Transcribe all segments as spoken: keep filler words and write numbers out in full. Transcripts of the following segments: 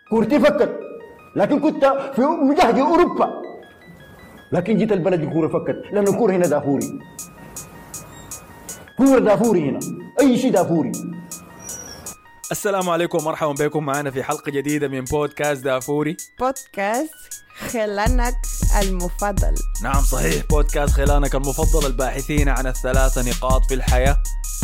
كورتي فكت، لكن كنت في مجهد أوروبا، لكن جيت البلد الكورة فكت لأن الكورة هنا دافوري، كورة دافوري هنا، أي شيء دافوري. السلام عليكم ومرحبا بكم معنا في حلقة جديدة من بودكاست دافوري، بودكاست خلانك المفضل. نعم صحيح، بودكاست خلانك المفضل، الباحثين عن الثلاثة نقاط في الحياة.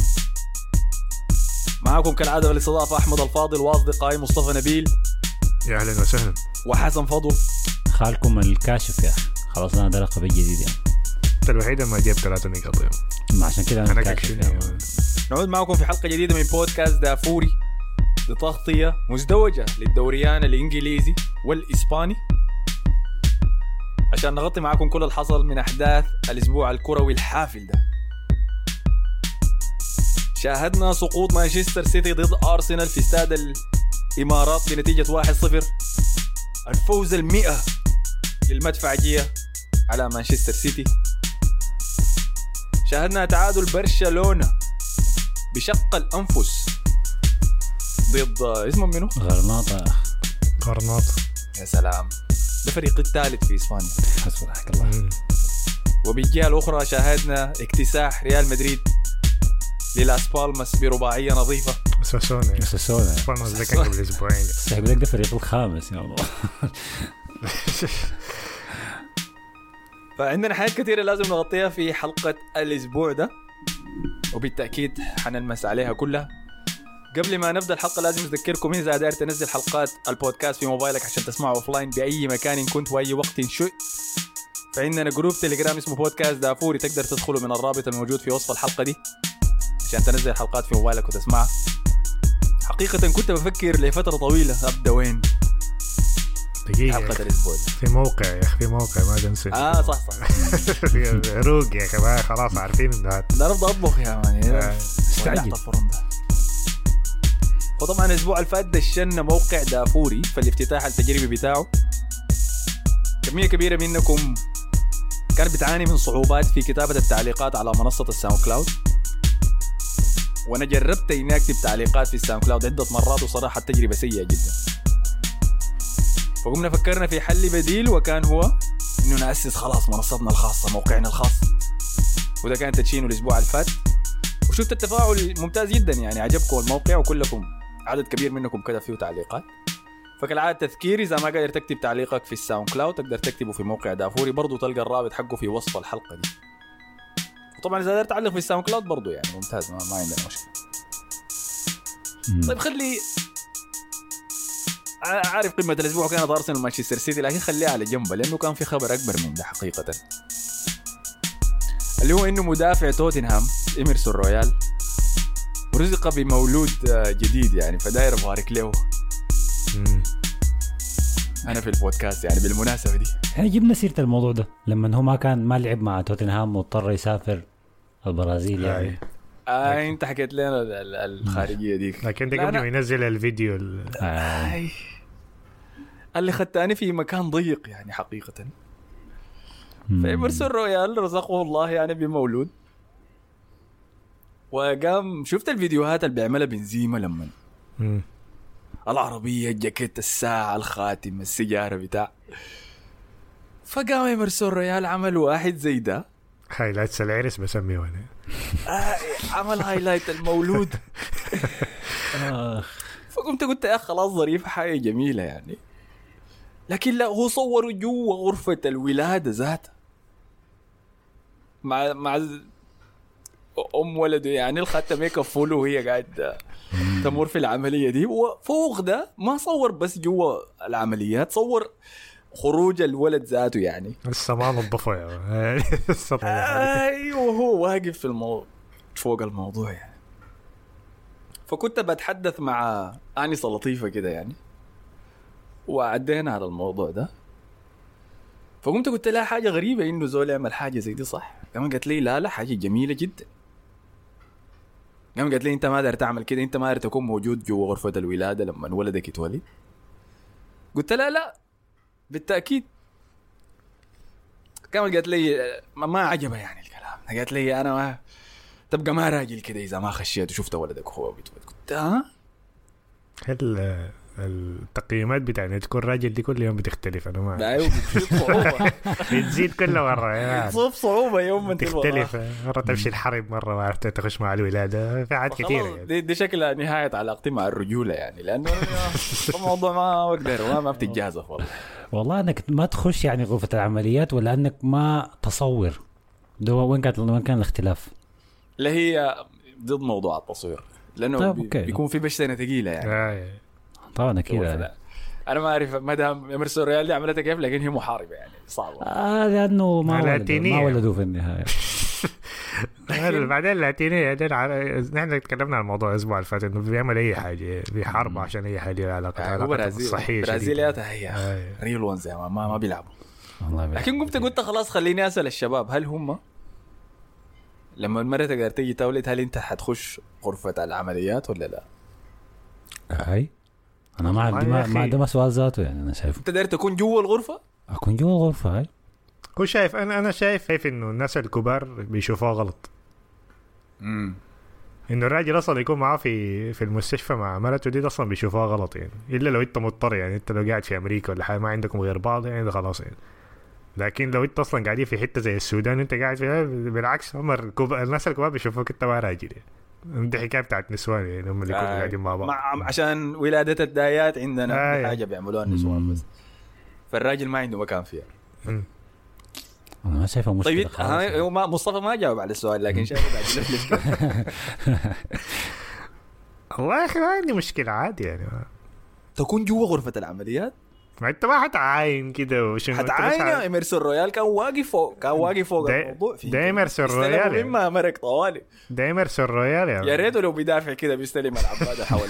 معكم كالعادة بالاستضافة أحمد الفاضل وأصدقائي مصطفى نبيل. يا أهلا وسهلا. وحسن فضل. خالكم الكاشف يا أخي، خلاص أنا ده لقب جديد يعني. أنت الوحيد ما جاب ثلاثة نقاط يوم. ما عشان كده أنا الكاشف يعني. نعود معكم في حلقة جديدة من بودكاست دافوري لتغطية مزدوجة للدوريان الإنجليزي والإسباني، عشان نغطي معكم كل الحصل من أحداث الأسبوع الكروي الحافل ده. شاهدنا سقوط مانشستر سيتي ضد أرسنال في استاد الإمارات بنتيجة واحد صفر، الفوز المئة للمدفعجية على مانشستر سيتي. شاهدنا تعادل برشلونة بشق الأنفس ضد اسمه منه؟ غرناطة. غرناطة يا سلام، ده فريق الثالث في إسبانيا. حسبك الله. وبالجهة الأخرى شاهدنا اكتساح ريال مدريد للاس بالماس برباعية نظيفة. ساسونا ساسونا بالماس ده كان قبل أسبوعين. صحيح لك ده فريق الخامس يا الله. فعندنا حاجات كثيرة لازم نغطيها في حلقة الأسبوع ده، وبالتأكيد حنلمس عليها كلها. قبل ما نبدأ الحلقة لازم أذكركم إذا داير تنزل حلقات البودكاست في موبايلك عشان تسمعه أوفلاين بأي مكان كنت وأي وقت شئت، فعندنا جروب تليجرام اسمه بودكاست دافوري، تقدر تدخله من الرابط الموجود في وصف الحلقة دي عشان تنزل حلقات في موبايلك وتسمعها. حقيقة كنت بفكر لفترة طويلة أبدأ وين حلقة الأسبوع في موقع يا أخي، في موقع ما تنسى. آه صح صح. في عروق يا أخي، ما خلاص عارفين إنه هذا. لا نبدأ أطبخ يا ماني. استعجل. وطبعا الأسبوع الفات دشنا موقع دافوري في الافتتاح التجريبي بتاعه. كمية كبيرة منكم كانت بتعاني من صعوبات في كتابة التعليقات على منصة الساوند كلاود، وأنا جربت إني أكتب تعليقات في الساوند كلاود عدة مرات وصراحة التجربة سيئة جدا. فقمنا فكرنا في حل بديل، وكان هو إنه نأسس خلاص منصتنا الخاصة، موقعنا الخاص، وده كان تدشينه الأسبوع الفات. وشفت التفاعل ممتاز جدا، يعني عجبكم الموقع وكلكم عدد كبير منكم كده فيه تعليقات. فكالعادة تذكير، إذا ما قادر تكتب تعليقك في الساوند كلاود تقدر تكتبه في موقع دافوري، برضو تلقى الرابط حقه في وصف الحلقة دي. وطبعا إذا قادر تعلق في الساوند كلاود برضو يعني ممتاز، ما, ما عندنا مشكلة. طيب خلي عارف قمة الأسبوع كانت أرسنال ومانشستر سيتي، لكن خليها على جنب لأنه كان في خبر أكبر من ده حقيقة، اللي هو إنه مدافع توتنهام إميرسون رويال رزق بمولود جديد يعني، فداير بارك له أنا في البودكاست يعني بالمناسبة دي. احنا جبنا سيرة الموضوع ده لما هو ما كان ما لعب مع توتنهام واضطر يسافر البرازيل يعني. آه انت حكيت لنا الخارجية ديك، لكن ده قبل ما ينزل الفيديو آه. اللي خدتاني في مكان ضيق يعني حقيقة. فإميرسون رويال رزقه الله يعني بمولود، وقام شفت الفيديوهات اللي بيعملها بنزيمة لما مم. العربية، الجاكيت، الساعة، الخاتم، السيجارة بتاع. فقام إميرسون رويال عمل واحد زي ده، هايلايت سلعيرس بسميه أنا. آه عمل هايلايت المولود. فقمت قلت يا خلاص ظريف، حاجة جميلة يعني. لكن لا، هو صور جوا غرفة الولادة ذاتها مع مع أم ولده يعني، الخاتم ميك فول وهي قاعدة تمر في العملية دي. وفوق ده ما صور بس جوا العمليات، صور خروج الولد ذاته يعني. لسه ما نظفه يا ايوه هو واقف في الموضوع فوق الموضوع يعني. فكنت بتحدث مع آنسة لطيفة كده يعني، وعدينا على الموضوع ده. فقمت قلت لها حاجة غريبة إنه زول يعمل حاجة زي دي صح؟ كمان قالت لي لا لا حاجة جميلة جدا. كمان قالت لي أنت ما دار تعمل كده، أنت ما دار تكون موجود جوا غرفة الولادة لما ولدك يتولد. قلت لها لا بالتأكيد. كمان قالت لي ما, ما عجبها يعني الكلام. قالت لي أنا ما تبقى ما راجل كده إذا ما خشيت وشفت ولدك هو بيتولد. قلت ها هل التقييمات بتاع انه تكون راجل دي كل يوم بتختلف. انا ما ايوه بتزيد صعوبه بتزيد كل مره يعني بتصيب صعوبه يوم ما تختلف. مره تمشي الحرب، مره ما عرفت تخش مع الولاده، في حاجات كثيره يعني. دي, دي شكلها نهايه علاقتي مع الرجوله يعني، لانه الموضوع ما بقدر ما, ما بتتجازف والله. والله انك ما تخش يعني غرفه العمليات، ولا انك ما تصور ده وين كانت وين كان الاختلاف؟ اللي هي ضد موضوع التصوير، لانه طيب بي أوكي. بيكون في بشتنه ثقيله يعني. آه. طبعا اكيد يعني. انا ما اعرف مدام اميرسون ريال دي عملتها كيف، لكن هي محاربه يعني صعبه. آه لانه ما ولدوا ما ولدوا في النهايه. بعدين اللاتينيه نحن تكلمنا عن الموضوع الاسبوع اللي فات، انه بيعمل اي حاجه بيحارب عشان اي حاجه علاقه علاقه صحيه. برازيلياتها هي ريل وانز ما ما بيلعبوا. لكن قمت قلت خلاص خليني اسال الشباب، هل هم لما المرة تقدر تيجي تولد هل انت حتخش غرفة العمليات ولا لا؟ هاي انا ما عندي ما ما ده سؤال ذاته يعني. انا شايف انت داير تكون جوا الغرفة؟ اكون جوا الغرفة. هاي هو شايف انا انا شايف شايف انه الناس الكبار بيشوفوها غلط. امم انه الراجل اصلا يكون معاه في في المستشفى مع مرته دي اصلا بيشوفوها غلط يعني، الا لو انت مضطر يعني. انت لو قاعد في امريكا ولا حاجه ما عندكم غير بعض يعني ده خلاص يعني. لكن لو انت اصلا قاعدين في حته زي السودان انت قاعد فيها، بالعكس هم الكبار الناس الكبار بيشوفوك انت ما راجل يعني. دي حكايه بتاعت نسوان يعني، هم اللي يكونوا قاعدين مع بعض مع عشان ولاده الدايات عندنا آه حاجه بيعملوها النسوان بس، فالراجل ما عنده مكان فيها. م. انا ما شايفه مشكله. طيب ها ما مصطفى ما جاوب على السؤال، لكن شايف بعد يلفلف. والله يا اخي ما عندي مشكله عادي يعني. تكون جوا غرفه العمليات ما انت ما حتعاين كده وشنو حتعاين. يا اميرسون رويال كان واقف فوق كان واقف فوق الموضوع في ده اميرسون رويال يعني. ما مرق طوالي ده اميرسون رويال يعني. يا ريت لو بيدافع كده بيستلم العباده حول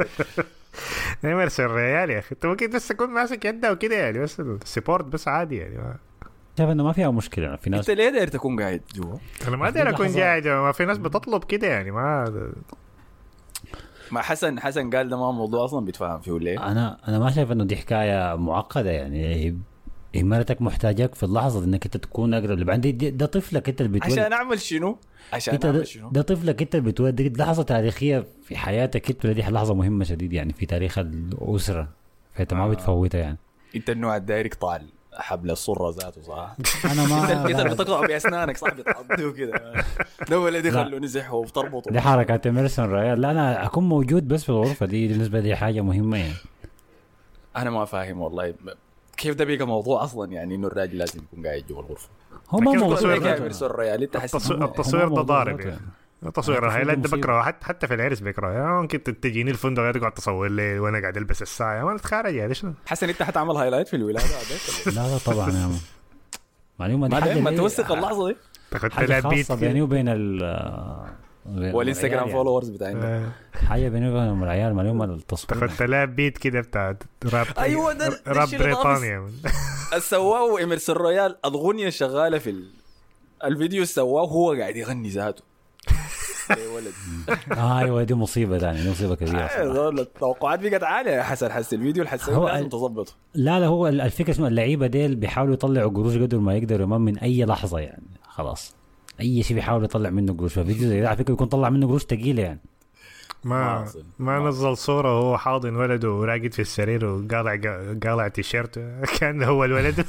اميرسون رويال يا اخي. انت ممكن بس تكون ماسك يده وكده يعني، بس السبورت بس عادي يعني. شايف انه ما فيها مشكله. في ناس انت ليه داير تكون قاعد جوا؟ انا ما داير اكون قاعد، ما في ناس بتطلب كده يعني. ما ما حسن حسن قال ده ما موضوع اصلا بيتفاهم فيه ليه. انا انا ما شايف انه دي حكايه معقده يعني. هي مرتك محتاجك في اللحظه انك انت تكون اقرب. بعدين ده طفلك انت اللي بتولد. عشان اعمل شنو عشان اعمل شنو ده طفلك انت اللي بتولد. دي لحظه تاريخيه في حياتك انت، دي لحظه مهمه شديد يعني في تاريخ الاسره، فانت ما بتفوتها يعني. انت النوع الداير يقطع حبل الصرة ذاته صح. انا ما انت اللي بتقطعه باسنانك صح، بتعضيه كده. ده ولا دي خلوا نزحه وبتربطه. دي حركات اميرسون ريال. لا انا اكون موجود بس في الغرفه دي بالنسبه لي حاجه مهمه يعني. انا ما فاهم والله كيف ده بيبقى موضوع اصلا يعني، انه الراجل لازم يكون قاعد جوا الغرفه. هو ما موضوع اميرسون ريال. انت حاسس التصوير ده ضارب يعني. تصوير الهايلايت ده بكره، حتى حتى في العرس بكره يعني. ممكن تجيني الفندق تقعد تصور لي وانا قاعد البس الساعه ما نتخارج يعني. شنو حسن انت حتعمل هايلايت في الولاده لا لا طبعا يا مان. معلومه دي حاجه ما توثق اللحظه دي. تاخذت لها بيت بيني وبين ال والانستغرام فولورز بتاعنا. حاجه بيني وبين العيال معلومه التصوير. تاخذت لها بيت كده بتاع راب. ايوه ده راب بريطانيا. السواو اميرسون رويال الاغنيه شغاله في الفيديو، السواو هو قاعد يغني ذاته. اي ولد. اه ايوه دي مصيبه ثانيه، دي مصيبه كبيره صراحه. التوقعات بقت عاليه يا حسن. حس الفيديو الحسن لازم تظبطه. لا لا هو الفكره اسمه اللعيبه ديل بيحاولوا يطلعوا قروش قدر ما يقدروا من اي لحظه يعني. خلاص اي شيء بيحاول يطلع منه قروش. ففيديو زي ده على فكره بيكون طلع منه قروش ثقيله يعني. ما ما نزل صوره وهو حاضن ولده وراقد في السرير وقالع قالع تيشيرت كان هو الولد.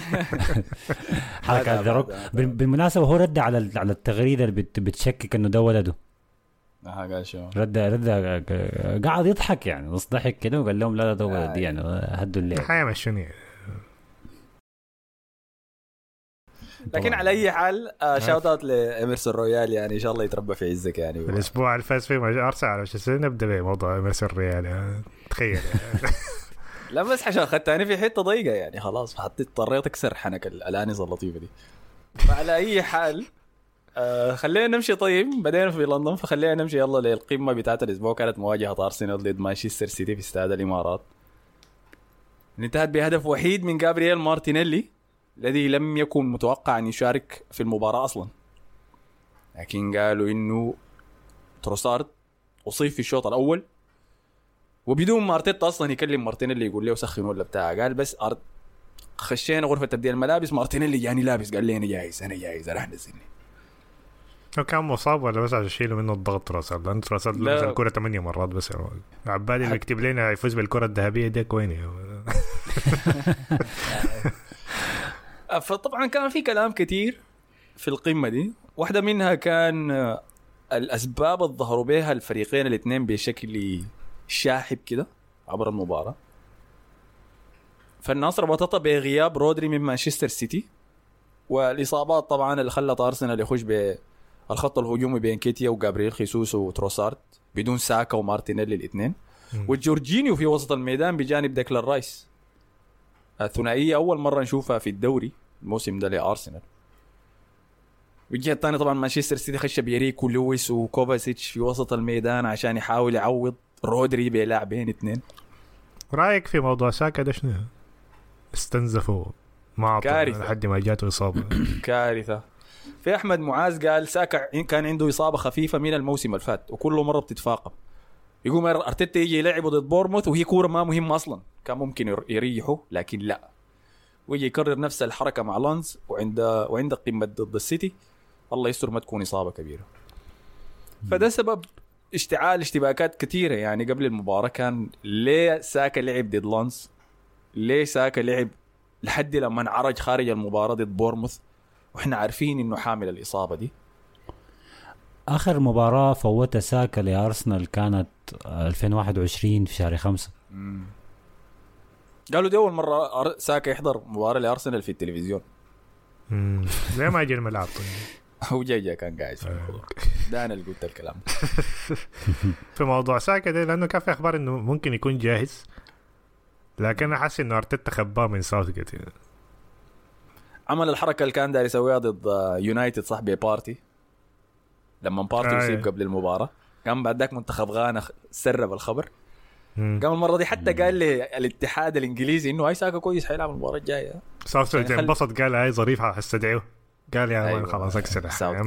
حركه ذروك. بالمناسبه هو رد على على التغريده اللي بتشكك انه ده ولده. اه قال شو رد رد قاعد يضحك يعني، بس ضحك كده وقال لهم لا لا ده ولدي يعني. هدوا الليل حياه مشوني. لكن على اي حال شاوت اوت لاميرسون رويال يعني. ان شاء الله يتربى في عزك يعني. الاسبوع اللي فاز فيه ارسنال مش نبدا بموضوع اميرسون رويال يعني. تخيل يعني. لا بس عشان اخذتني في حته ضيقه يعني خلاص حطيت اضطريت اكسر حنك الانسه اللطيفه دي. فعلى اي حال آه خلينا نمشي. طيب بدينا في لندن فخلينا نمشي يلا للقمه بتاعت الاسبوع. كانت مواجهه ارسنال ضد مانشستر سيتي في استاد الامارات. انتهت بهدف وحيد من جابرييل مارتينيلي الذي لم يكن متوقع أن يشارك في المباراة أصلا، لكن قالوا إنه تروسارد أصيب في الشوط الأول وبدون ما أرتيتا أصلا يكلم مارتينيلي يقول له سخن ولا بتاع. قال بس أرت... خشينا غرفة تبديل الملابس مارتينيلي يعني لابس قال لي أنا جاهز أنا جاهز راح نزلني. هو كان مصاب ولا بس عشان يشيلوا منه الضغط تراسل؟ لأن تراسل لمس الكرة ثمانية مرات بس. عبالي اللي يكتب لنا يفوز بالكرة الذهبية دي وين؟ فطبعا كان في كلام كتير في القمة دي، واحدة منها كان الأسباب اللي ظهروا بها الفريقين الاثنين بشكل شاحب كده عبر المباراة. فالناس ربطتها بغياب رودري من مانشستر سيتي، والإصابات طبعا اللي خلت أرسنال يخش بالخط الهجومي بين كيتيا وجابرييل خيسوس وتروسارد بدون ساكا ومارتينيلي الاثنين، والجورجينيو في وسط الميدان بجانب ديكلان رايس. الثنائية أول مرة نشوفها في الدوري الموسم ده لأرسنال. والجهة الثانية طبعا مانشستر سيتي خش بيريكو لويس وكوفاسيتش في وسط الميدان عشان يحاول يعوض رودري بلاعبين اثنين. رأيك في موضوع ساكا ده شنو؟ استنزفوا ما لحد ما جاته إصابة. كارثة. في أحمد معاذ قال ساكا كان عنده إصابة خفيفة من الموسم الفات وكل مرة بتتفاقم. يقوم أرتيتا يجي يلعبه ضد بورموث وهي كورة ما مهمة أصلا، كان ممكن يريحه لكن لا، ويجي يكرر نفس الحركة مع لانز وعند وعند قمة ضد السيتي الله يستر ما تكون إصابة كبيرة. فده سبب اشتعال اشتباكات كثيرة. يعني قبل المباراة كان ليه ساكا لعب ضد لانز، ليه ساكا لعب لحد لما انعرج خارج المباراة ضد بورموث وإحنا عارفين إنه حامل الإصابة دي. آخر مباراة فوتها ساكا لأرسنال كانت ألفين وواحد وعشرين في شهر خمسة. مم. قالوا دي أول مرة ساكا يحضر مباراة لأرسنال في التلفزيون. امم زي ما يجي الملعب. هو جاي جاي كان قاعد في الحضور. ده أنا اللي قلت الكلام. في موضوع ساكا ده لأنه كان في أخبار إنه ممكن يكون جاهز، لكن أنا حاسس إنه أرتيتا خباه من ساوثجيت. عمل الحركة اللي كان داير يسويها ضد يونايتد صاحبي بارتي لما بارتي يصيب قبل المباراة. قام بعد ذاك منتخب غانا سرب الخبر. قام المرة دي حتى قال لي الاتحاد الإنجليزي إنه هاي ساكا كويس حيلعب المباراة الجاية. ساوثجيت انبسط قال هاي ظريف هستدعيه. قال يا أيوة خلاص أكسر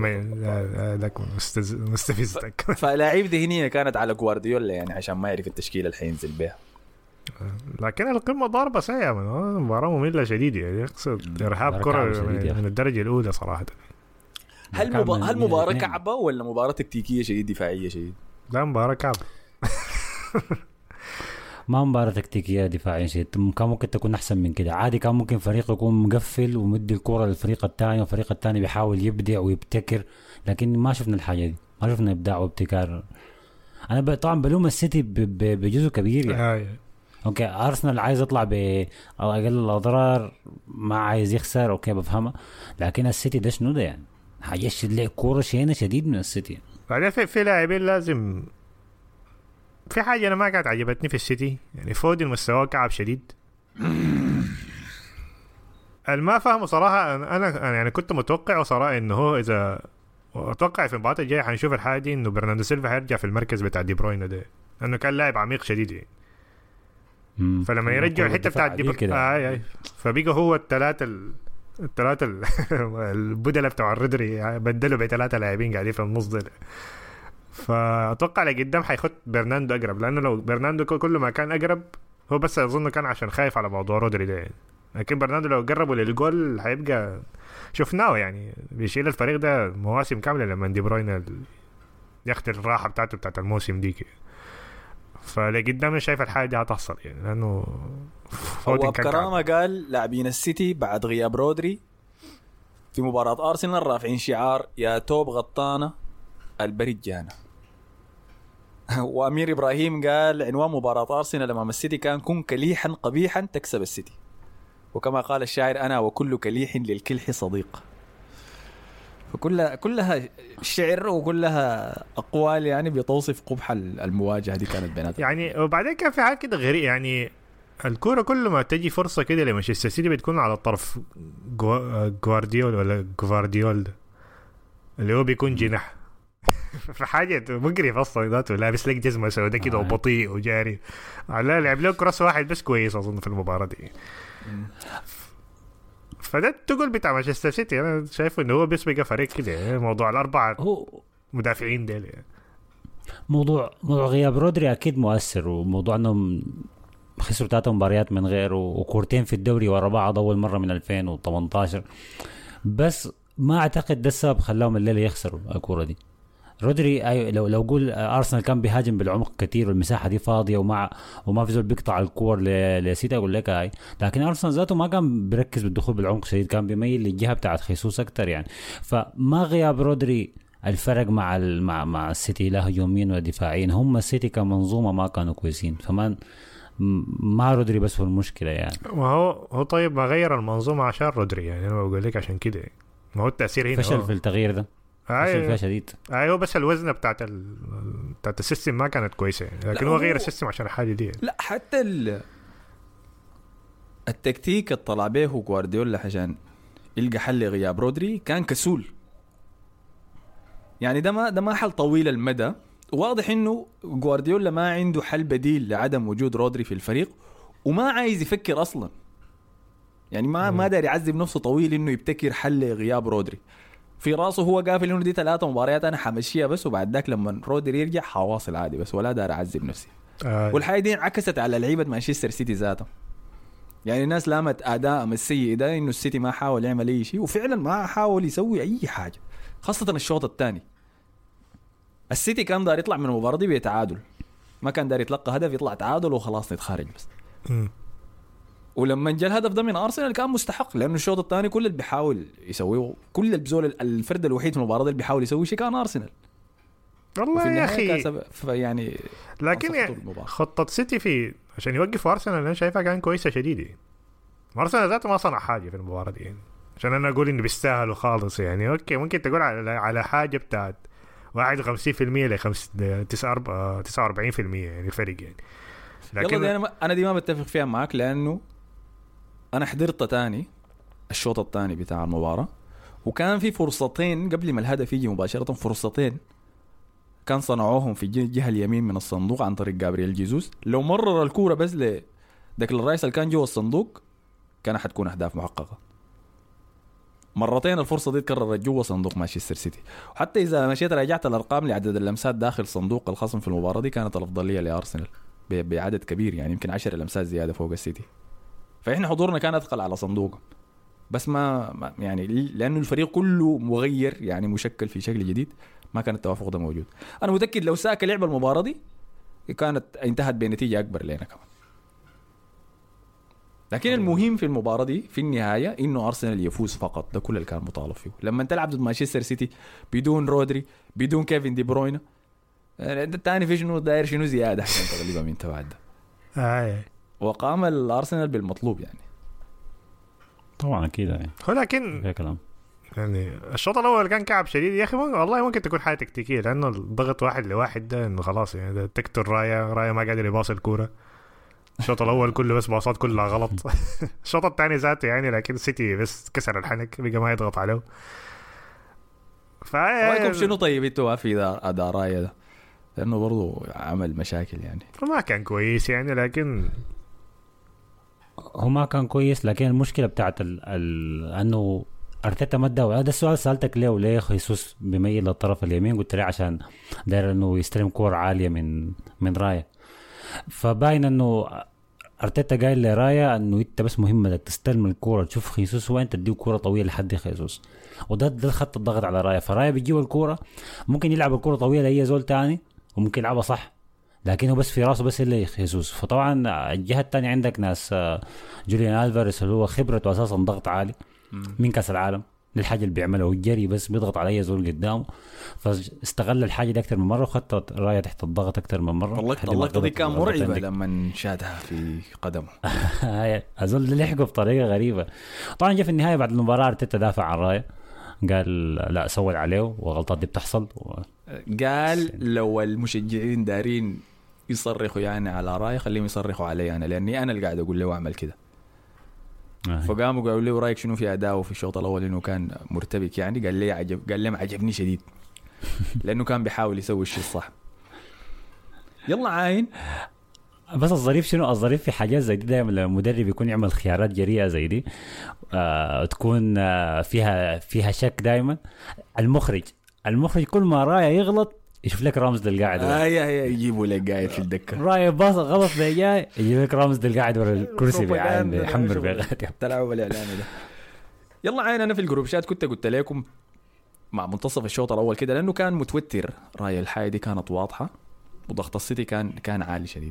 لك مستفزتك. فلاعب ذهنية كانت على جوارديولا يعني عشان ما يعرف التشكيلة اللي حينزل بها. لكن القمة ضاربة سيئة من مباراة مملة شديدة يعني يقصد إرهاب كرة من الدرجة الأولى صراحة. هل مب... هل مباراة كعبة ولا مباراة تكتيكية شديد دفاعية شديد؟ لا مباراة كعبة. ما مباراة تكتيكية دفاعية شديد، كان ممكن تكون أحسن من كده. عادي كان ممكن فريق يكون مقفل ومدي الكرة للفريق الثاني والفريق الثاني بيحاول يبدع ويبتكر، لكن ما شفنا الحاجة دي، ما شفنا إبداع وابتكار. أنا ب... طبعا بلوم السيتي ب... ب... بجزء كبير يعني. اوكي ارسنال عايز يطلع باقل الاضرار، ما عايز يخسر، اوكي بفهمها، لكن السيتي ده شنو ده يعني؟ حاجه شديد كوره شينه شديد من السيتي. بعدين في, في لاعبين لازم في حاجه انا ما قاعد عجبتني في السيتي، يعني فودي المستوى كعب شديد. ما فاهمه صراحه. انا يعني كنت متوقع صراحه انه هو اذا اتوقع في المباراه الجايه حنشوف الحاجه دي انه برناردو سيلفا هيرجع في المركز بتاع دي بروين ده، لانه كان لاعب عميق شديد يعني. فلما يرجع الحته بتاعت دي آه آه فبيقى هو الثلاثه الثلاثه البدله بتاع الردري يعني بدلوا بثلاثه لاعبين قاعدين في النص ده. فاتوقع لقدام حيخد برناندو اقرب، لانه لو برناندو كل ما كان اقرب هو بس اظن كان عشان خايف على موضوع رودري ده يعني. لكن برناندو لو قربوا للجول حيبقى شفناه يعني بيشيل الفريق ده مواسم كامله لما دي بروين ياخد الراحه بتاعته بتاعت الموسم دي. فلقدام شايف الحاجه دي هتحصل يعني، لانه هو بكرامه قال لاعبين السيتي بعد غياب رودري في مباراه ارسنال رافعين شعار يا توب غطانا البرجانه. وامير ابراهيم قال عنوان مباراه ارسنال امام السيتي كان كن كليحا قبيحا تكسب السيتي، وكما قال الشاعر انا وكل كليح للكلح صديق. فكلها كلها شعر وكلها اقوال يعني بتوصف قبح المواجهه دي كانت بيناتهم يعني. وبعدين كان في حاجه كده غريب يعني، الكوره كل ما تجي فرصه كده لمانشستر سيتي بتكون على طرف جوارديول ولا جوارديول اللي هو بيكون جناح في حاجه مقرف اصلا ذاته، لابس لك جزمه سوداء كده وبطيء وجاري على لعب له كروس واحد بس كويس اظن في المباراه دي. فده التقول بتاع مانشستر سيتي انا شايفه انه هو بس بقى فريق كده. موضوع الاربعه مدافعين ديل يعني. موضوع موضوع غياب رودري اكيد مؤثر، وموضوع انهم خسروا ثلاث مباريات من غيره وكورتين في الدوري ورا بعض اول مره من ألفين وثمانية عشر. بس ما اعتقد ده السبب خلاهم الليله يخسروا الكوره دي. رودري أي لو لو قول ارسنال كان بيهاجم بالعمق كتير والمساحه دي فاضيه وما وما في زول بيقطع الكور لسيتي اقول لك هاي، لكن ارسنال ذاته ما كان بيركز بالدخول بالعمق شديد، كان بيميل للجهه بتاعت خيسوس اكتر يعني. فما غياب رودري الفرق مع ال مع مع السيتي لا هجوميين ولا دفاعيين، هم السيتي كمنظومه ما كانوا كويسين، فما ما رودري بس هو المشكله يعني. ما هو هو طيب ما غير المنظومه عشان رودري يعني، انا بقول لك عشان كده ما هو التاثير هنا فشل في التغيير ده. ايوه شديد. ايوه بس الوزنه بتاعت ال... بتاعت السيستم ما كانت كويسه يعني. لكن هو غير السيستم عشان الحاجه دي يعني. لا حتى ال... التكتيك اللي طلع به جوارديولا عشان يلقى حل غياب رودري كان كسول يعني. ده ما ده ما حل طويل المدى. واضح انه جوارديولا ما عنده حل بديل لعدم وجود رودري في الفريق، وما عايز يفكر اصلا يعني. ما ما داري يعذب نفسه طويل انه يبتكر حل غياب رودري. في راسه هو قافل انه دي ثلاثه مباريات انا حمشيها بس، وبعد ذاك لما رودري يرجع حواصل عادي بس، ولا دار اعذب نفسي. آه. والحاجه دي انعكست على لعيبه مانشستر سيتي ذاته يعني. الناس لامت اداء السيء ده انه السيتي ما حاول يعمل اي شيء، وفعلا ما حاول يسوي اي حاجه خاصه الشوط الثاني. السيتي كان دار يطلع من المباراه دي بيتعادل، ما كان دار يتلقى هدف يطلع تعادل وخلاص نتخارج بس. م. ولما جاء الهدف ده من ارسنال كان مستحق، لانه الشوط الثاني كل اللي بيحاول يسويه، كل البزول الفرد الوحيد في المباراه اللي بيحاول يسوي شيء كان ارسنال والله يا اخي يعني. لكن يعني خطه سيتي في عشان يوقف ارسنال انا شايفها كان كويسه شديده. ارسنال ذاته ما صنع حاجه في المباراه دي يعني، عشان انا اقول انه بيستاهلوا خالص يعني. اوكي ممكن تقول على على حاجه بتاعت واحد وخمسين بالمية ل تسعة وأربعين بالمية يعني الفرق يعني. لكن دي انا انا دي ما بتفق فيها معك، لانه انا حضرت تاني الشوط الثاني بتاع المباراه، وكان في فرصتين قبل ما الهدف يجي مباشره، فرصتين كان صنعوهم في الجهه اليمين من الصندوق عن طريق جابرييل جيزوس. لو مرر الكوره بس لديكلان رايس اللي كان جوا الصندوق كان حتكون اهداف محققه. مرتين الفرصه دي تكررت جوا صندوق مانشستر سيتي. وحتى اذا مشيت راجعت الارقام لعدد اللمسات داخل صندوق الخصم في المباراه دي كانت الافضليه لارسنال بعدد كبير يعني، يمكن عشر لمسات زياده فوق السيتي. فاحنا حضورنا كان اثقل على صندوق، بس ما يعني لانه الفريق كله مغير يعني مشكل في شكل جديد، ما كان التوافق ده موجود. انا متاكد لو ساك لعب المباراه دي كانت انتهت بنتيجه اكبر لنا كمان. لكن المهم في المباراه دي في النهايه انه ارسنال يفوز فقط، ده كل اللي كان مطالب فيه. لما تلعب ضد مانشستر سيتي بدون رودري بدون كيفن دي بروين، الثاني في شنو داير شنو زياده عشان تغلبها من تبعد ده. اي وقام الارسنال بالمطلوب يعني. طبعا اكيد يعني. ولكن كلام يعني الشوط الاول كان كعب شديد يا اخي. والله ممكن تكون حاجه تكتيكيه، لانه الضغط واحد لواحد ده انه خلاص يعني ده تكتر رايه رايه ما قادر يباص الكوره. الشوط الاول كله بس باصات كلها غلط. الشوط الثاني ذاته يعني، لكن سيتي بس كسر الحنك بقى ما يضغط عليه. رايكم شنو طيب انتوا في اداء رايه ده؟ لانه برضو عمل مشاكل يعني. ما كان كويس يعني، لكن هو ما كان كويس. لكن المشكله بتاعت ال... ال... انه ارتيتا مدى. هذا السؤال سالتك ليه وليه خيسوس بيميل للطرف اليمين؟ قلت لي عشان داير انه يستلم كور عاليه من من رايه. فباين انه ارتيتا قايل لرايه انه انت بس مهم انك تستلم الكوره تشوف خيسوس وين تديه كوره طويله لحد خيسوس، وده ده خط الضغط على رايه. فرايه بيجيب الكوره ممكن يلعب الكوره طويله لاي زول تاني وممكن يلعبها صح، لكن هو بس في راسه بس اللي خيسوس. فطبعا الجهه الثانيه عندك ناس جوليان ألفاريز اللي هو خبرته اساسا ضغط عالي من كاس العالم للحاجه اللي بيعملها، والجري بس بيضغط على اي زول قدامه. فاستغل الحاجه دي اكثر من مره وخطط رايه تحت الضغط اكثر من مره. والله اللقطه دي كان مرعبه لما شادها في قدمه. ازول لحقه بطريقه غريبه. طبعا جاء في النهايه بعد المباراه ارتيتا دافع عن رايه، قال لا سوي عليه وغلطات دي بتحصل و... قال لو المشجعين دارين يصرخوا يعني على رايه خليهم يصرخوا علي انا، لاني انا اللي قاعد اقول له اعمل كده. آه. فقاموا قالوا لي رايك شنو في اداؤه في الشوط الاول؟ انه كان مرتبك يعني. قال لي عجب قال لي ما عجبني شديد لانه كان بيحاول يسوي الشيء الصح. يلا عاين. بس الظريف شنو الظريف في حاجات زي دي دائما لما المدرب يكون يعمل خيارات جريئه زي دي آه تكون آه فيها فيها شك دائما. المخرج المخرج كل ما رايه يغلط يشوف لك رامز دل قاعد اه يا يا يجيبوا لك قاعد في الدكه. رايه باص غلط ده جاي يجيب لك رامز دل قاعد ورا الكرسي بيعمل يحمر بيغاتي. تلعب الاعلامي ده. يلا عين انا في الجروب شات كنت قلت لكم مع منتصف الشوط الاول كده لانه كان متوتر، راي الحاجه دي كانت واضحه وضغط السيتي كان كان عالي شديد.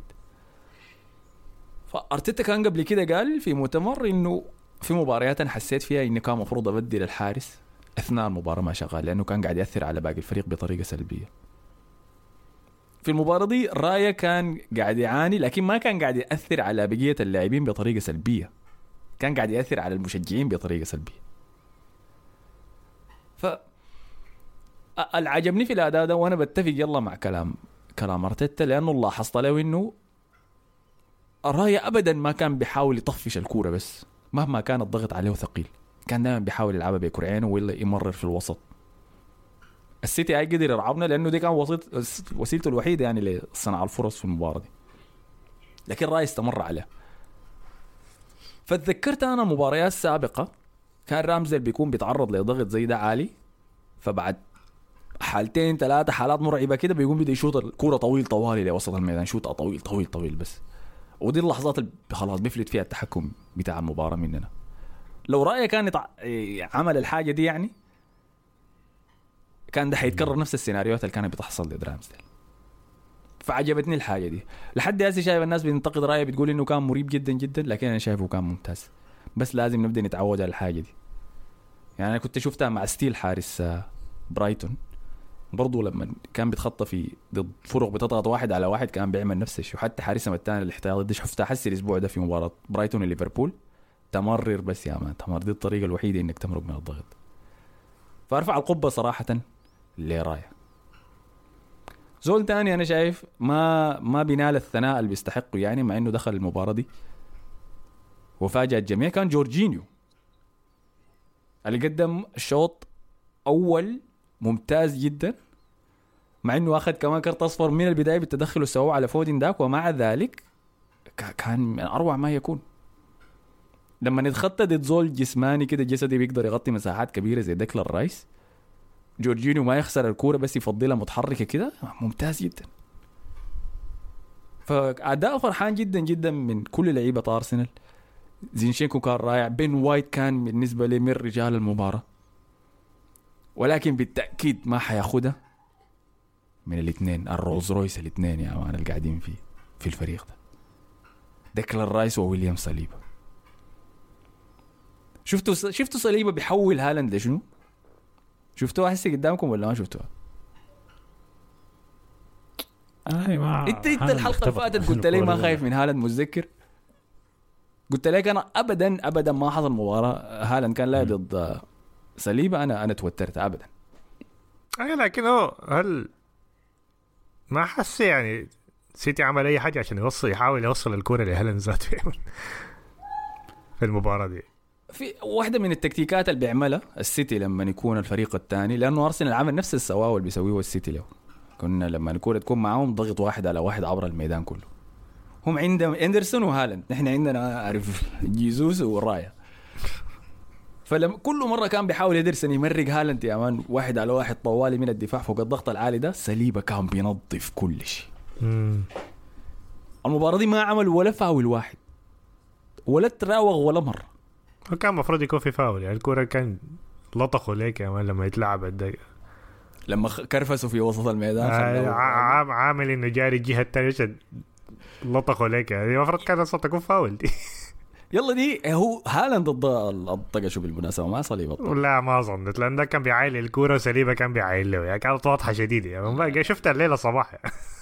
فارتيتا كان قبل كده قال في مؤتمر انه في مباريات انا حسيت فيها اني كان مفروض ابدل الحارس اثناء المباراه ما شغال لانه كان قاعد ياثر على باقي الفريق بطريقه سلبيه. في المباراه دي رايا كان قاعد يعاني لكن ما كان قاعد ياثر على بقيه اللاعبين بطريقه سلبيه، كان قاعد ياثر على المشجعين بطريقه سلبيه. ف العجبني في الاداء ده وانا بتفق يلا مع كلام كلام ارتيتا لانه لاحظت له انه رايا ابدا ما كان بيحاول يطفش الكوره بس مهما كان الضغط عليه ثقيل، كان دائما بيحاول يلعبها بكرعينه ولا يمرر في الوسط. السيتي اي قدر يرعبنا لانه دي كان وسيط وسيلته الوحيده يعني لصنع الفرص في المباراه دي، لكن راي استمر عليه. فتذكرت انا مباريات سابقه كان رامزل بيكون بيتعرض لضغط زي ده عالي، فبعد حالتين ثلاثه حالات مرعبه كده بيقوم بده يشوط الكوره طويل طوالي لوسط الميدان، شوطه طويل طويل طويل بس، ودي اللحظات اللي خلاص بيفلت فيها التحكم بتاع المباراه مننا. لو رايه كان عمل الحاجه دي يعني كان ده حيتكرر نفس السيناريوهات اللي كانت بتحصل لرامزديل. فعجبتني الحاجه دي. لحد هسه شايف الناس بتنتقد رايه بتقول انه كان مريب جدا جدا، لكن انا شايفه كان ممتاز، بس لازم نبدا نتعود على الحاجه دي. يعني انا كنت شفتها مع ستيل حارس برايتون برضو لما كان بيتخطى في ضد فرق بتضغط واحد على واحد كان بيعمل نفس الشيء، وحتى حارسهم الثاني الاحتياطي دي شفتها حس الاسبوع ده في مباراه برايتون وليفربول تمرر بس يا مان تمرر، دي الطريقه الوحيده انك تمرق من الضغط. فارفع القبه صراحه لرايه. زول تاني انا شايف ما ما بينال الثناء اللي بيستحقه يعني مع انه دخل المباراه دي وفاجأ الجميع كان جورجينيو اللي قدم شوط اول ممتاز جدا، مع انه اخذ كمان كرت اصفر من البدايه بالتدخل اللي سووه على فودين داك، ومع ذلك كان من اروع ما يكون. لما نتخطى ضد زول جسماني كده جسدي بيقدر يغطي مساحات كبيره زي ديكلان رايس، جورجينيو ما يخسر الكوره بس يفضلها متحركه كده، ممتاز جدا. فاداء فرحان جدا جدا من كل لعيبه ارسنال. زينشينكو كان رائع، بين وايت كان بالنسبه لي من رجال المباراه، ولكن بالتاكيد ما حياخدها من الاثنين الرولز رويس الاثنين يا مان القاعدين في في الفريق ده، ديكلان رايس وويليام صليبه. شفتوا شفتوا صليبه بيحول هالاند لشنو؟ شفتوها هسه قدامكم ولا ما شفتوها؟ اي ما انت انت الحلقه اللي فاتت قلت لي ما خايف من هالاند، متذكر؟ قلت لك انا ابدا ابدا ما حصل مباراه هالاند كان لاعب ضد صليبه انا انا توترت ابدا. اي لكن هو هل ما حس يعني سيتي عمل اي حاجه عشان يوصل يحاول يوصل الكوره لهالاند ذاته في المباراه دي؟ في واحدة من التكتيكات اللي بيعملها السيتي لما يكون الفريق الثاني، لأنه أرسنال عمل نفس السواء اللي بيسويه السيتي له، كنا لما الكورة تكون معاهم ضغط واحد على واحد عبر الميدان كله. هم عندهم إندرسون وهالاند، نحن عندنا عارف جيزوس ورايا. فلما كل مرة كان بيحاول إندرسون يمرق هالاند يا مان واحد على واحد طوالي من الدفاع فوق الضغط العالي ده، صليبة كان بينظف كل شيء. المباراة دي ما عمل ولا فاول واحد ولا تراوغ ولا مرة. وكان مفروض يكون في فاول، يعني الكورة كان لطخوا ليك يا مان لما يتلعب الدقيقة لما كرفسوا في وسط الميدان آه عام عامل انه جاري الجهة الثانية لطخوا ليك، يعني المفروض كان اصلا تكون فاول دي. يلا دي هو هالاند ضد الطقه شو بالمناسبة ما صليبة؟ لا ما ظنت، لان ده كان بيعايل الكورة وسليبة كان بيعايل له، يعني كانت واضحة شديدة يعني شفتها الليلة صباح.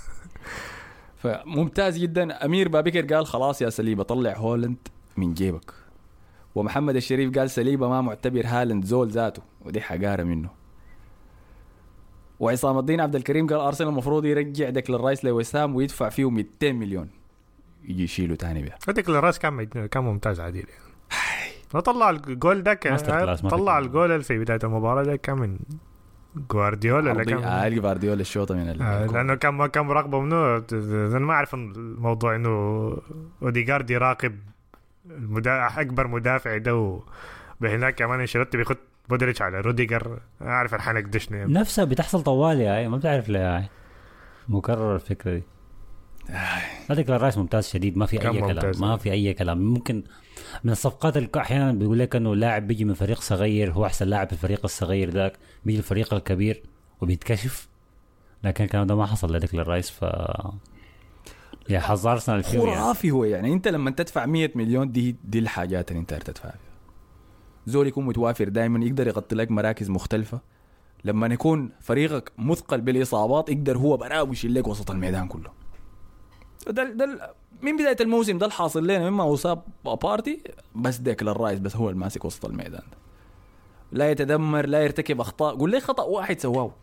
فممتاز جدا. امير بابكر قال خلاص يا سليبة طلع هولاند من جيبك، ومحمد الشريف قال سليبة ما معتبر هالاند زول ذاته، ودي حقارة منه. وعصام الدين عبد الكريم قال أرسنال المفروض يرجع ديكلان رايس لوسام ويدفع فيه مئتين مليون يجي يشيله تاني بيه. ديكلان رايس كان كان ممتاز عديل يعني. طلع الجول ده كان طلع الجول في بداية المباراة ده كان من جوارديولا ولا كان آه جوارديولا الشوطة من آه لأنه كان كان مراقبه منه. أنا ما أعرف الموضوع إنه أوديغارد يراقب المدافع أكبر مدافع ده، وبهناك كمان انشيلوتي بيخد بودريتش على روديجر. أعرف الحنك دشني نفسها بتحصل طوالي، هاي ما بتعرف ليه هاي مكرر الفكرة دي. هذاك الرايس ممتاز شديد، ما في كان اي كلام، ممتاز. ما في اي كلام. ممكن من الصفقات اللي احيانا بيقول لك انه لاعب بيجي من فريق صغير هو احسن لاعب في الفريق الصغير ذاك، بيجي الفريق الكبير وبيتكشف، لكن الكلام ده ما حصل لديك الرايس. ف يا حظ ارسنال فيه يعني. خرافي هو يعني. انت لما تدفع مية مليون دي دي الحاجات اللي انت تدفعها. زول يكون متوافر دائما، يقدر يغطي لك مراكز مختلفه. لما يكون فريقك مثقل بالاصابات يقدر هو براو يشيل لك وسط الميدان كله. ده ده من بدايه الموسم ده الحاصل لنا، مما اصاب بارتي بس ديك للرايس بس هو الماسك وسط الميدان ده. لا يتدمر، لا يرتكب اخطاء. قول لي خطا واحد سواه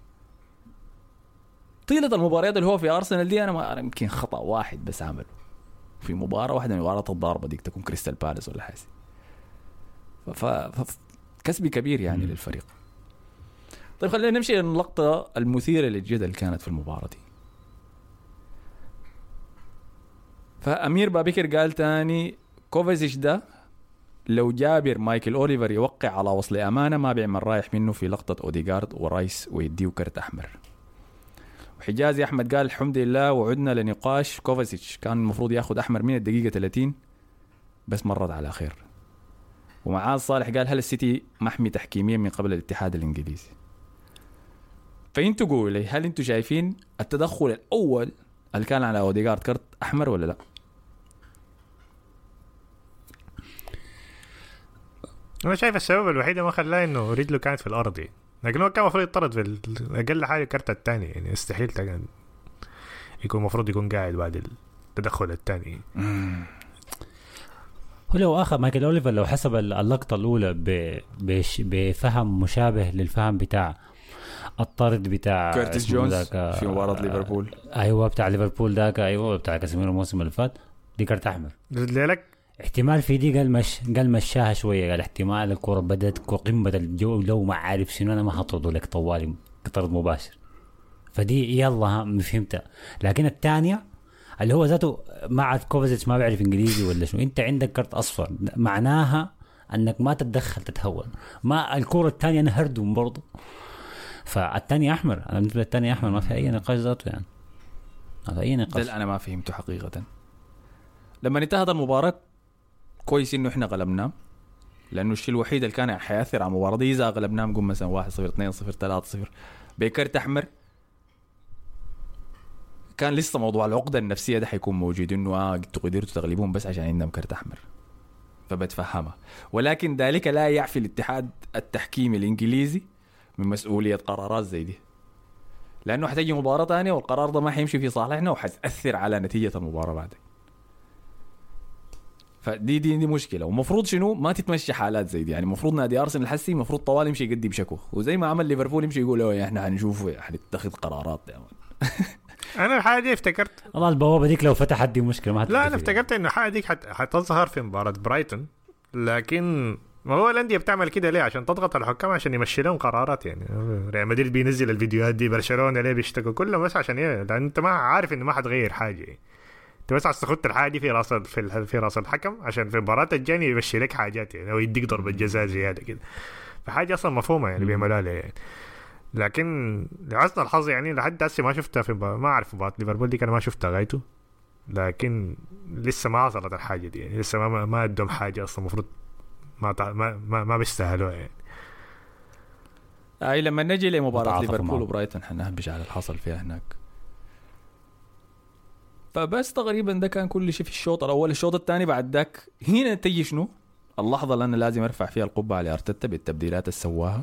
طيله المباريات اللي هو في ارسنال دي، انا ما يمكن خطا واحد بس عمله في مباراه واحده من مباريات الضاربه ديك، تكون كريستال بالاس ولا حاجه. ف ف كسب كبير يعني م. للفريق. طيب خلينا نمشي للقطه المثيره للجدل كانت في المباراه دي. فأمير بابكر قال تاني كوفازيش ده لو جابر مايكل أوليفر يوقع على وصل أمانة ما بيعمل رايح منه في لقطة أوديغارد ورايس ويديه كرت أحمر. وحجازي أحمد قال الحمد لله وعدنا لنقاش كوفازيش، كان المفروض ياخد أحمر من الدقيقة ثلاثين بس مرت على خير. ومعاذ صالح قال هل السيتي محمي تحكيميا من قبل الاتحاد الإنجليزي؟ فإنتوا قولوا لي هل أنتوا شايفين التدخل الأول اللي كان على أوديغارد كرت أحمر ولا لا؟ أنا شايف السبب الوحيد ما خلاه إنه رجله كانت في الأرض، لكن هو كان مفروض يطرد في أقل حاجة كرت الثاني، يعني استحيل كان يكون مفروض يكون قاعد بعد التدخل الثاني. هو لو أخذ مايكل أوليفر لو حسب اللقطة الأولى بفهم مشابه للفهم بتاع الطرد بتاع كيرتيس جونز في مباراة ليفربول، ايوه بتاع ليفربول ذاك، ايوه بتاع كاسيميرو الموسم اللي فات، دي كرت احمر لك. احتمال في دي قال مش قال مشاها شويه، قال احتمال الكره بدت قمه الجو لو ما عارف شنو انا ما هطرده لك طوالي طرد مباشر، فدي يلا ما فهمتها. لكن الثانيه اللي هو ذاته مع كوفازيتش ما بيعرف انجليزي ولا شو، انت عندك كرت اصفر معناها انك ما تتدخل تتهور، ما الكره الثانيه انا هردم برضه، فالثاني احمر. انا بالنسبه للثاني احمر ما في اي نقاش ذاته يعني، ما في اي نقاش. ده انا ما فهمته حقيقه. لما انتهت المباراه كويس انه احنا غلبناه، لانه الشيء الوحيد اللي كان حياثر على المباراه دي اذا غلبناه نقول مثلا واحد صفر اثنين صفر ثلاثة صفر بكرت احمر، كان لسه موضوع العقده النفسيه ده حيكون موجود، انه اه انتوا قدرتوا تغلبون بس عشان عندنا كرت احمر، فبتفهمها. ولكن ذلك لا يعفي الاتحاد التحكيمي الانجليزي من مسؤولية قرارات زي دي، لأنه حتجي مباراة تانية والقرار ده ما حيمشي في صالحنا وحتأثر على نتيجة المباراة بعدين. فدي دي دي مشكلة. ومفروض شنو ما تتمشي حالات زي دي، يعني مفروض نادي أرسنال الحسي مفروض طوال يمشي يقدم شكوى، وزي ما عمل ليفربول يمشي يقول له احنا هنشوف حنتخذ قرارات يعني. أنا الحاجة دي افتكرت والله البوابة ديك لو فتحت دي مشكلة ما لا، أنا افتكرت إنه حاجة ديك حت... حتظهر في مباراة برايتون، لكن ما هو الأندية بتعمل كده ليه؟ عشان تضغط على الحكام عشان يمشي لهم قرارات. يعني ريال مدريد بينزل الفيديوهات دي، برشلونة ليه بيشتكوا كله بس عشان ايه؟ لأن انت ما عارف انه ما حتغير حاجة، انت بس عايز تخط الحاجة دي في راس في في راس الحكم عشان في المباراة الجاية يمشي لك حاجات يعني، او يديك ضربة جزاء زيادة كده، فحاجة اصلا مفهومة يعني بيعملها ليه يعني. لكن لحسن الحظ يعني لحد هسه ما شفتها في ما اعرف مباراة ليفربول دي، انا ما شفتها غايته، لكن لسه ما وصلت الحاجة دي يعني، لسه ما ما ادهم حاجة اصلا المفروض ما ما ما, ما بيستاهلوها يعني. اي لما نجي لمباراة ليفربول وبرايتون حنهبش على الحصل فيها هناك. فبس تقريبا ده كان كل شيء في الشوط الاول. الشوط الثاني بعد ذاك هنا تجي شنو اللحظة اللي انا لازم ارفع فيها القبعة على ارتيتا بالتبديلات اللي سواها.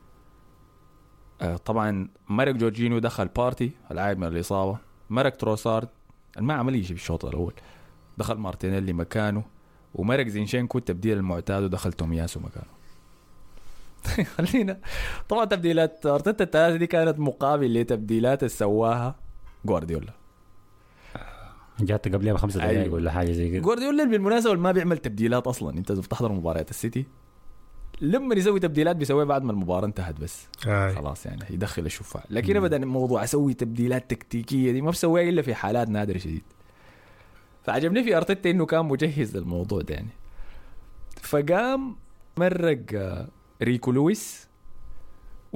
آه طبعا مارك جورجينيو دخل بارتي اللاعب من الاصابة، مارك تروسارد ما عمل شيء في الشوط الاول، دخل مارتينيلي مكانه، ومارك زينشينكو التبديل المعتاد ودخل تومياسو مكانه. خلينا طبعا تبديلات ارتيتا الثلاثه دي كانت مقابل لتبديلات سواها جوارديولا، جات قبلها بخمسة دقائق أيوة. ولا حاجه زي كده. جوارديولا بالمناسبه ما بيعمل تبديلات اصلا، انت بتحضر مباريات السيتي لما يسوي تبديلات بيسويها بعد ما المباراه انتهت بس آه. خلاص يعني يدخل الشفاع. لكن ابدا الموضوع اسوي تبديلات تكتيكيه دي ما بسويها الا في حالات نادره شديد. فعجبني في ارتيتا انه كان مجهز للموضوع ده يعني. فقام مرق ريكو لويس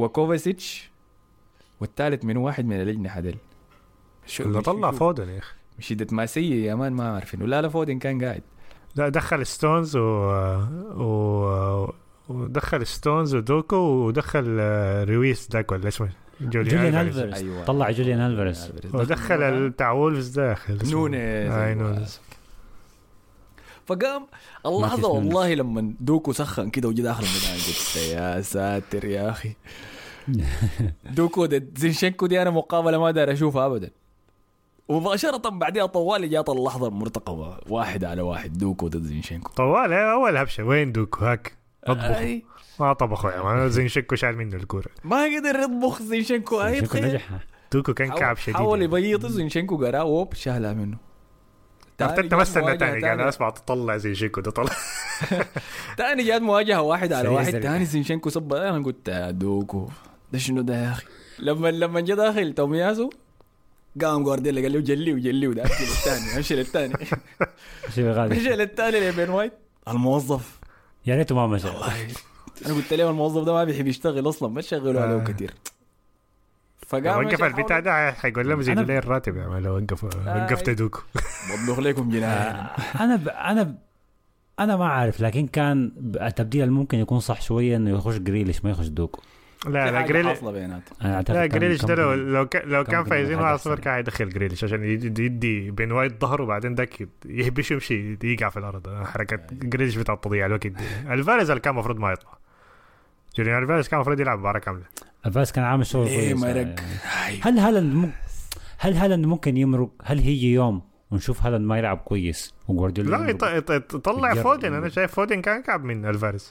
وكوفاسيتش والثالث من واحد من اللجنه حدل اللي طلع فودن يا اخي شدة ماسية يا مان ما عارفين ولا لا فودن كان قاعد. لا دخل ستونز و... و... ودخل ستونز ودوكو ودخل رويس داك ولا اسمه جوليان ألفاريز. أيوة. طلع جوليان ألفاريز ودخل التاع وولفز داخل نونيز. آه نونيز. فقام اللحظة والله لما دوكو سخن كده وجي داخل الميدان قلت يا ساتر يا أخي. دوكو ده زينشينكو دي أنا مقابلة ما دار أشوفها أبدا. ومباشرة بعدها طوالي جات اللحظة المرتقبة واحد على واحد دوكو ضد زينشينكو. طوال أول هبشة وين دوكو هاك أطبخ ما طبخوا يا مان زينشينكو شال منه الكورة ما قدر يطبخ زينشينكو. أي بخير دوكو كان كعب شديد حاول يبيض زينشينكو قرأ ووب شالها منه. تاني تمثلنا تاني قال أسمع تطلع زينشينكو ده طلع. تاني جات مواجهة واحد على واحد تاني زينشينكو صب. أنا قلت دوكو ده شنو ده يا أخي. لما لما جا داخل تومياسو قام جوارديولا قال له جلي وجلي وده أكل الثاني امشي للثاني امشي للثاني اللي بين وايت الموظف يا ريته ما مشى. انا قلت له الموظف ده ما بيحب يشتغل اصلا ما تشغلوا عليه كثير. فقام وقف البتاع ده حيقول لهم زيدوا لي الراتب يا لو وقف وقفت دوكو بطبخ لكم جناح. انا ب... انا ب... انا ما عارف لكن كان التبديل ممكن يكون صح شويه انه يخش جريليش ما يخش دوكو. لا لا جريليش لا جريليش ده لو لو, ك... لو كان فايزين واحد صفر كان يدخل جريليش عشان يدي بين وايد ظهره وبعدين داك يهبش يمشي يقع في الارض. حركه جريليش بتاع تضيع الوقت دي. الفاريز اللي كان المفروض ما يطلع. جوليان الفاريز كان المفروض يلعب مباراه كامله. الفاريز كان عامل شغل كويس. يعني. هل هالاند م... هل هالاند ممكن يمرق؟ هل هيجي يوم ونشوف هالاند ما يلعب كويس وجوارديولا لا يط... يط... يطلع فودن. انا شايف فودن كان كعب من الفاريز.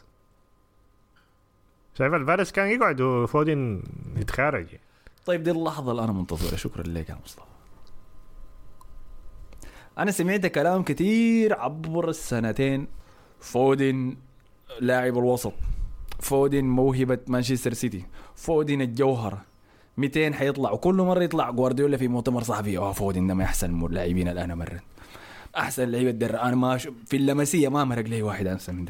شايف الفارس كان يقعد وفودن يتخارج. طيب دي اللحظة اللي أنا منتظرة. شكرا لك يا مصطفى. أنا سمعت كلام كتير عبر السنتين. فودن لاعب الوسط، فودن موهبة مانشستر سيتي، فودن الجوهرة مئتين حيطلع. وكل مرة يطلع جوارديولا في مؤتمر صحفي اه فودن ده ما أحسن اللاعبين الآن مرة أحسن لعيبة الدر. أنا ما ش... في اللمسية ما مرق لي واحد أحسن من ده.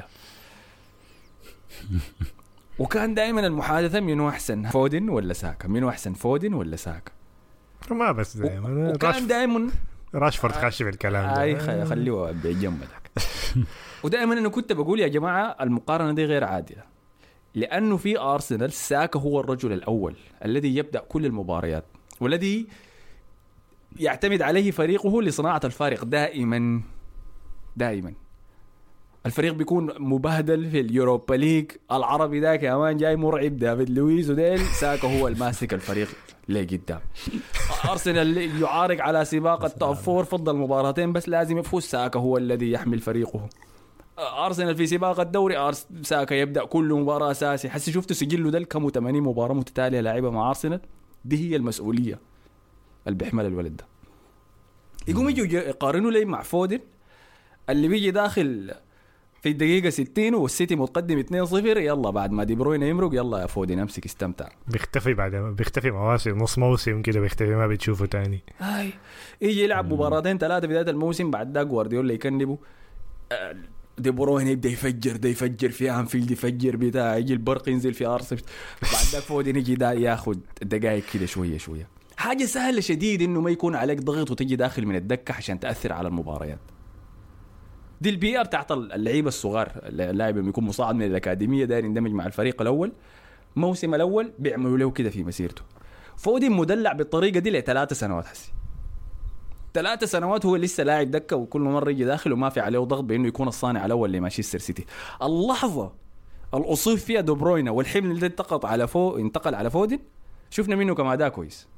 وكان دائما المحادثة منو أحسن فودن ولا ساكا منو أحسن فودن ولا ساكا. ما بس دائما وكان دائما راشفورد خاش في الكلام ده. أي خليه بجنبك. ودائما أنا كنت بقول يا جماعة المقارنة دي غير عادلة لأنه في أرسنال ساكا هو الرجل الأول الذي يبدأ كل المباريات والذي يعتمد عليه فريقه لصناعة الفارق دائما دائما. الفريق بيكون مبهدل في اليوروبا ليج العربي ذاك يا مان جاي مرعب دافيد لويز وديل ساكا هو الماسك الفريق لقدام. أرسنال يعارك على سباق التوب فور فضل مباراتين بس لازم يفوز ساكا هو الذي يحمل فريقه. أرسنال في سباق الدوري أرس... ساكا يبدأ كل مباراة أساسي. حسي شفتوا سجله ده كم ثمانين مباراة متتالية لاعبة مع أرسنال. دي هي المسؤولية اللي بيحمل الولد ده. يقوم يجوا يقارنوا لي مع فودن اللي بيجي داخل في الدقيقة ستين والسيتي متقدم اثنين صفر يلا بعد ما دي بروين يمرق يلا يا فودن امسك استمتع. بيختفي بعد بيختفي مواسم نص موسم كده بيختفي ما بتشوفه تاني. هاي يجي يلعب مباراتين ثلاثة بداية الموسم بعد ده جوارديولا يكنبه دي بروين يبدأ يفجر ده يفجر في أنفيلد يفجر بتاع يجي البرق ينزل في أرسنال بعد ده فودن يجي دا ياخد دقائق كده شوية شوية. حاجة سهلة شديد إنه ما يكون عليك ضغط وتجي داخل من الدكة عشان تأثر على المباريات. دي البي ار تحت اللعيبه الصغار. اللاعب لما يكون مصاعد من الاكاديميه داير يندمج مع الفريق الاول موسم الاول بيعملوا له كده في مسيرته. فودي مدلع بالطريقه دي لثلاث سنوات حسي ثلاث سنوات هو لسه لاعب دكه وكل مره يجي داخل وما في عليه ضغط بانه يكون الصانع الاول لمانشستر سيتي. اللحظه الاصيب فيها دي بروين والحمل اللي انتقل على فو انتقل على فودن شفنا منه كما ده كويس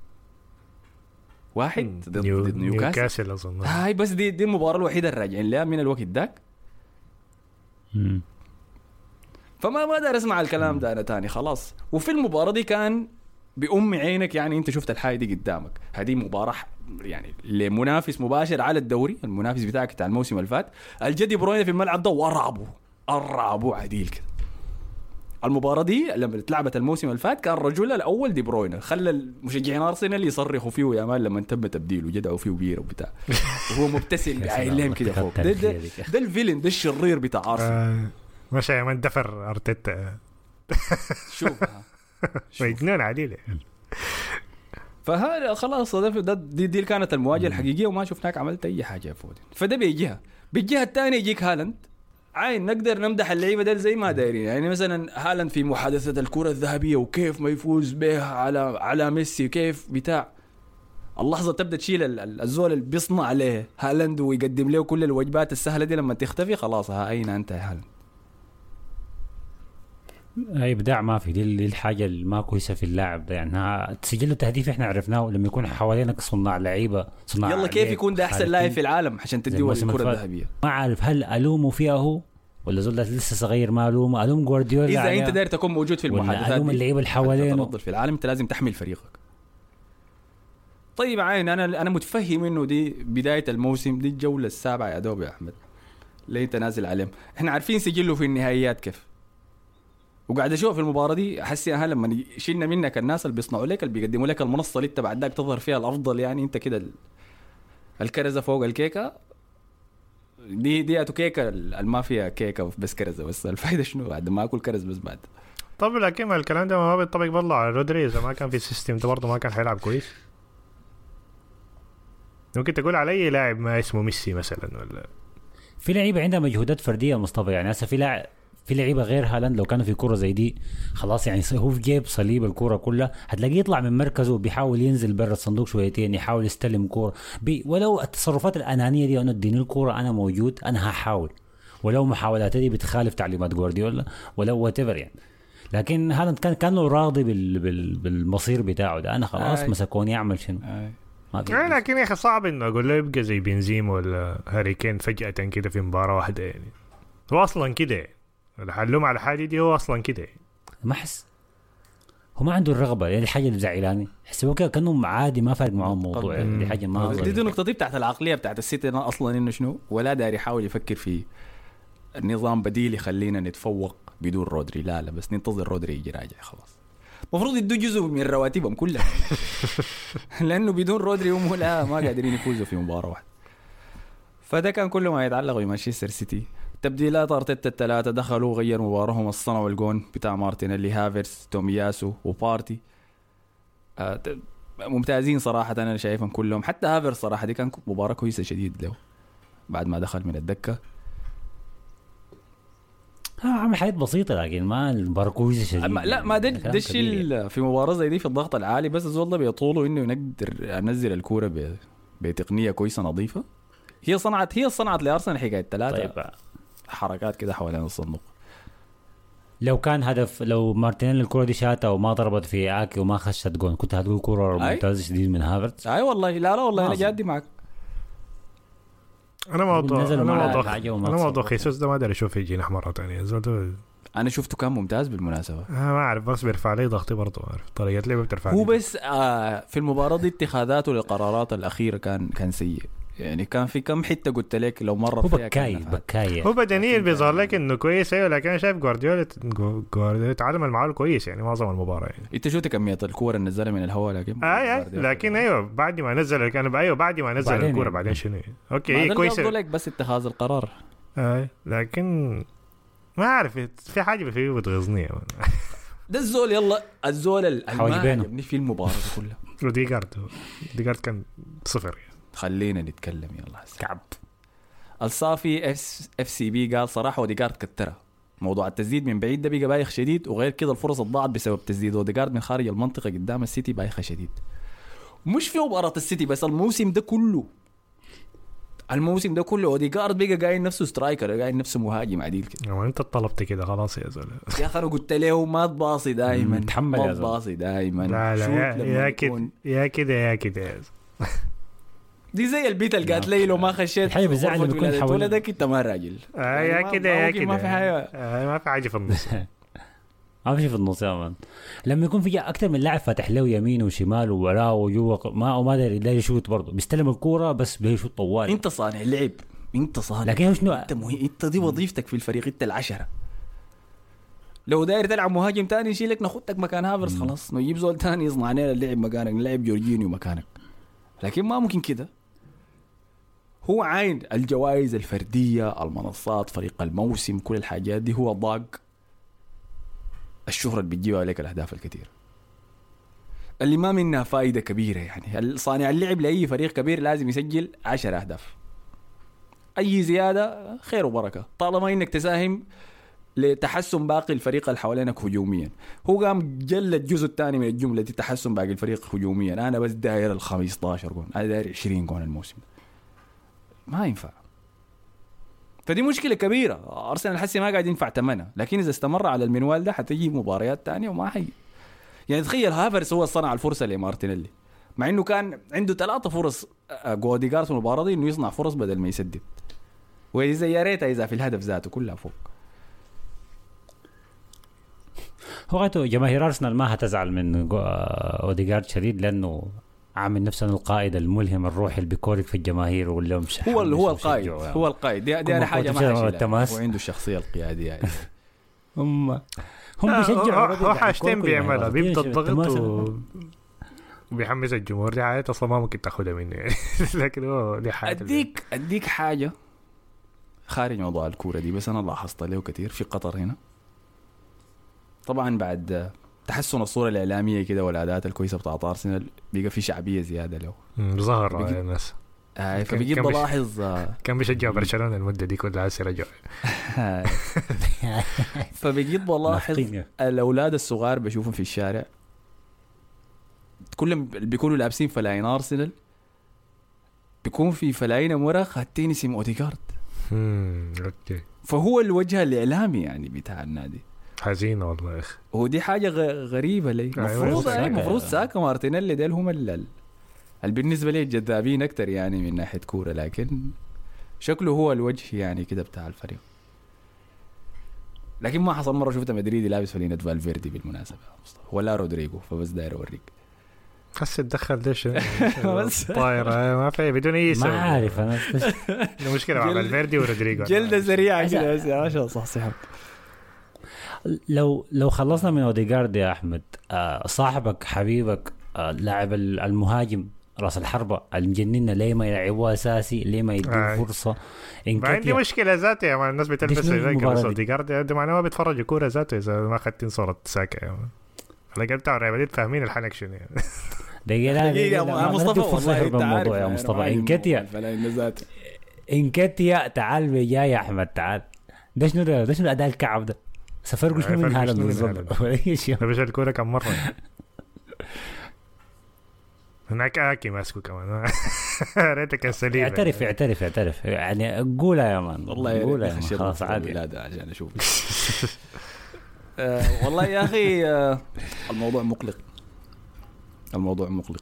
واحد ضد نيو... نيوكاسل, نيوكاسل أظن. هاي بس دي دي المباراة الوحيدة الراجعين لها من الوقت داك. فما ما دار اسمع الكلام ده أنا تاني خلاص. وفي المباراة دي كان بأم عينك يعني أنت شفت الحاجة دي قدامك. هذه مباراة يعني لمنافس مباشر على الدوري المنافس بتاعك بتاع الموسم اللي فات. الجدي بروين في الملعب ده ورعبه أرعبه عديل كده. المباراة دي لما اتلعبت الموسم اللي فات كان الرجل الأول دي بروين خلى المشجعين أرسنال يصرخوا فيه يا مان لما تم تبديله جدعوا فيه بيره وبتاع وهو مبتسم بعينهم كده فوق. ده, ده, ده الفيلن ده الشرير بتاع أرسنال. آه ماشي يا مان دفر أرتيتا شوف مجنون عديل. فهذا خلاص ده, ده دي, دي كانت المواجهه الحقيقيه وما شفناك عملت اي حاجه يا فودن. فده بيجيها بالجهه الثانيه يجيك هالاند عين نقدر نمدح اللعيبه ديل زي ما دايرين. يعني مثلا هالاند في محادثه الكره الذهبيه وكيف ما يفوز بها على على ميسي كيف بتاع اللحظه تبدا تشيل الزول اللي بيصنع عليه هالاند ويقدم له كل الوجبات السهله دي لما تختفي خلاص ها اين انت يا هالاند. اي ابداع ما في دي الحاجه اللي ما كويسه في اللاعب ده. يعني تسجيل التهديف احنا عرفناه لما يكون حوالينك صناع لعيبه صناع يلا كيف يكون ده احسن لاعب في العالم عشان تديه الكره الذهبيه. ما عارف هل الومه فيها هو ولا زول لسه صغير ما الومه الوم جوارديولا. اذا انت داير تكون موجود في المحادثات الوم اللعيبه اللي حوالينه تفضل في العالم انت لازم تحمل فريقك. طيب عين انا انا متفهم انه دي بدايه الموسم دي الجوله السابعه يا دوب يا احمد ليه تنازل عليهم. احنا عارفين سجله في النهائيات كيف وقاعد اشوف في المباراه دي احس انها لما شلنا منك الناس اللي بيصنعوا لك اللي بيقدموا لك المنصه اللي انت بعد ذاك تظهر فيها الافضل. يعني انت كده الكرزه فوق الكيكه دي دي اتو كيكه ما فيها كيكه بس كرزه بس الفايده شنو بعد ما اكل كرز بس بعد. طب لكن الكلام ده ما بيطبق برضه على رودري اذا ما كان في السيستم ده برضه ما كان حيلعب كويس. ممكن تقول على اي لاعب ما اسمه ميسي مثلا ولا في لعيبه عندها مجهودات فرديه مصطفى. يعني هسه في لاعب في لعيبه غير هالاند لو كانوا في كرة زي دي خلاص يعني هو في جيب صليب الكرة كلها هتلاقيه يطلع من مركزه بيحاول ينزل برا الصندوق شويتين يحاول يستلم كرة بي ولو التصرفات الأنانية دي أنا اديني الكرة أنا موجود أنا هحاول ولو محاولاتي دي بتخالف تعليمات جوارديولا ولو واتيفر يعني. لكن هالاند كان كانه راضي بال بال بالمصير بتاعه ده. أنا خلاص مسكوني أعمل شنو ما في. لكن يا أخي صعب إنه أقول له يبقى زي بنزيما ولا هاري كين فجأة كده في مباراة واحدة يعني. هو أصلا كده الحلوم على الحاجة دي هو أصلا كده ما حس هو ما عنده الرغبة يعني الحاجة اللي زعلاني حسوا كده كأنه عادي ما فارق معه الموضوع يعني. دي حاجة ما دي, دي النقطة دي بتاعت العقلية بتاعت السيتي أصلا إنه شنو ولا داري يحاول يفكر في النظام بديل يخلينا نتفوق بدون رودري. لا لا بس ننتظر رودري يجي راجع خلاص. مفروض يدوا جزء من رواتبهم كلها لأنه بدون رودري هم لا ما قادرين يفوزوا في مباراة واحدة. فده كان كله ما يتعلق بمانشستر سيتي. تبديلات أرتيتا الثلاثة دخلوا غير مبارهم الصنع الجون بتاع مارتينيلي هافرز تومياسو وبارتي آه ممتازين صراحة أنا شايفهم كلهم. حتى هافرز صراحة دي كان مباراة كويسة شديد له بعد ما دخل من الدكة. ها عمل حاجات بسيطة لكن ما المباراة كويسة شديد. لا ما ده ده الشيء في مباراة زي دي في الضغط العالي بس الزول ده بيطوله إنه يقدر ينزل الكورة بتقنية كويسة نظيفة. هي صنعت هي صنعت لأرسنال حكاية ثلاثة طيب. حركات كده حوالين الصندوق. لو كان هدف لو مارتينيلي الكرة دي شاتها وما ضربت في آكي وما خشت جون كنت هتقول كرة ممتازة شديد من هافرتز. أي والله لا لا والله أنا جادي معك. أنا موضوع أنا موضوع أنا موضوع خيسوس ده ما أقدر أشوف يجينا مرة تانية زود. أنا شفته كان ممتاز بالمناسبة. أنا ما أعرف بس بيرفع لي ضغطي برضو عارف طريقة لعبه بترفع هو بس آه في المباراة دي اتخاذاته للقرارات الأخيرة كان كان سيء. يعني كان في كم حته قلت لك لو مره فيها بكاي بكاي هو بدنيا بيظهر لك انه كويس ايوه لكن انا شايف جوارديولا جوارديولا تعلم المعامله كويس يعني معظم المباراه يعني. انت شفت كميه الكوره اللي نزلها من الهواء لكن آه لكن ايوه بعد ما نزل كان ايوه بعد ما نزل الكوره بعدين شنو اوكي هي كويسه لك بس اتخاذ القرار اي لكن ما اعرف في حاجه فيه بتغيظني ده الزول يلا الزول اللي في المباراه كلها روديغارد روديغارد كان صفر يعني. خلينا نتكلم يلا كعب الصافي اف سي بي قال صراحه اوديغارد كتره موضوع التسديد من بعيد ده بقى بايخ شديد وغير كده الفرص ضاعت بسبب تسديد اوديغارد من خارج المنطقه قدام السيتي بايخه شديد. مش في مباراه السيتي بس الموسم ده كله الموسم ده كله اوديغارد بقى قايل نفسه سترايكر قايل نفسه مهاجم عديل كده. هو انت طلبت كده خلاص يا زلمه يا اخي انا قلت له ما تباصي دائما تحمل ما تباصي دائما لا لا يا كده يا كده يا كده دي زي البيت اللي قالت لي لو ما خشيت حي بزعل بيكون حول ولدك انت ما راجل اه يا كده يا كده ما في حاجه آه ما في حاجه في النص ما في في النص يا مان. لما يكون في اكثر من لاعب فاتح له يمين وشمال ووراه وجوا ما وما داري لا يشوت برضه بيستلم الكوره بس بيشوت طوال. انت صانع لعب انت صانع لكن شنو انت مه... انت دي وظيفتك في الفريق انت العشرة. لو داير تلعب مهاجم تاني يشيلك ناخدك مكان هافرز خلاص نجيب زول تاني يصنع لنا اللعب مكانك نلعب جورجينيو مكانك. لكن ما ممكن كده. هو عين الجوائز الفردية المنصات فريق الموسم كل الحاجات دي هو ضاق الشهرة اللي بتجيبها عليك الأهداف الكثير. اللي ما منها فائدة كبيرة. يعني صانع اللعب لأي فريق كبير لازم يسجل عشر أهداف، أي زيادة خير وبركة طالما إنك تساهم لتحسن باقي الفريق اللي حوالينك هجوميا. هو قام جل الجزء الثاني من الجملة دي، تحسن باقي الفريق هجوميا. أنا بس داير الخمسطاشر جون، أنا داير عشرين جون الموسم، ما ينفع. فدي مشكلة كبيرة. أرسنال حسي ما قاعد ينفع ثمنها، لكن إذا استمر على المنوال ده حتجي مباريات تانية وما حي. يعني تخيل هافرس هو صنع الفرصة لمارتينيلي، مع إنه كان عنده ثلاثة فرص جوديغارد في المباراة دي إنه يصنع فرص بدل ما يسدد، وإذا يا ريتها إذا في الهدف ذاته كلها فوق. هو جماهير أرسنال ما هتزعل من أوديغارد شديد، لأنه عامل نفسه القائد الملهم الروحي اللي بيكورك في الجماهير ولا مش هو هو القائد يعني. هو القائد دي, دي أنا حاجة ما حاشيلها، هو عنده الشخصية القيادية يعني. هم هم بيشجعوا. هو حاجتين بيعملها، بيبدأ الضغط وبيحمس الجمهور. دي حاجات أصلا ما ممكن تاخدها منه يعني. لكن هو دي حاجة. أديك أديك حاجة خارج موضوع الكورة دي، بس أنا لاحظت له كتير في قطر هنا. طبعا بعد تحسن الصورة الإعلامية كده والأداءات الكويسة بتاعت أرسنال بيبقى في شعبية زيادة له، ظهر على الناس. آه فبيجي بلاحظ آه كان بيشجع برشلونة المدة دي كلها عايز يرجع. فبيجي بلاحظ الأولاد الصغار بشوفهم في الشارع كلهم بيكونوا لابسين فلاين أرسنال، بيكون في فلاين مرة خاتين اسم أوديغارد. اوكي. فهو الوجه الإعلامي يعني بتاع النادي. حزين والله يا اخي. ودي حاجه غريبه لي. المفروض المفروض ساكا مارتينيلي ديل هم اللي بالنسبه لي جذابين اكتر يعني من ناحيه كوره، لكن شكله هو الوجه يعني كده بتاع الفريق. لكن ما حصل مره شفت مدريدي لابس فلينة فالفيردي بالمناسبه ولا رودريجو، فبس داير اوريك بس تدخل ليش طايره ما في بدون اي سبب. ما عارف انا المشكله مع فالفيردي ورودريجو جلده سريعه كده يا شو صح صح. لو لو خلصنا من اوديغارد يا احمد، آه صاحبك حبيبك آه لاعب المهاجم راس الحربة المجننة ليه ما يلعبوه اساسي؟ ليه ما يدوه آه. فرصه؟ ما عندي مشكله ذاتي يا مان. الناس بتلبس زي اوديغارد ده معناه ما بيتفرجوا كوره ذاته اذا ما اخذتين صوره ساكا يا مان. انا قلت على ريال فاهمين الحنك شنو يعني. دقيقه دقيقه مصطفى والله انت عارف يا مصطفى انكتيا انكتيا تعال بيا يا احمد تعال. ده شنو ده ده شنو الاداء الكعب ده؟ سفرقوا شنو من هذا بالضبط ولا اي شيء. بس الكوره كم مره هناك اكي ماسكو كمان. ريتك سليم. اعترف اعترف اعترف يعني قولها يا مان والله قولها خلاص عادي. لا ده عشان اشوف. آه والله يا اخي آه الموضوع مقلق، الموضوع مقلق.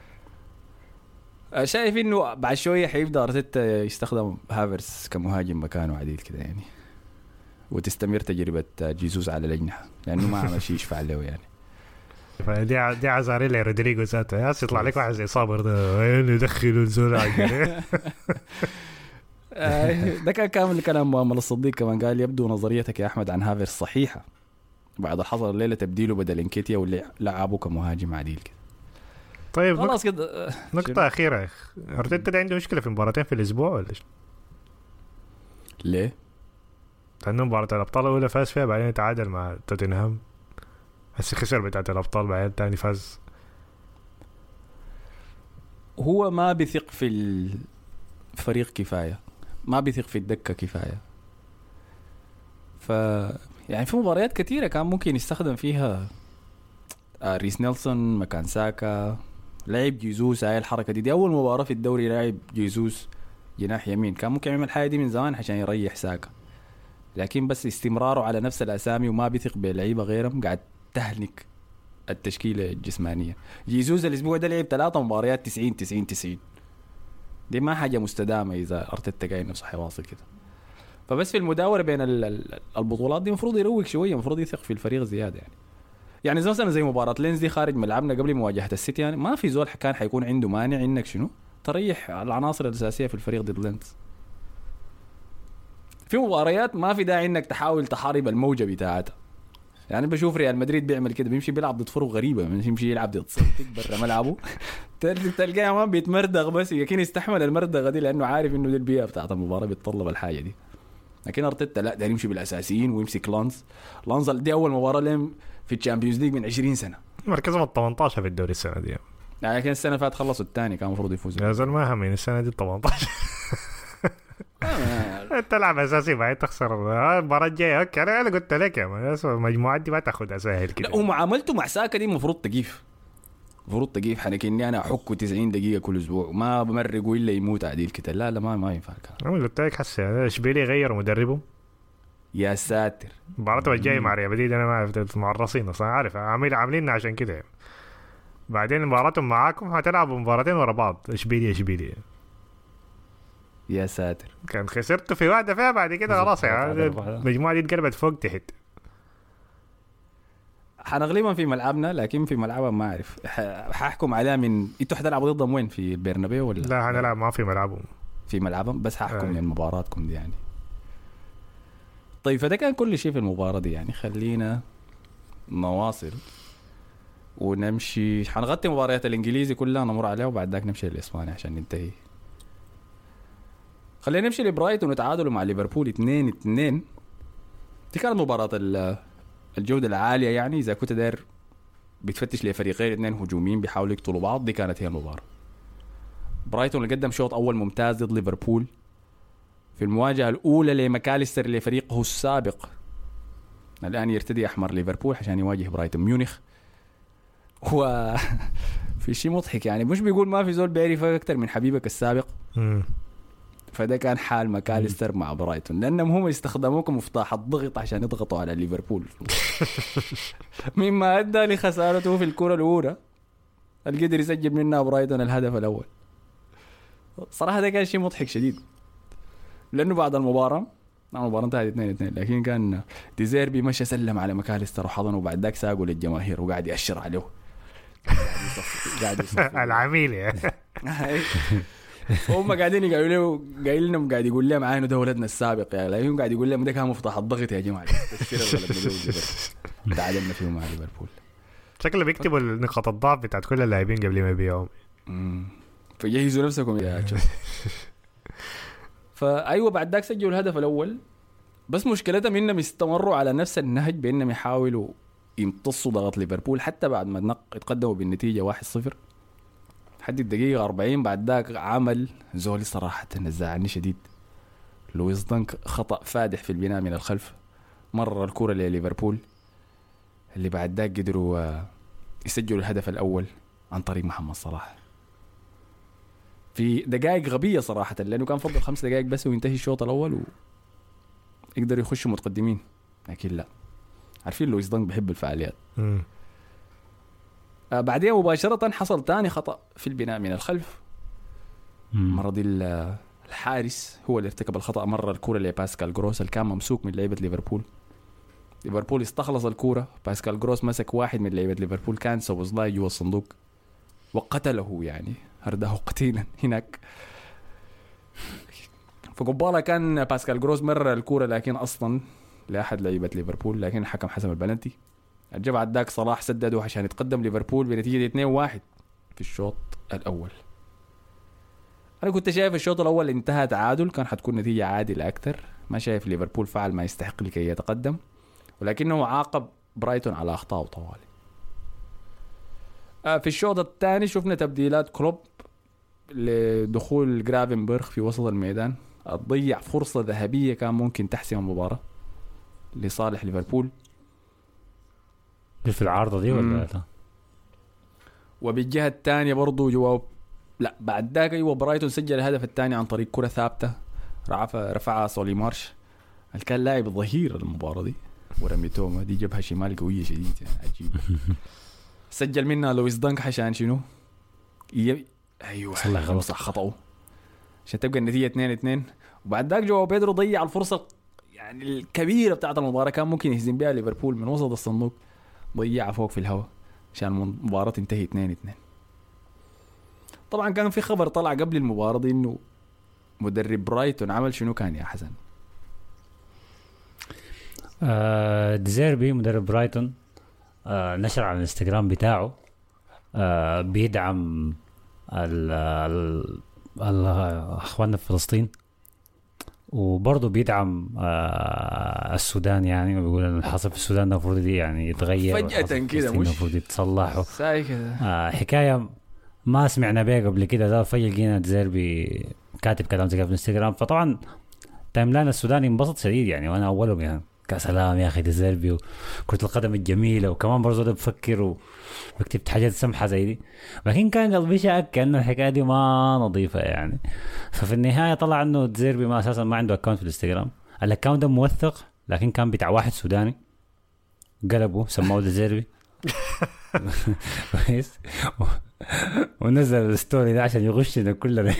آه شايف انه بعد شويه حيبدا ارتيتا يستخدم هافرس كمهاجم مكانه عديل كده يعني، وتستمر تجربه جيسوس على الاجنحه لانه ما عمل شيء يشفع له يعني. فدي دي عزاريلا رودريجو ذاته يا يطلع لك واحد زي صابر ده وين يدخلوا الزول على ده كان كامل الكلام. مؤمل الصديق كمان قال يبدو نظريتك يا احمد عن هافرس صحيحه بعد الحصل الليله تبديله بدل انكيتيا واللي لعبه كمهاجم عديل كده. طيب خلاص كده نقطه اخيره. ارتيتا عنده مشكله في مباراتين في الاسبوع ولا ايش؟ ليه؟ لانه مباراه الابطال الاولى فاز فيها بعدين تعادل مع توتنهام، بس خسر بتاعت الابطال بعدين تاني فاز. هو ما بيثق في الفريق كفايه، ما بيثق في الدكه كفايه. ف يعني في مباريات كثيره كان ممكن يستخدم فيها ريس نيلسون مكان ساكا، لعب جيسوس. هاي الحركه دي, دي اول مباراه في الدوري لعب جيسوس جناح يمين، كان ممكن يعمل حاجه دي من زمان عشان يريح ساكا، لكن بس استمراره على نفس الاسامي وما بيثق بلعيبه غيرهم قاعد تهلك التشكيله الجسمانيه. جيسوس الاسبوع ده لعب ثلاثه مباريات تسعين تسعين تسعين، دي ما حاجه مستدامه اذا ارتيتا قايل نفسه حيواصل كده. فبس في المداوره بين البطولات دي المفروض يروق شويه، المفروض يثق في الفريق زياده يعني. يعني زي مثلا زي مباراه لينز دي خارج ملعبنا قبل مواجهه السيتي، يعني ما في زول كان حيكون عنده مانع انك شنو تريح العناصر الاساسيه في الفريق ضد لينز. في مباريات ما في داعي انك تحاول تحارب الموجه بتاعتها. يعني بشوف ريال مدريد بيعمل كده، بيمشي بيلعب ضد فرق غريبه، بيمشي يلعب ضد سلتيك برا ملعبه تلقاه ما بيتمردغ، بس يمكن يستحمل المردغه دي لانه عارف انه دي البيئه بتاعت المباراه بتطلب الحاجه دي. لكن ارتيتا لا، داير يمشي بالاساسيين ويمسك لانز. لانز دي اول مباراه لهم في الشامبيونز ليج من عشرين سنه، مركزهم الثمانية في الدوري السنه دي يعني لكن السنه فات خلصوا الثاني، كان المفروض يفوزوا. يا زلمه ما همين السنه دي ثمانية عشر. تلعب اساسي بعد تخسر المباراه الجايه. اوكي انا انا قلت لك يا مان المجموعات دي ما تاخذها سهل كده. لا ومعاملته مع ساكا دي المفروض تقيف، المفروض تقيف حنك اني انا احكه تسعين دقيقه كل اسبوع وما بمرقه الا يموت عديل كده. لا لا ما ما ينفع الكلام. انا قلت لك حسي اشبيلي غيروا مدربهم. يا ساتر مباراتهم الجايه مع ريال مدريد انا ما عرفت معرصين اصلا عارف عاملين عامليننا عشان كده. بعدين مباراتهم معاكم هتلعبوا مباراتين ورا بعض اشبيلي اشبيلي. يا ساتر كان خسرت في واحده فيها بعد كده خلاص يعني المجموعه دي اتقلبت فوق تحت. حنغلبهم في ملعبنا لكن في ملعبهم ما اعرف حاحكم عليها. من انتوا حتلعبوا ضدهم وين؟ في البرنابيو ولا لا هنلعب ما في ملعبهم في ملعبهم بس حاحكم آه. من مباراتكم دي يعني. طيب فده كان كل شيء في المباراة دي يعني. خلينا نواصل ونمشي. حنغطي مباريات الانجليزي كلها نمر عليها وبعد ذاك نمشي للاسباني عشان ننتهي. خلينا نمشي لبرايتون وتعادلوا مع ليفربول اثنين اثنين. دي كانت مباراة الجودة العالية يعني. إذا كنت داير بتفتش لفريقين اثنين هجوميين بيحاولوا يقتلوا بعض، دي كانت هي المباراة. برايتون اللي قدم شوط أول ممتاز ضد ليفربول في المواجهة الأولى لماكاليستر لفريقه السابق. الآن يرتدي أحمر ليفربول عشان يواجه برايتون ميونخ. و في شيء مضحك يعني، مش بيقول ما في زول بيعرف أكتر من حبيبك السابق. م. فده كان حال ماكاليستر مع برايتون، لأنهم هم يستخدموه كمفتاح الضغط عشان يضغطوا على ليفربول. مما أدى لخسارته في الكرة الأولى اللي قدر يسجل منها برايتون الهدف الأول. صراحة ده كان شيء مضحك شديد، لأنه بعد المباراة المباراة انتهت اثنين اثنين لكن كان ديزيربي مشى سلم على ماكاليستر وحضنه وبعد ذاك ساقوا للجماهير وقاعد يأشر عليه. قاعد يصفي العميل يعني. هم قاعدين يقولوا له قايل لهم قاعد يقول لهم معانا ده ولدنا السابق يعني. لكن قاعد يقول لهم ده كان مفتاح الضغط يا جماعه تشير الولد ده تعادلنا فيه مع ليفربول. شكله بيكتبوا النقاط الضعف بتاعت كل اللاعبين قبل ما يبيعوهم. امم فجهزوا نفسكم يا شباب. فايوه بعد ذاك سجلوا الهدف الاول، بس مشكلتهم انهم استمروا على نفس النهج بانهم يحاولوا يمتصوا ضغط ليفربول حتى بعد ما نق يتقدموا بالنتيجه واحد صفر لحد الدقيقة أربعين. بعد ذاك عمل زولي صراحة نزعني شديد. لويس دانك خطأ فادح في البناء من الخلف، مرر الكرة لليفربول اللي بعد ذاك قدروا يسجلوا الهدف الأول عن طريق محمد صلاح في دقائق غبية صراحة، لأنه كان فضل خمس دقائق بس وينتهي الشوط الأول ويقدروا يخشوا متقدمين. لكن لا، عارفين لويس دانك بيحب الفعاليات. م. آه بعدين مباشرة حصل تاني خطأ في البناء من الخلف. مرض الحارس هو اللي ارتكب الخطأ، مرة الكرة لباسكال جروس اللي كان ممسوك من لعيبة ليفربول. ليفربول استخلص الكرة، باسكال جروس مسك واحد من لعيبة ليفربول كان سوبوزلاي جوا الصندوق وقتله يعني هرده قتيلا هناك. فقبالة كان باسكال جروس مرر الكرة لكن أصلا لأحد لعيبة ليفربول، لكن الحكم حسم البلنتي. الجبعة داك صلاح سدده عشان يتقدم ليفربول بنتيجة اثنين واحد في الشوط الأول. أنا كنت شايف الشوط الأول انتهى تعادل، كان حتكون نتيجة عادلة أكتر. ما شايف ليفربول فعل ما يستحق لكي يتقدم، ولكنه عاقب برايتون على أخطاء طوالي. في الشوط الثاني شفنا تبديلات كلوب لدخول جرافنبرغ في وسط الميدان، ضيع فرصة ذهبية كان ممكن تحسم المباراة لصالح ليفربول. في العارضة دي ولا لا؟ وبالجهة الثانية برضو جواب لا بعد ذاك ايوه برايتون سجل الهدف الثاني عن طريق كرة ثابتة رفع رفعها سولي مارش اللي كان لاعب ظهير المباراة دي، ورميتوما دي جبهة شمال قوية شديد يعني عجيب. سجل منها لويس دانك عشان شنو ي... ايوه صلح غلط صح خطأه عشان تبقى النتيجة اثنين اثنين. وبعد ذاك جواو بيدرو ضيع الفرصة يعني الكبيرة بتاعت المباراة كان ممكن يهزم بها ليفربول من وسط الصندوق، ضيعها فوق في الهواء عشان المباراة تنتهي اثنين اثنين. طبعا كان في خبر طلع قبل المباراة دي انه مدرب برايتون عمل شنو كان يا حسن؟ آه ديزيربي مدرب برايتون آه نشر على الانستغرام بتاعه آه بيدعم ال ال اخواننا في فلسطين، وبرضه بيدعم آه السودان يعني، وبيقول ان الحصل في السودان ده المفروض يعني يتغير فجأة كده مش المفروض يتصلح ساي كده. آه حكايه ما سمعنا بها قبل كده، ده فجأة لقينا زيربي كاتب كلام زي كده في الانستغرام. فطبعا تايم لاين السوداني انبسط شديد يعني، وانا اولهم يعني كسلام يا اخي ديزيربي وكرة القدم الجميله، وكمان برضه ده بفكر وكتبت حاجات سمحه زي دي، لكن كان قلبي شاك كأن الحكايه دي ما نظيفه يعني. ففي النهايه طلع انه ديزيربي ما اساسا ما عنده اكونت في الانستغرام، الاكونت ده موثق لكن كان بتاع واحد سوداني قلبه سموه ديزيربي كويس ونزل الستوري ده عشان يغشنا كلنا.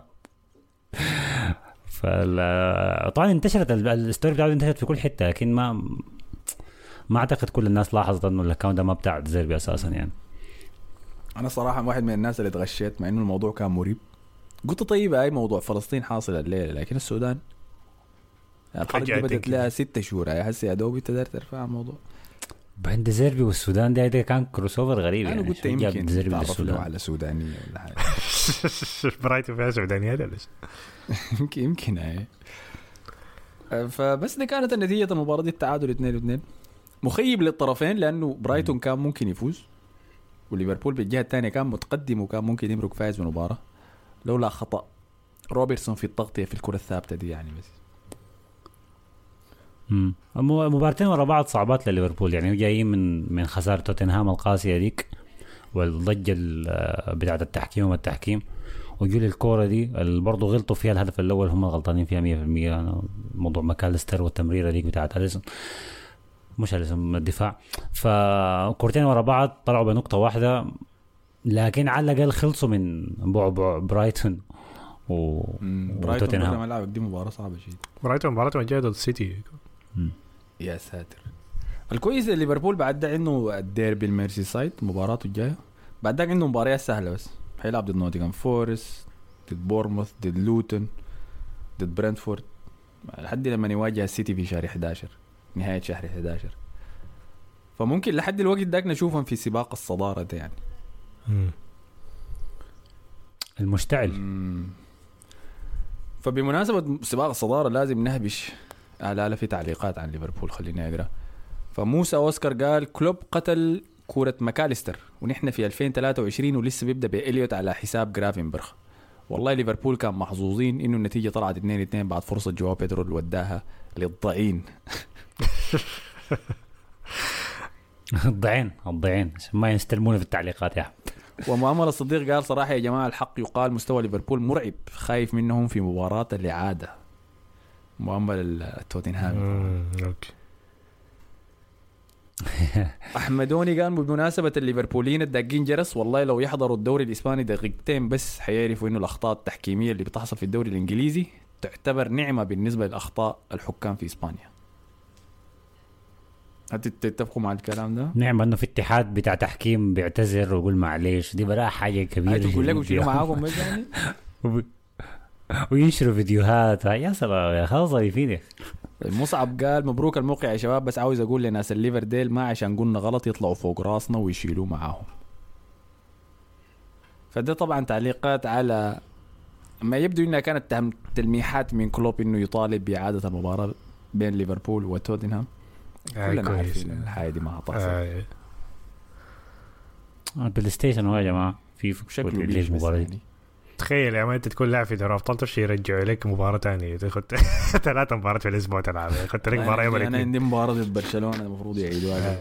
فال طبعا انتشرت الستوري بتاعته، انتشرت في كل حته، لكن ما ما اعتقد كل الناس لاحظت انه الاكونت ده ما بتاع زيربي اساسا يعني. انا صراحه واحد من الناس اللي اتغشيت مع انه الموضوع كان مريب. قلت طيب اي موضوع فلسطين حاصل الليله، لكن السودان الحرب دي بدت لها ستة شهور يا حسي يا دوبي تقدر ترفع الموضوع. بين ديزيربي والسودان ده ده كان كروس اوفر غريب يعني. انا قلت يمكن تعرف له على سودانيه ولا حاجه. برايته فيها سودانيه ولا ليش؟ يمكن يمكن اي. فبس دي كانت النتيجه المباراه دي، التعادل اثنين اثنين مخيب للطرفين، لانه برايتون كان ممكن يفوز وليفربول بالجهه الثانيه كان متقدم وكان ممكن يمرق فايز بالمباراه لولا خطا روبرتسون في التغطيه في الكره الثابته دي يعني. بس امم مباراتين ورا بعض صعبات لليفربول يعني، جايين من من خساره توتنهام القاسيه ديك والضجه بتاعه التحكيم وما التحكيم، وجول الكوره دي اللي برضه غلطوا فيها الهدف الاول هم غلطانين فيها مية بالمية. انا موضوع ماكاليستر والتمريره ديك بتاعه اليسون مش اليسون الدفاع، فكورتين ورا بعض طلعوا بنقطه واحده، لكن على الاقل خلصوا من بوع برايتون و برايتون لما لعب دي مباراه صعبه شيء. برايتون مباراه جايه ضد السيتي. يا ساتر. الكويس ليفربول بعد ده عنده الديربي الميرسي سايد مباراته الجايه، بعد ده عنده مباريات سهله بس حيلعب ضد نوتنغهام فورست، ضد بورموث، ضد لوتون، ضد برنتفورد، لحد لما يواجه السيتي في شهر إحدى عشر نهايه شهر إحدى عشر. فممكن لحد الوقت داك نشوفهم في سباق الصداره ده يعني. مم. المشتعل. مم. فبمناسبه سباق الصداره لازم نهبش لا لا في تعليقات عن ليفربول خليني اقرا. فموسى اوسكار قال كلوب قتل كوره ماكاليستر ونحن في ألفين وثلاثة وعشرين ولسه بيبدا بإليوت على حساب جرافنبرغ. والله ليفربول كان محظوظين انه النتيجه طلعت اثنين اثنين بعد فرصه جواو بيدرو اللي وداها للضعين. الضعين الضعين عشان ما يستلمونا في التعليقات يا احمد. ومؤمل الصديق قال صراحه يا جماعه الحق يقال مستوى ليفربول مرعب، خايف منهم في مباراه الاعاده. مؤمل التوتنهام. اوكي. احمدوني قال بمناسبه الليفربوليين الداقين جرس، والله لو يحضروا الدوري الاسباني دقيقتين بس حيعرفوا انه الاخطاء التحكيميه اللي بتحصل في الدوري الانجليزي تعتبر نعمه بالنسبه للاخطاء الحكام في اسبانيا. هتتفقوا مع الكلام ده؟ نعم انه في اتحاد بتاع تحكيم بيعتذر ويقول معليش، دي بقى حاجه كبيره. يقول لكم شيلوا معاكم بس يعني وينشروا فيديوهات يا سلام يا خلاص يفيدك. مصعب قال مبروك الموقع يا شباب، بس عاوز اقول لناس الليفرديل ما عشان قلنا غلط يطلعوا فوق راسنا ويشيلوا معاهم. فده طبعا تعليقات على ما يبدو انها كانت تلميحات من كلوب انه يطالب باعاده المباراه بين ليفربول وتوتنهام. كلنا عارفين الحاجه دي ما هتحصل. آه. البلاي ستيشن هو يا جماعه في شكله ليش مباراه يعني. تخيل يا ما انت تكون لاعب في دوري ابطال تمشي يرجعوا لك مباراه ثانيه تاخذ ثلاثه مباريات في الاسبوع تلعبها، اخذت لك مباراه يوم الاثنين. انا عندي مباراه ضد برشلونه المفروض يعيدوها.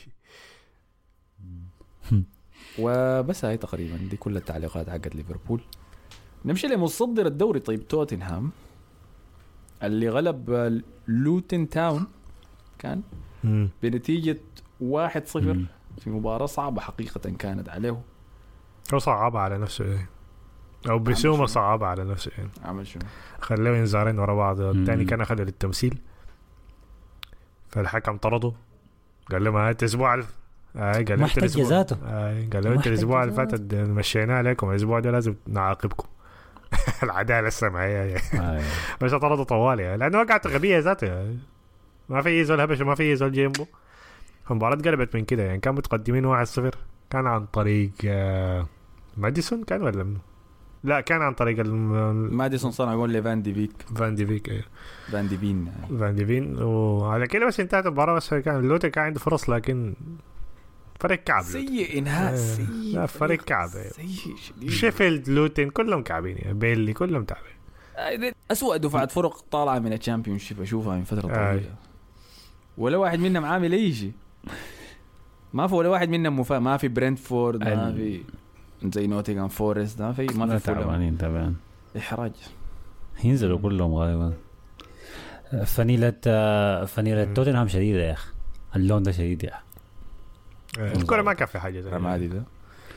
وبس هاي تقريبا دي كل التعليقات حقت ليفربول. نمشي لمصدر الدوري. طيب توتنهام اللي غلب لوتن تاون كان بنتيجه واحد صفر في مباراه صعبه حقيقه كانت عليه. هو صعب على نفسه او بسومه صعب على نفسه يعني. عمل شنو؟ خلوه ينزارين ورا بعض. الثاني كان اخذه للتمثيل فالحكم طرده قال له ما انت اسبوع الف آه قال له انت الاسبوع آه قال له انت الاسبوع اللي فات مشينا عليكم الاسبوع ده لازم نعاقبكم. العداله السمعيه بس طرده طوالي يعني. لانه وقعت غبيه ذاته ما في زول هبش وما في زول جيمبو. المباراة قلبت من كده يعني. كان متقدمين واحد صفر كان عن طريق آه ماديسون كان ولا منه لا كان عن طريق الم... ماديسون صنع جول لفان دي فيك فان دي فيك ايه فان دي فين فان دي فين وعلى كده بس انتهت المباراة. بس كان لوتن كان عنده فرص لكن فريق كعب. سيء انهاء سيء. لا فريق كعب. سيء شديد. شيفيلد لوتن كلهم كعبين يعني. بيلي كلهم تعبين. أسوأ دفعة فرق طالعة من الشامبيون شيب أشوفها من فترة طويلة. آه. ولا واحد منهم عامل أي شيء. ما في ولا واحد منهم مفا ما في برنتفورد ما في زي نوتيغهام فورست ما في ما في تعبانين تعبان إحراج. ينزلوا كلهم غالبا. فنيلة فنيلة توتنهام شديدة يا أخي. اللون ده شديد يا أخي. الكرة ما كان في حاجة زي رمادي ده.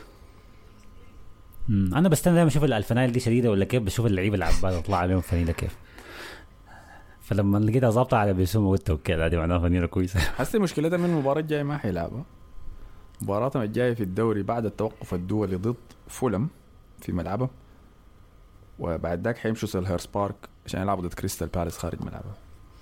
أنا بستنى دائما أشوف الفنايل دي شديدة ولا كيف. بشوف اللعيبة العباد تطلع عليهم فنيلة كيف. فلما لقيتها ظابطة على بيسوم قلت أوكي هذه معناها فنيلة كويسة. حسي مشكلتها من المباراة الجاية ما حيلعبها. مباراتهم الجاية في الدوري بعد التوقف الدولي ضد فولم في ملعبه وبعد ذاك حيمشوا سيلهيرست بارك عشان يلعبوا ضد كريستال بالاس خارج ملعبه.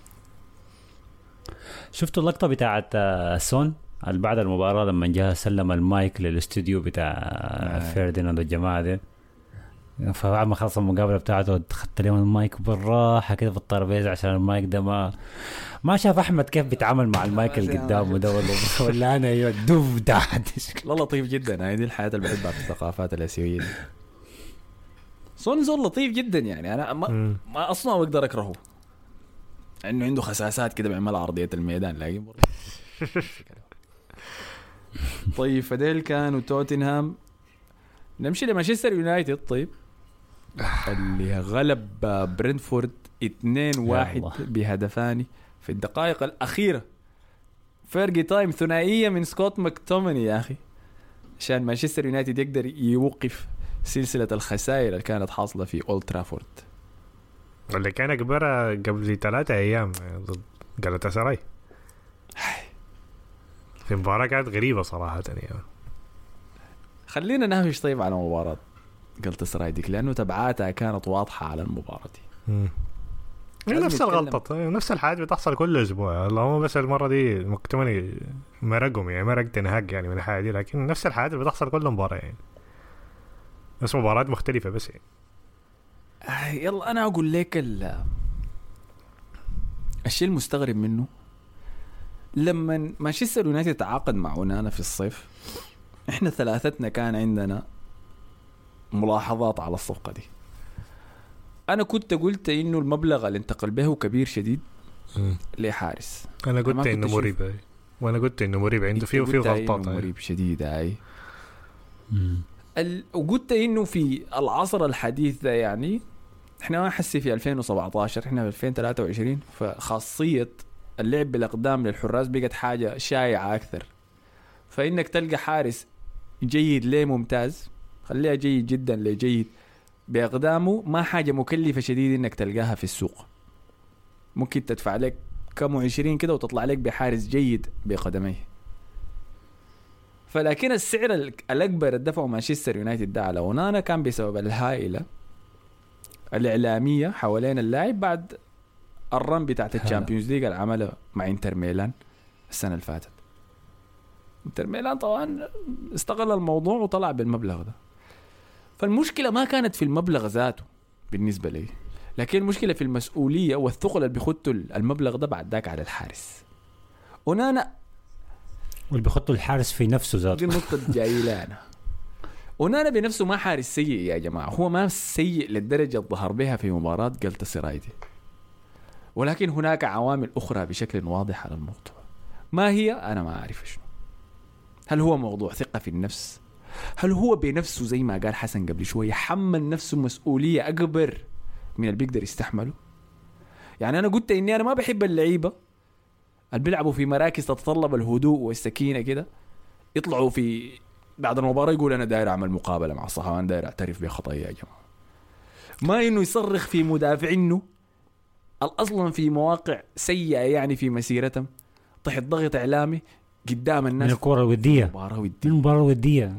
شفتوا اللقطة بتاعت سون بعد المباراة لما جاء سلم المايك للاستوديو بتاع آه. فيرديناند والجماعة دي. فبعد ما خلص المقابلة بتاعته خدت لهم المايك بالراحة كده في الطرابيزة عشان المايك ده ما ما شاف أحمد كيف بيتعامل مع المايك اللي قدامه ده ولا ولا أنا يدوب تحت. لا لطيف جدا. هذه الحياة اللي بحبها في الثقافات الآسيوية. سون زول لطيف جدا يعني. أنا ما, ما أصلا أقدر أكرهه إنه عنده خساسات كده بيعمل عرضية الميدان لكن طيب فديل كانوا توتنهام. نمشي لمانشستر يونايتد. طيب اللي غلب برينتفورد اثنين واحد بهدفان في الدقائق الأخيرة. فرق تايم ثنائية من سكوت ماكتوميني يا أخي عشان مانشستر يونايتد يقدر يوقف سلسلة الخسائر اللي كانت حاصلة في أولد ترافورد اللي كان أكبرها قبل ثلاثة أيام ضد جالاتاسراي في مباراة كانت غريبة صراحة يعني. خلينا نهمش طيب على مباراة جالاتاسراي ديك لأنه تبعاتها كانت واضحة على المباراة دي. نفس الغلطة نفس الحاجات بتحصل كل أسبوع. اللهم بس المرة دي مكتمني مرقهم يعني مرق تنهاج يعني من الحاجة دي لكن نفس الحاجات بتحصل كل مباراة يعني بس مباريات مختلفة بس يعني. آه يلا أنا أقول لك الشيء المستغرب منه لما مانشستر يونايتد تعاقد مع اونانا في الصيف احنا ثلاثتنا كان عندنا ملاحظات على الصفقة دي. انا كنت قلت انه المبلغ اللي انتقل به كبير شديد لحارس. انا قلت انه مريب وانا قلت انه مريب عنده فيه وفيه غلطات مريب شديد اي ال... وقلت انه في العصر الحديث ده يعني احنا ما حسي في ألفين وسبعة عشر احنا في ألفين وثلاثة وعشرين فخاصية اللعب بالاقدام للحراس بقت حاجة شائعة اكثر. فانك تلقى حارس جيد ليه ممتاز خليها جيد جدا لجيد باقدامه ما حاجة مكلفة شديد انك تلقاها في السوق. ممكن تدفع لك كم وعشرين كده وتطلع لك بحارس جيد بقدميه. فلكن السعر الأكبر الدفعه مانشستر يونايتد ده على اونانا كان بسبب الهائلة الإعلامية حوالين اللاعب بعد الرن بتاعت الشامبيونز ليج العمله مع انتر ميلان السنة اللي فاتت. انتر ميلان طبعا استغل الموضوع وطلع بالمبلغ ده. فالمشكلة ما كانت في المبلغ ذاته بالنسبة لي لكن المشكلة في المسؤولية والثقل اللي بيخطوا المبلغ ده بعد ذاك على الحارس. اونانا واللي بيخطوا الحارس في نفسه ذاته دي النقطة الجاية لنا. اونانا بنفسه ما حارس سيء يا جماعة. هو ما سيء للدرجة الظهر بها في مباراة جالاتاسراي دي ولكن هناك عوامل أخرى بشكل واضح على الموضوع. ما هي؟ أنا ما أعرف شنو. هل هو موضوع ثقة في النفس؟ هل هو بنفسه زي ما قال حسن قبل شوية حمل نفسه مسؤولية أكبر من اللي بيقدر يستحمله؟ يعني أنا قلت إني أنا ما بحب اللعيبة اللي بيلعبوا في مراكز تتطلب الهدوء والسكينة كده يطلعوا في بعد المباراة يقول أنا داير أعمل مقابلة مع الصحافة داير أعترف بخطأي يا جماعة. ما إنه يصرخ في مدافعينه الأصلا في مواقع سيئة يعني في مسيرتهم تحت ضغط إعلامي قدام الناس من الكرة الودية مباراة ودية من المباراة الودية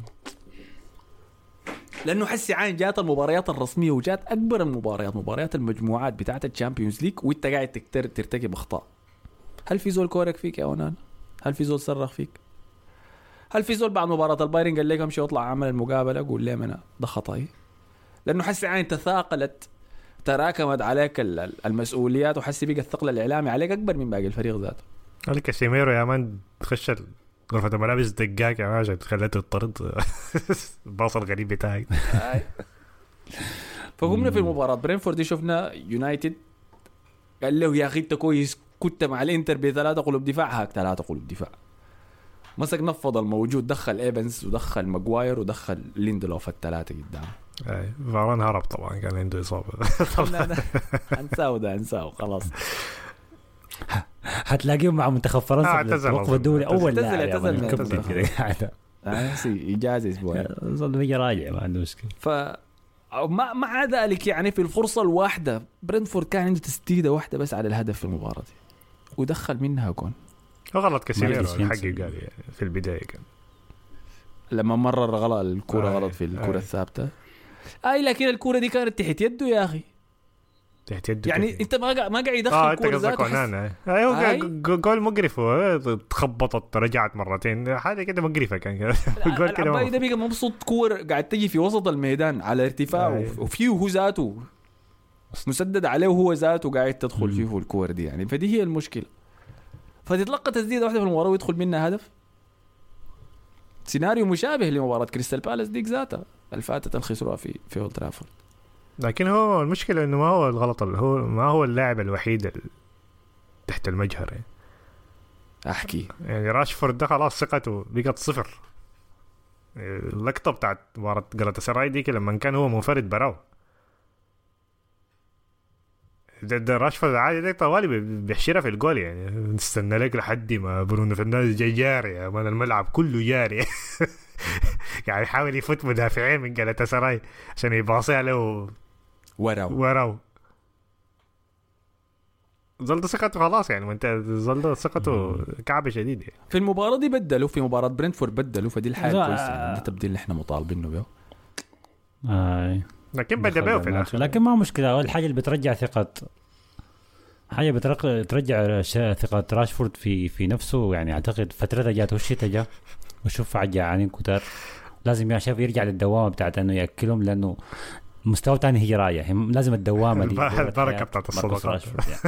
لأنه حسي عين جات المباريات الرسمية وجات أكبر المباريات مباريات المجموعات بتاعت الشامبيونز ليج وإنت قاعد تكتر ترتكب أخطاء. هل في زول كورك فيك يا أونان؟ هل في زول صرخ فيك؟ هل في زول بعد مباراة البايرن قال لك امشي واطلع عمل المقابلة قول لي أنا ده خطأي؟ لانه حسي عين تثاقلت تراكمت عليك المسؤوليات وحسي بقى الثقل الاعلامي عليك اكبر من باقي الفريق ذاته. قال كاسيميرو يا مان تخش غرفة الملابس دقاك يا مان عشان خليته يطرد الباص الغريب بتاعك. فقمنا في المباراة برينفورد دي شفنا يونايتد قال له يا اخي انت كويس كنت مع الانتر بثلاثة قلوب دفاع، هاك ثلاثة قلوب دفاع. مسك نفض الموجود، دخل ايفنز ودخل ماجواير ودخل ليندلوف الثلاثة قدام. اي فاران هرب طبعا كان عنده اصابة. انساه ده انساه خلاص. هتلاقيهم مع منتخب فرنسا وقف الدوري اول لاعب اعتزل كده قاعده اه سي اجازه اسبوع ظل بيجي راجع ما عنده مشكله. ف مع مع ذلك يعني في الفرصه الواحده برينفورد كان عنده تسديده واحده بس على الهدف في المباراه دي ودخل منها جون. غلط كاسيميرو الحق قال يعني في البدايه كان لما مرر غلط الكره آه غلط في الكره آه الثابته. اي لكن الكره دي كانت تحت يده يا اخي، تحت يده يعني كده. انت ما ما قاعد يدخل آه كوره ذاته. اه ايوه جول مقرف، تخبطت رجعت مرتين حاجه كده مقرفه كان كده. الجول كده العباية ده بيجي مبسوط كور قاعد تجي في وسط الميدان على ارتفاع آه وفيه هو ذاته مسدد عليه وهو ذاته قاعد تدخل فيه الكور دي يعني. فدي هي المشكله. فتتلقى تسديده واحده في المباراه ويدخل منها هدف. سيناريو مشابه لمباراه كريستال بالاس ديك ذاتها الفاتت الخسروها في في اولد ترافورد. لكن هو المشكلة إنه ما هو الغلط، هو ما هو اللاعب الوحيد تحت المجهر يعني. أحكي يعني راشفورد ده خلاص ثقته بقت صفر. اللقطة بتاعت مباراة جلاتاسراي ديك لما كان هو منفرد براو ده, ده راشفورد عادي ده طوالي بيحشرها في الجول يعني. نستنى لك لحد ما برونو فرنانديز جاي جاري من الملعب كله جاري يعني يحاول يفوت مدافعين من جلاتاسراي عشان يباصي له وراو وراو ظل ثقته خلاص يعني. ما انت ظل ثقته كعبه شديد يعني. في المباراه دي بدلوا في مباراه برينتفورد بدلوا فدي الحاجه كويسه يعني. ده تبديل اللي احنا مطالبينه به اي لكن بدا بيه في الاخر. لكن ما مشكله الحاجه اللي بترجع ثقه حاجه بترجع ثقه راشفورد في في نفسه يعني. اعتقد فتره جات والشتاء جاء وشوف عجعانين كتار لازم يا شاف يرجع للدوامه بتاعت انه ياكلهم لانه مستوى تاني هي رايح لازم الدوامه دي البركه بتاعت الصدقات.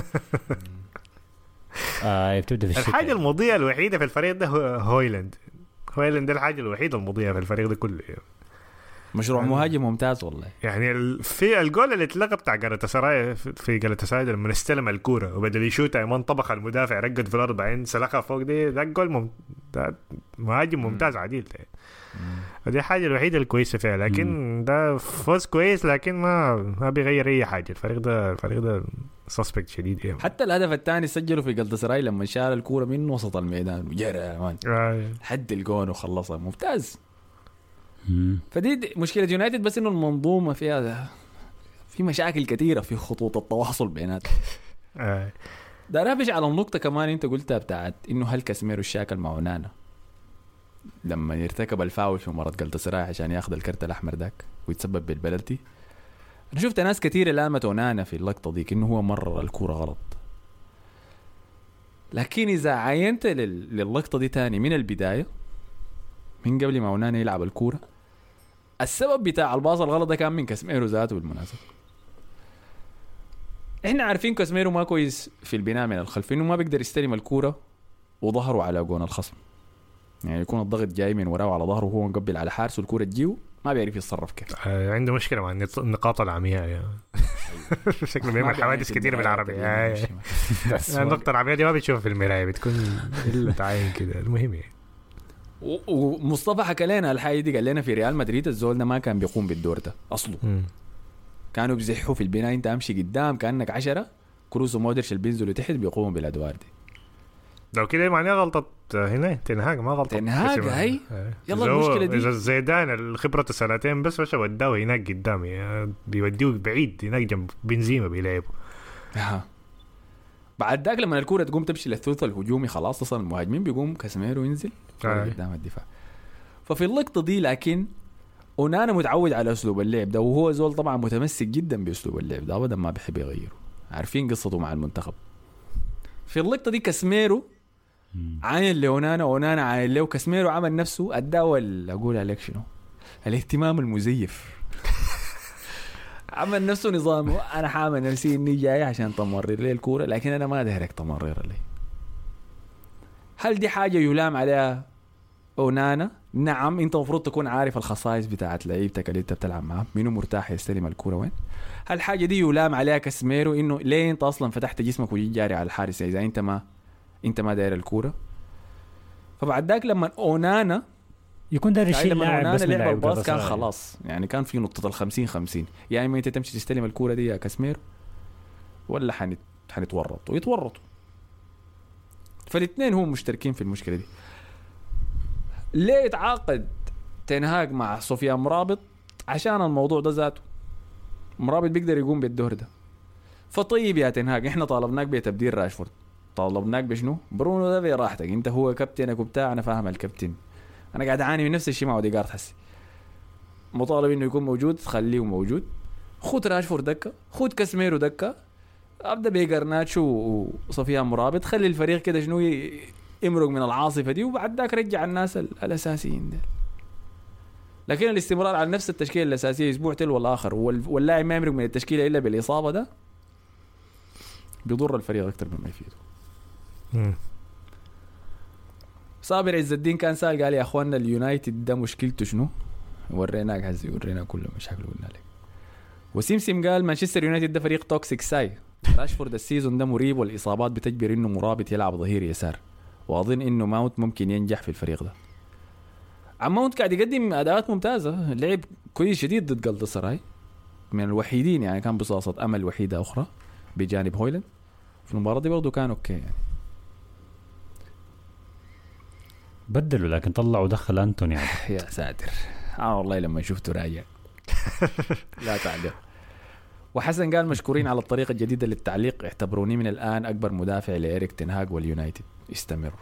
آه بتبدا في الشتاء. الحاجه المضيئه الوحيده في الفريق ده هويلاند. هويلاند ده الحاجه الوحيده المضيئه في الفريق ده كله يعني. مشروع مهاجم ممتاز والله يعني. في الجول اللي اتلغى بتاع جلاتاسراي في جلاتاسراي لما استلم الكوره وبدل يشوت ايمن طبخ المدافع رقد في الارض بعدين سلخها فوق دي ده الجول مم... ده مهاجم ممتاز عديل ده. ودي الحاجه الوحيده الكويسه فيها. لكن مم. ده فوز كويس لكن ما ما بيغير اي حاجه. الفريق ده الفريق ده سسبكت شديد يعني. حتى الهدف الثاني سجله في جلاتاسراي لما شال الكوره من وسط الميدان وجرى يا مان آه. حد الجون وخلصها ممتاز. فدي مشكلة يونايتد بس إنه المنظومة فيها في مشاكل كثيرة في خطوط التواصل بيناتهم. ده رابش على النقطة كمان أنت قلتها بتاعت إنه هل كاسيميرو الشاكل مع أونانا لما يرتكب الفاول في مباراة جلاتاسراي عشان ياخذ الكرت الأحمر داك ويتسبب بالبلنتي. أنا شفت ناس كثير لامت أونانا في اللقطة دي إنه هو مرر الكرة غلط. لكن إذا عينت للقطة دي تاني من البداية من قبل ما أونانا يلعب الكورة السبب بتاع الباص الغلط ده كان من كاسيميرو ذاته بالمناسبة. احنا عارفين كاسيميرو ما كويس في البناء من الخلف انه ما بيقدر يستلم الكورة وظهره على جون الخصم يعني يكون الضغط جاي من وراه على ظهره وهو مقبل على حارس والكورة تجيه ما بيعرف يتصرف كيف. آه عنده مشكلة مع النقاط العمياء يعني. شكله بيعمل حوادث كتير بالعربية. النقطة العمياء دي ما بتشوفها في المراية بتكون إلا تعاين كده. المهم يعني ومصطفى حكى لنا الحاجة دي قال لنا في ريال مدريد الزول ده ما كان بيقوم بالدور ده أصله. م. كانوا بيزحوا في البناء انت امشي قدام كأنك عشرة كروز ومودريتش اللي بينزلوا تحت بيقوموا بالأدوار دي. لو كده معناه غلطة هنا تنهاج ما غلطة تنهاج هاي يلا المشكلة دي إذا زيدان الخبرة السنتين بس وش وداه هناك قدامي بيوديه بعيد هناك جنب بنزيما بيلعبوا. بعد ذاك لما الكرة تقوم تمشي للثلث الهجومي خلاص اصلا المهاجمين بيقوم كاسيميرو ينزل قدام الدفاع. ففي اللقطة دي لكن ونانا متعود على اسلوب اللعب ده وهو زول طبعا متمسك جدا باسلوب اللعب ده ابدا ما بيحب يغيره. عارفين قصته مع المنتخب. في اللقطة دي كاسيميرو عاين لونانا ونانا عاين له كاسيميرو عمل نفسه اداه اقول عليك شنو الاهتمام المزيف عمل نفسه نظامه. انا حامل نفسي اني جاي عشان تمرر لي الكوره، لكن انا ما دهرك تمرر لي. هل دي حاجه يلام عليها اونانا؟ نعم، انت المفروض تكون عارف الخصائص بتاعت لعيبتك اللي انت بتلعب معاه، منو مرتاح يستلم الكوره وين. هل حاجه دي يلام عليها كاسميرو انه ليه انت اصلا فتحت جسمك وجيت جاري على الحارس اذا انت ما انت ما داير الكوره؟ فبعد ذاك لما اونانا يكون داير يشيل لاعب بس لعب الباص كان خلاص، يعني كان في نقطه الخمسين خمسين، يعني ما انت تمشي تستلم الكوره دي يا كاسميرو ولا حنت حنتورطوا ويتورطوا. فالاثنين هم مشتركين في المشكله دي. ليه يتعاقد تنهاج مع سفيان مرابط؟ عشان الموضوع ده ذاته مرابط بيقدر يقوم بالدور ده. فطيب يا تنهاج، احنا طالبناك بتبديل راشفورد، طالبناك بشنو؟ برونو ده براحتك، انت هو كابتنك وبتاع، انا فاهم الكابتن، انا قاعد اعاني من نفس الشيء مع اوديغارد حسي، مطالب انه يكون موجود خليه موجود، خد راشفورد دكه، خد كاسميرو دكه، ابدا بيغرناتشو وصفيان مرابط، خلي الفريق كده شنو يمرق من العاصفه دي، وبعد ذاك رجع الناس الاساسيين دي. لكن الاستمرار على نفس التشكيله الاساسيه اسبوع تلو الاخر واللاعب ما يمرق من التشكيله الا بالاصابه ده بيضر الفريق اكثر مما يفيده. صابر عز الدين كان سال قال يا اخواننا اليونايتد ده مشكلته شنو؟ وريناك هزي ورينا كل مشاكل قلنا لك. وسمسم قال مانشستر يونايتد ده فريق توكسيك ساي، راشفورد السيزون ده مريب والاصابات بتجبر انه مرابط يلعب ظهير يسار، واظن انه ماونت ممكن ينجح في الفريق ده. عم ماونت قاعد يقدم اداءات ممتازه، لعب كويس شديد ضد جلطسراي، من الوحيدين يعني كان بصاصه امل وحيده اخرى بجانب هويلاند في المباراه دي برضه كان اوكي يعني. بدلوا لكن طلعوا دخل أنتوني يعني. يا ساتر اه والله لما شفته راجع لا تعليق. وحسن قال مشكورين على الطريقة الجديدة للتعليق، اعتبروني من الآن أكبر مدافع لإيريك تنهاج واليونايتد، استمر.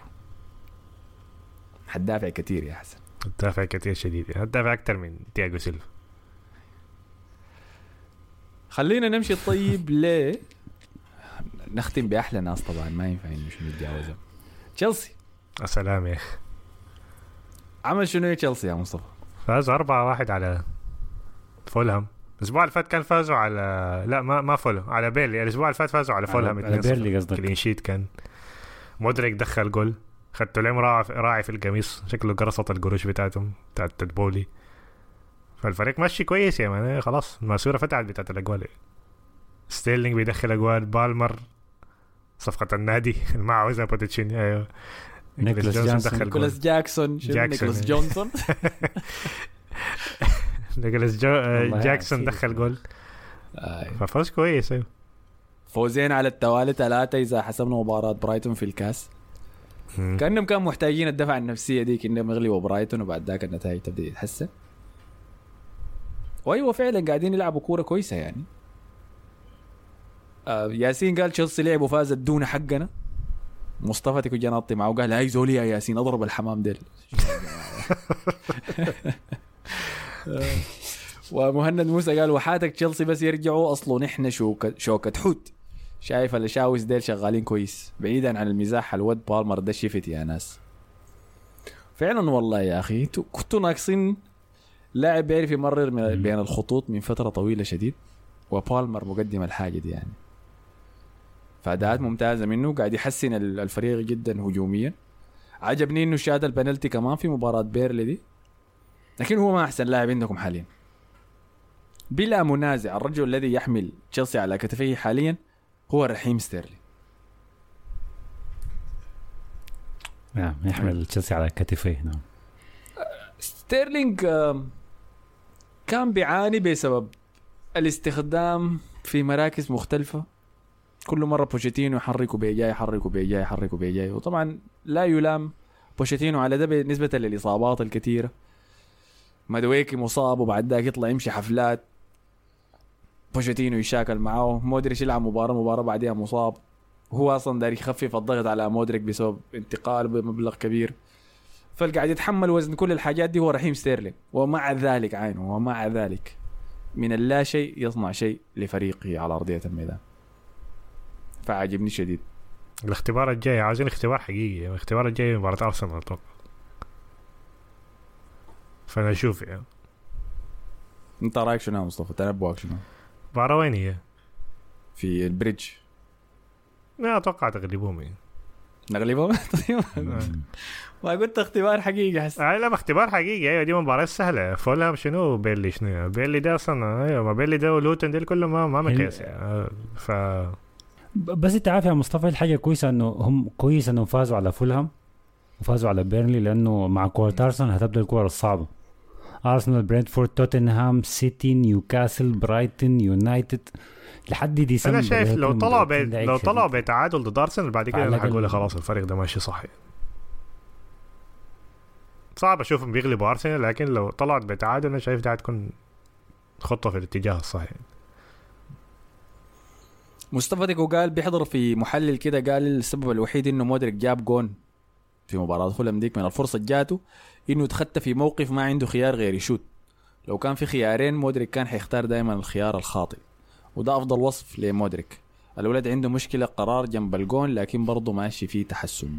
حدافع كتير يا حسن، حدافع كتير شديد، حدافع أكتر من تياغو سيلفا. خلينا نمشي طيب ليه نختم بأحلى ناس طبعا ما ينفع إنه شنو نتجاوزهم. تشيلسي السلام يا أخي، عمل شنو تشيلسي يا مصطفى؟ فاز أربعة واحد على فولهام. الأسبوع اللي فات كان فازوا على لا ما ما فولهام على بيرلي، الأسبوع اللي فات فازوا على فولهام على بيرلي قصدك. كلين شيت كان مودريك دخل جول، خدتوا لهم راعي راعي في القميص شكله قرصت القروش بتاعتهم بتاعت تدبولي. فالفريق ماشي كويس يا مان، خلاص الماسورة فتحت بتاعت الأجوال. ستيرلينج بيدخل أجوال، بالمر صفقة النادي المعوزة بوتيتشيني ايوه، نيكولاس جونسون نيكولاس جاكسون نيكولاس جونسون نيكولاس جاكسون دخل جول. ففوز كويس ايوه. فوزين على التوالي ثلاثة إذا حسبنا مباراة برايتون في الكاس. كأنهم كانوا محتاجين الدفع النفسية ديك إنهم يغلبوا برايتون وبعد ذاك النتائج تبدأ تتحسن. وأيوة فعلا قاعدين يلعبوا كورة كويسة يعني. آه ياسين قال تشيلسي لعب وفازت دون حقنا. مصطفى تكو جناطي معه قال هاي زولي يا ياسين أضرب الحمام ديل. ومهند موسى قال وحاتك تشيلسي بس يرجعوا أصله نحن شوكة شوكة حوت. شايف الشاويس ديل شغالين كويس بعيدا عن المزاح. الود بالمر ده شفت يا ناس فعلا والله يا أخي كنتوا ناقصين لاعب بيعرف يمرر بين الخطوط من فترة طويلة شديد، وبالمر مقدم الحاجة دي يعني. فأداءات ممتازة منه، قاعد يحسن الفريق جدا هجوميا. عجبني انه شاد البنالتي كمان في مباراة بيرلي دي، لكن هو ما احسن لاعب عندكم حاليا بلا منازع. الرجل الذي يحمل تشيلسي على كتفيه حاليا هو رحيم ستيرلينج. نعم يحمل تشيلسي على كتفيه. نعم ستيرلينج كان بيعاني بسبب الاستخدام في مراكز مختلفة، كل مرة بوشيتينو يحركوا بيجاي يحركوا بيجاي يحركوا بيجاي، وطبعا لا يلام بوشيتينو على ده بالنسبة للإصابات الكثيرة. مادويكي مصاب وبعد ذاك يطلع يمشي حفلات، بوشيتينو يشاكل معه، مودريك يلعب مباراة مباراة بعدها مصاب، هو أصلا داري يخفف الضغط على مودريك بسبب انتقال بمبلغ كبير، فالقاعد يتحمل وزن كل الحاجات دي هو رحيم ستيرلينج. ومع ذلك عينه ومع ذلك من اللا شيء يصنع شيء لفريقه على أرضية الميدان، فعجبني شديد. الاختبار الجاي عايزين اختبار حقيقي، الاختبار الجاي مباراة أرسنال أتوقع، فنشوف يعني. انت رايك شنو مصطفى؟ تنبؤك شنو؟ مباراة وين هي؟ في البريدج. لا اتوقع تغلبوهم يعني. نغلبهم. ما قلت اختبار حقيقي حس. آه لا اختبار حقيقي. ايوه دي مباراة سهلة. فولهام شنو بيلي شنو بيلي ده اصلا. ايوه ما بيلي ده ولوتن دي كله ما ما مقياس يعني. ف بس انت عارف يا مصطفى الحاجة كويسة انه هم كويس انه فازوا على فولهام وفازوا على بيرنلي لانه مع كورة ارسنال هتبدا الكورة الصعبة. ارسنال برينتفورد توتنهام سيتي نيوكاسل برايتون يونايتد لحد ديسمبر. انا شايف لو طلعوا بي... لو طلعوا بتعادل ضد ارسنال بعد كده انا حقول خلاص الفريق ده ماشي صح. صعب اشوفهم بيغلبوا ارسنال لكن لو طلعت بتعادل انا شايف ده هتكون خطه في الاتجاه الصحيح. مصطفى ديكو قال بيحضر في محلل كده قال السبب الوحيد انه مودريك جاب جون في مباراة فولهام ديك من الفرصة جاته انه تخطى في موقف ما عنده خيار غير يشوت. لو كان في خيارين مودريك كان حيختار دائما الخيار الخاطئ وده افضل وصف لمودريك. الولد عنده مشكلة قرار جنب الجون لكن برضه ماشي فيه تحسن.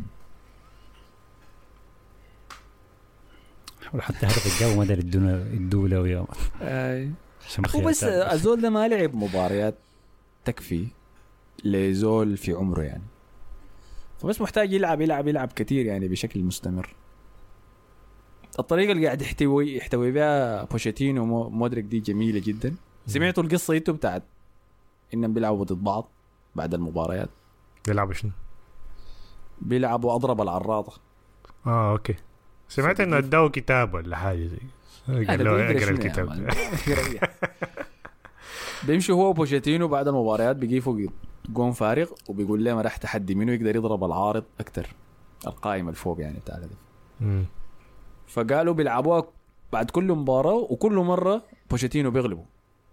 وحتى هدف الجو ما دار الدولة الدولة ويا اي وبس الزول ده ما لعب مباريات تكفي لزول في عمره يعني فبس محتاج يلعب يلعب يلعب كتير يعني بشكل مستمر. الطريقة اللي قاعد يحتوي يحتوي بها بوشيتينو ومودريك دي جميلة جدا. سمعتوا القصة انتوا بتاعت انهم بيلعبوا ضد بعض بعد المباريات؟ بيلعبوا شنو؟ بيلعبوا اضرب العراضة. اه اوكي سمعت انه ادوا كتاب ولا حاجة زي قال له اقرا الكتاب. بيمشي هو وبوشيتينو بعد المباريات بيجي فوق جون فارغ وبيقول لهم راح تحدي منه يقدر يضرب العارض اكتر القائمة الفوق يعني بتاع هذا. فقالوا بيلعبوها بعد كل مباراة وكل مرة بوشيتينو بيغلبوا.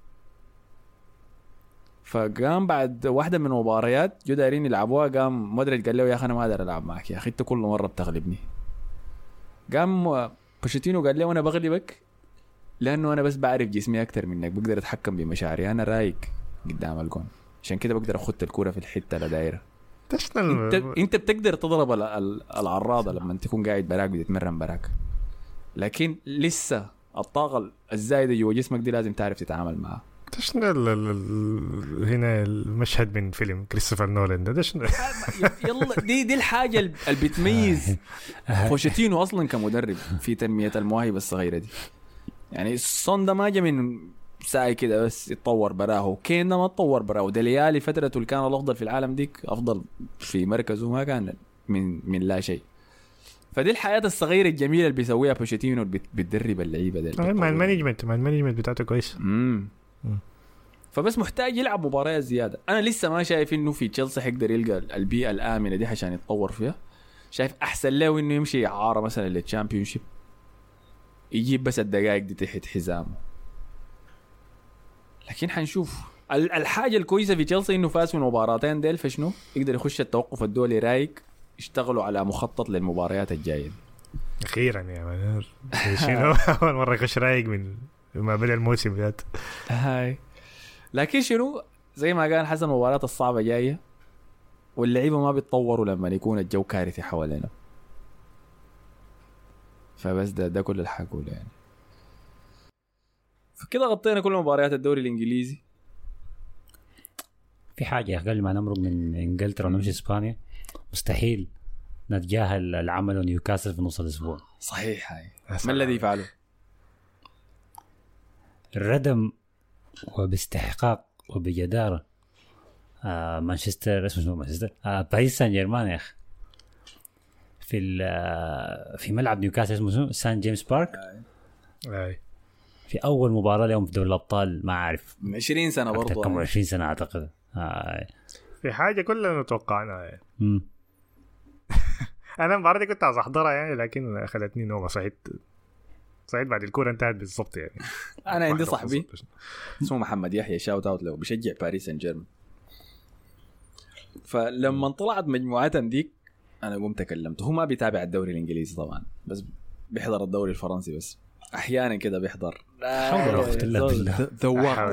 فقام بعد واحدة من المباريات جو دايرين يلعبوها قام مودريتش قال له يا اخي انا ما اقدر العب معك يا اخي انت كل مرة بتغلبني. قام بوشيتينو قال له انا بغلبك لانه انا بس بعرف جسمي اكتر منك بقدر اتحكم بمشاعري انا رايق قدام الجون عشان كده بقدر اخد الكرة في الحتة لدايرة. انت انت بتقدر تضرب العراضة لما تكون قاعد براك بتتمرن براك لكن لسه الطاقة الزايدة جوا جسمك دي لازم تعرف تتعامل معها. شنو هنا المشهد من فيلم كريستوفر نولان ده شنو؟ يلا دي دي الحاجة اللي بتميز بوشيتينو أصلا كمدرب في تنمية المواهب الصغيرة دي. يعني الصن ده ما جا من ساعة كده بس يتطور براه كين ده ما تطور براه دليالي فترته اللي كان الأفضل في العالم ديك أفضل في مركزه ما كان من من لا شيء. فدي الحياة الصغيرة الجميلة اللي بيسويها بوشيتينو بتدرب اللعيبة ده مع المانجمنت مع المانجمنت بتاعته كويس. امم فبس محتاج يلعب مباريات زيادة. أنا لسه ما شايف إنه في تشيلسي حيقدر يلقى البيئة الآمنة دي عشان يتطور فيها. شايف أحسن له إنه يمشي عارة مثلا للتشامبيونشيب يجيب بس الدقائق دي تحت حزامه. لكن حنشوف. الحاجة الكويسة في تشيلسي إنه فاز في المباراتين ديل فشنو يقدر يخش التوقف الدولي رايق يشتغلوا على مخطط للمباريات الجاية. أخيرا يا مان شنو أول مرة يخش رايق من ما بدأ الموسم ذات. هاي لكن شنو زي ما قال حسن المباريات الصعبة جاية واللعيبة ما بيتطوروا لما يكون الجو كارثي حوالينا. فبس ده ده كل الحاجة يعني. فكده غطينا كل مباريات الدوري الإنجليزي. في حاجة قبل ما نمرق من إنجلترا ونمشي إسبانيا مستحيل نتجاهل العمل نيوكاسل في نص الأسبوع. صحيح هاي ما الذي يفعله؟ الردم وباستحقاق وبجدارة آه مانشستر اسمه شنو مانشستر آه باريس سان جيرمان يا أخي في في ملعب نيوكاسل اسمه شنو سان جيمس بارك. أي. في أول مباراة لهم في دوري الأبطال ما أعرف من عشرين سنة برضو كم عشرين سنة أعتقد. آه. في حاجة كلنا نتوقعناها يعني. امم أنا المباراة دي كنت عايز أحضرها يعني لكن أخذتني نومة صحيت صحيت بعد الكورة انتهت بالضبط يعني. أنا عندي صاحبي اسمه محمد يحيى شاوت أوت له بيشجع باريس سان جيرمان. فلما طلعت مجموعتهم ديك أنا قمت كلمته. هو ما بيتابع الدوري الإنجليزي طبعا بس بيحضر الدوري الفرنسي بس أحيانا كده بيحضر. ذواق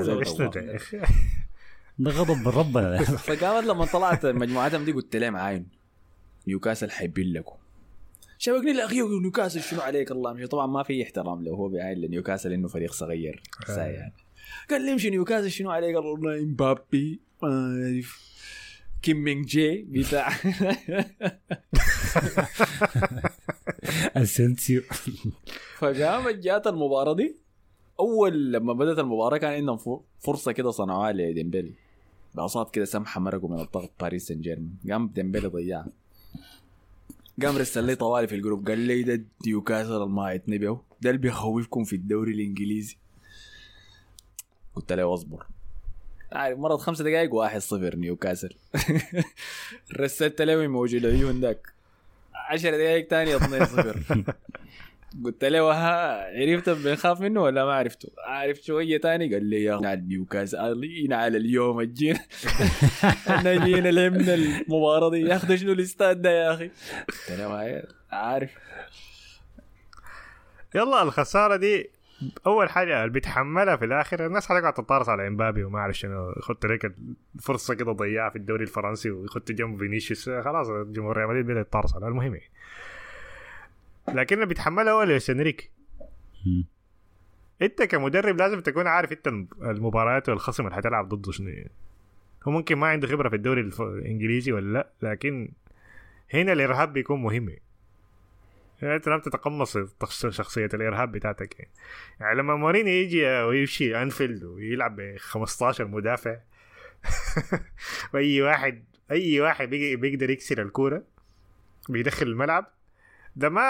ده غضب من ربنا. فقامت لما طلعت مجموعتهم دي قلت لهم عاين نيوكاسل حيبين لكم شبكني الأخير نيوكاسل شنو عليك الله مش طبعا ما في احترام له هو بعين لنيوكاسل إنه فريق صغير يعني. قال لي امشي نيوكاسل شنو عليه؟ قال والله امبابي ما أعرف كيم مينج جي بتاع اسنسيو. فقامت جات المباراة دي. أول لما بدأت المباراة كان عندهم فرصة كده صنعوها لديمبلي بأصات كده سمحة مرقوا من الضغط باريس سان جيرمان. قام ديمبلي ضيعها. قام رسل لي طوالي في الجروب قال لي ده نيوكاسل ما يتنبهوا ده اللي بيخوفكم في الدوري الإنجليزي. قلت له اصبر عارف مرة خمسة دقائق واحد صفر نيوكاسل. رسلت له موجود العيون ذاك عشر دقائق تانية اثنين صفر. قلت له ها عرفت بنخاف منه ولا ما عرفته؟ عرفت شوية تاني قال لي يا أخي نيوكاسل على اليوم الجين احنا جينا لمنا المباراة دي ياخدوا شنو الاستاد ده يا أخي. قلت له عارف. يلا الخسارة دي أول حاجة اللي بيتحملها في الآخر الناس هتقعد تطارس على إمبابي وما أعرف شنو يخط لك الفرصة كده ضيعها في الدوري الفرنسي ويخط جنب فينيسيوس خلاص جمهور ريال مدريد بدأ يطارس على المهم. لكن اللي بيتحملها هو لويس إنريكي. أنت كمدرب لازم تكون عارف أنت المباريات والخصم اللي هتلعب ضده شنو. هو ممكن ما عنده خبرة في الدوري الإنجليزي ولا لا لكن هنا الإرهاب بيكون مهم. يعني انت لم تتقمص شخصية الإرهاب بتاعتك يعني. يعني لما مورينيو يجي ويمشي أنفيلد ويلعب ب خمستاشر مدافع وأي واحد أي واحد بيقدر يكسر الكورة بيدخل الملعب ده ما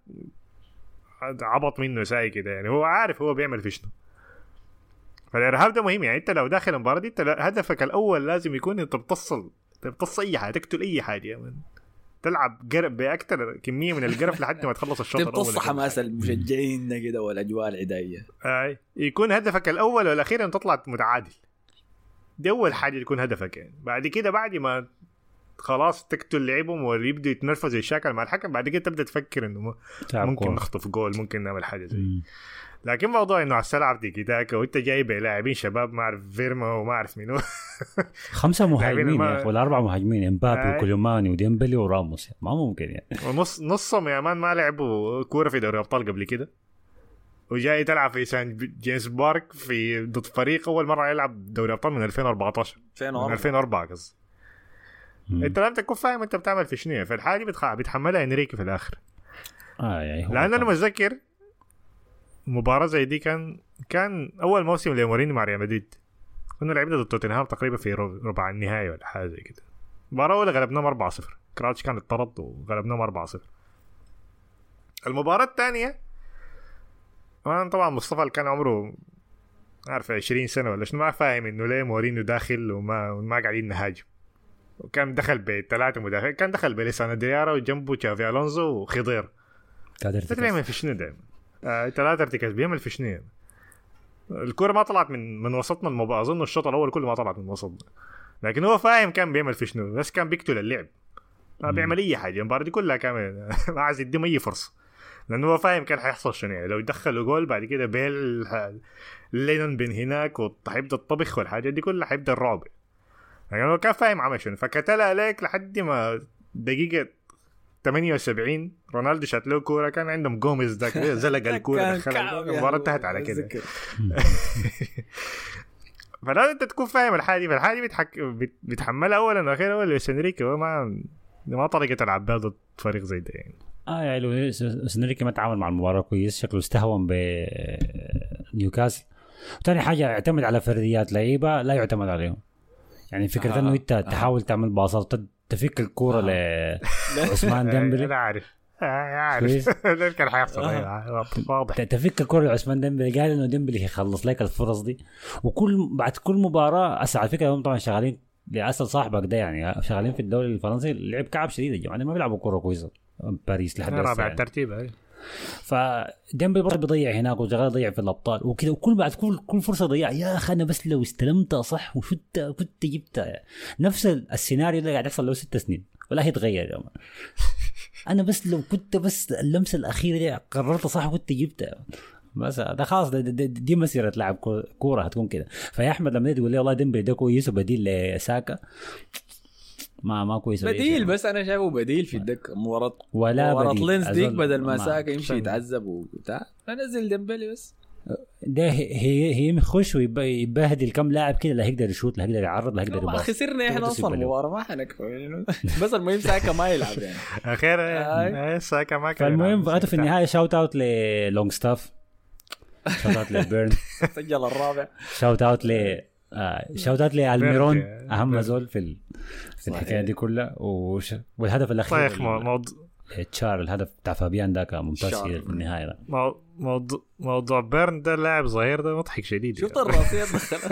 عبط منه ساي كده يعني. هو عارف هو بيعمل في شنو. فالإرهاب ده مهم يعني. انت لو داخل المباراة دي انت هدفك الأول لازم يكون انت بتصل بتصل أي حاجة تقتل أي حاجة يعني. تلعب قرب بأكتر كمية من القرف لحد ما تخلص الشوط الأول. تبتص حماس المشجعين كده والأجواء العدائية. أي يكون هدفك الأول والأخير أن تطلع متعادل. دي أول حاجة يكون هدفك يعني. بعد كده بعد ما خلاص تقتل لعبهم ويبدأ يتنرفز يشاكل مع الحكم بعد كده تبدأ تفكر إنه ممكن نخطف جول ممكن نعمل حاجة زي. لكن موضوع إنه عالسلعب دي كداك وإنت جايب لاعبين شباب ما أعرف فيرما وما أعرف منو خمسة مهاجمين يا أخي ولا أربعة مهاجمين إمبابي وكولوماني وديمبلي وراموس ما ممكن يعني. ونص نصهم يا مان ما لعبوا كورة في دوري الأبطال قبل كده وجاي تلعب في سان جيمس بارك في ضد فريق أول مرة يلعب دوري الأبطال من ألفين وأربعتاشر من ألفين وأربعة قصدي. أنت لم تكن فاهم أنت بتعمل في شنو في الحاجة بتخ... بتحملها إنريكي في الآخر. آه يعني لأن أنا متذكر مباراة زي دي كان كان أول موسم لمورينيو مع ريال مدريد كنا لعبنا ضد توتنهام تقريبا في ربع النهائي ولا حاجة زي كده. المباراة أولى غلبناهم أربعة صفر كراتش كان اتطرد وغلبناهم أربعة صفر. المباراة الثانية أنا طبعا مصطفى اللي كان عمره عارف عشرين سنة ولا شنو ما فاهم إنه ليه مورينيو داخل وما وما قاعدين نهاجم. وكان دخل بثلاثة مدافعين كان دخل بلسانة ديارة وجنبه تشافي ألونزو وخضير. قادر بيعمل في شنو دائما آه، ثلاثة ارتكاز بيعمل في شنو. الكرة ما طلعت من من وسطنا المباراة أظن الشوط الأول كله ما طلعت من وسطنا لكن هو فاهم كان بيعمل في شنو بس كان بيقتل اللعب ما بيعمل أي حاجة. المباراة دي كلها كان ما عايز يديهم أي فرصة لأنه هو فاهم كان حيحصل شنو يعني. لو يدخلوا جول بعد كده بيل لينون بين هناك وحيبدأ الطبخ والحاجات دي كلها حيبدأ الرعب يعني. هو كان فاهم عمل شنو فكتل عليك لحد ما دقيقة ثمانية وسبعين رونالدو شات له كورة كان عندهم جوميز ذاك زلق الكورة دخلها المباراة انتهت على كده. فلازم انت تكون فاهم الحاجة فالحاجة بتحك... بتحملها أولا وأخيرا أولا لسنريكي وما ما طريقة العب ضد فريق زي ده يعني. اه يعني لو سنريكي ما تعامل مع المباراة كويس شكله استهون بنيوكاسل. وثاني حاجة يعتمد على فرديات لعيبة لا يعتمد عليهم يعني فكرة آه. انه انت آه. تحاول تعمل باصات تفك الكورة آه. لعثمان ديمبلي. انا عارف عارف ده كان حيحصل واضح. تفك الكورة لعثمان ديمبلي قال انه ديمبلي يخلص لك الفرص دي وكل بعد كل مباراة اسعى فكرة هم طبعا شغالين لأسل صاحبك ده يعني شغالين في الدوري الفرنسي لعب كعب شديد يا جماعة ما بيلعبوا كورة كويسة باريس لحد رابع يعني. الترتيب هاي فديمبلي برضه بيضيع هناك وشغال يضيع في الابطال وكذا وكل بعد كل كل فرصه ضيع يا اخي انا بس لو استلمتها صح وشت كنت جبتها نفس السيناريو اللي قاعد يحصل له ست سنين ولا هي تغير يا جماعه. انا بس لو كنت بس اللمسه الاخيره دي قررت صح وكنت جبتها بس ده خلاص ده دي, دي مسيره لاعب كوره هتكون كده. فيا احمد لما تقول لي والله ديمبلي ده كويس وبديل لساكا ما ما كويس بديل بس انا شايفه بديل في الدك مباراه ولا مباراه لينز ديك بدل ما ساكا يمشي يتعذب وبتاع فنزل ديمبلي بس ده هي هي مخش ويبهدل كم لاعب كده، لا هيقدر يشوت لا هيقدر يعرض لا هيقدر يباص. خسرنا احنا اصلا المباراه ما حنكفي بس المهم ساكا ما يلعب يعني اخيرا ساكا ما كان. فالمهم بقى في النهايه شاوت اوت للونج ستاف، شاوت اوت لبيرن سجل الرابع، شاوت اوت ل شاوت اوت لالميرون اهم زول في في الحكايه دي كلها. والهدف الاخير صحيح موضوع تشار، الهدف بتاع فابيان ده كان ممتاز في النهايه ده. موضوع موضوع بيرن ده لاعب صغير ده مضحك شديد. شفت الراسيه دخل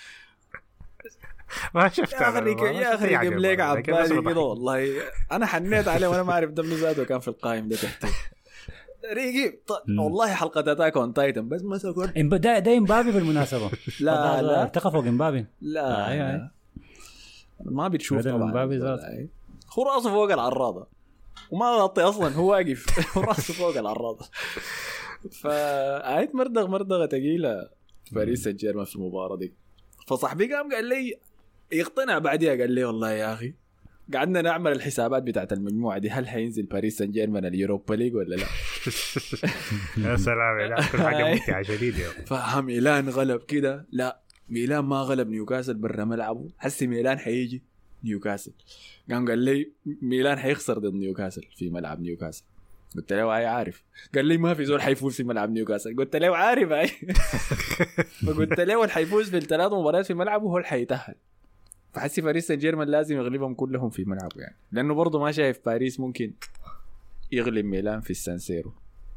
ما شفت يا اخي يا اخي جيب لك عبالي كده والله انا حنيت عليه وانا ما اعرف دم زاده كان في القائم ده تحت ريقي والله حلقه اتاك اون تايتن بس ما سكت ده ده امبابي بالمناسبه. لا لا ارتقى فوق امبابي. لا آه ما بتشوف طبعا هو راسه فوق العراضه وما غطي اصلا، هو واقف وراسه فوق العراضه. فعيت مردغ مردغه ثقيله باريس سان جيرمان في المباراه دي. فصاحبي قام قال لي يقتنع بعديها، قال لي والله يا اخي قعدنا نعمل الحسابات بتاعت المجموعه دي، هل حينزل باريس سان جيرمان اليوروبا ليج ولا لا؟ يا سلام يا كل حاجه ممتعه شديده. فهم ميلان غلب كده، لا ميلان ما غلب نيوكاسل برا ملعبه، حسي ميلان حيجي نيوكاسل. قام قال لي ميلان حيخسر ضد نيوكاسل في ملعب نيوكاسل. قلت له هاي عارف. قال لي ما في زول حيفوز في ملعب نيوكاسل. قلت له عارف هاي. فقلت له الحيفوز في الثلاث مباريات في ملعبه هو الحيتأهل. فحسي باريس سان جيرمان لازم يغلبهم كلهم في ملعبه يعني، لانه برضه ما شايف باريس ممكن يغلب ميلان في السانسيرو.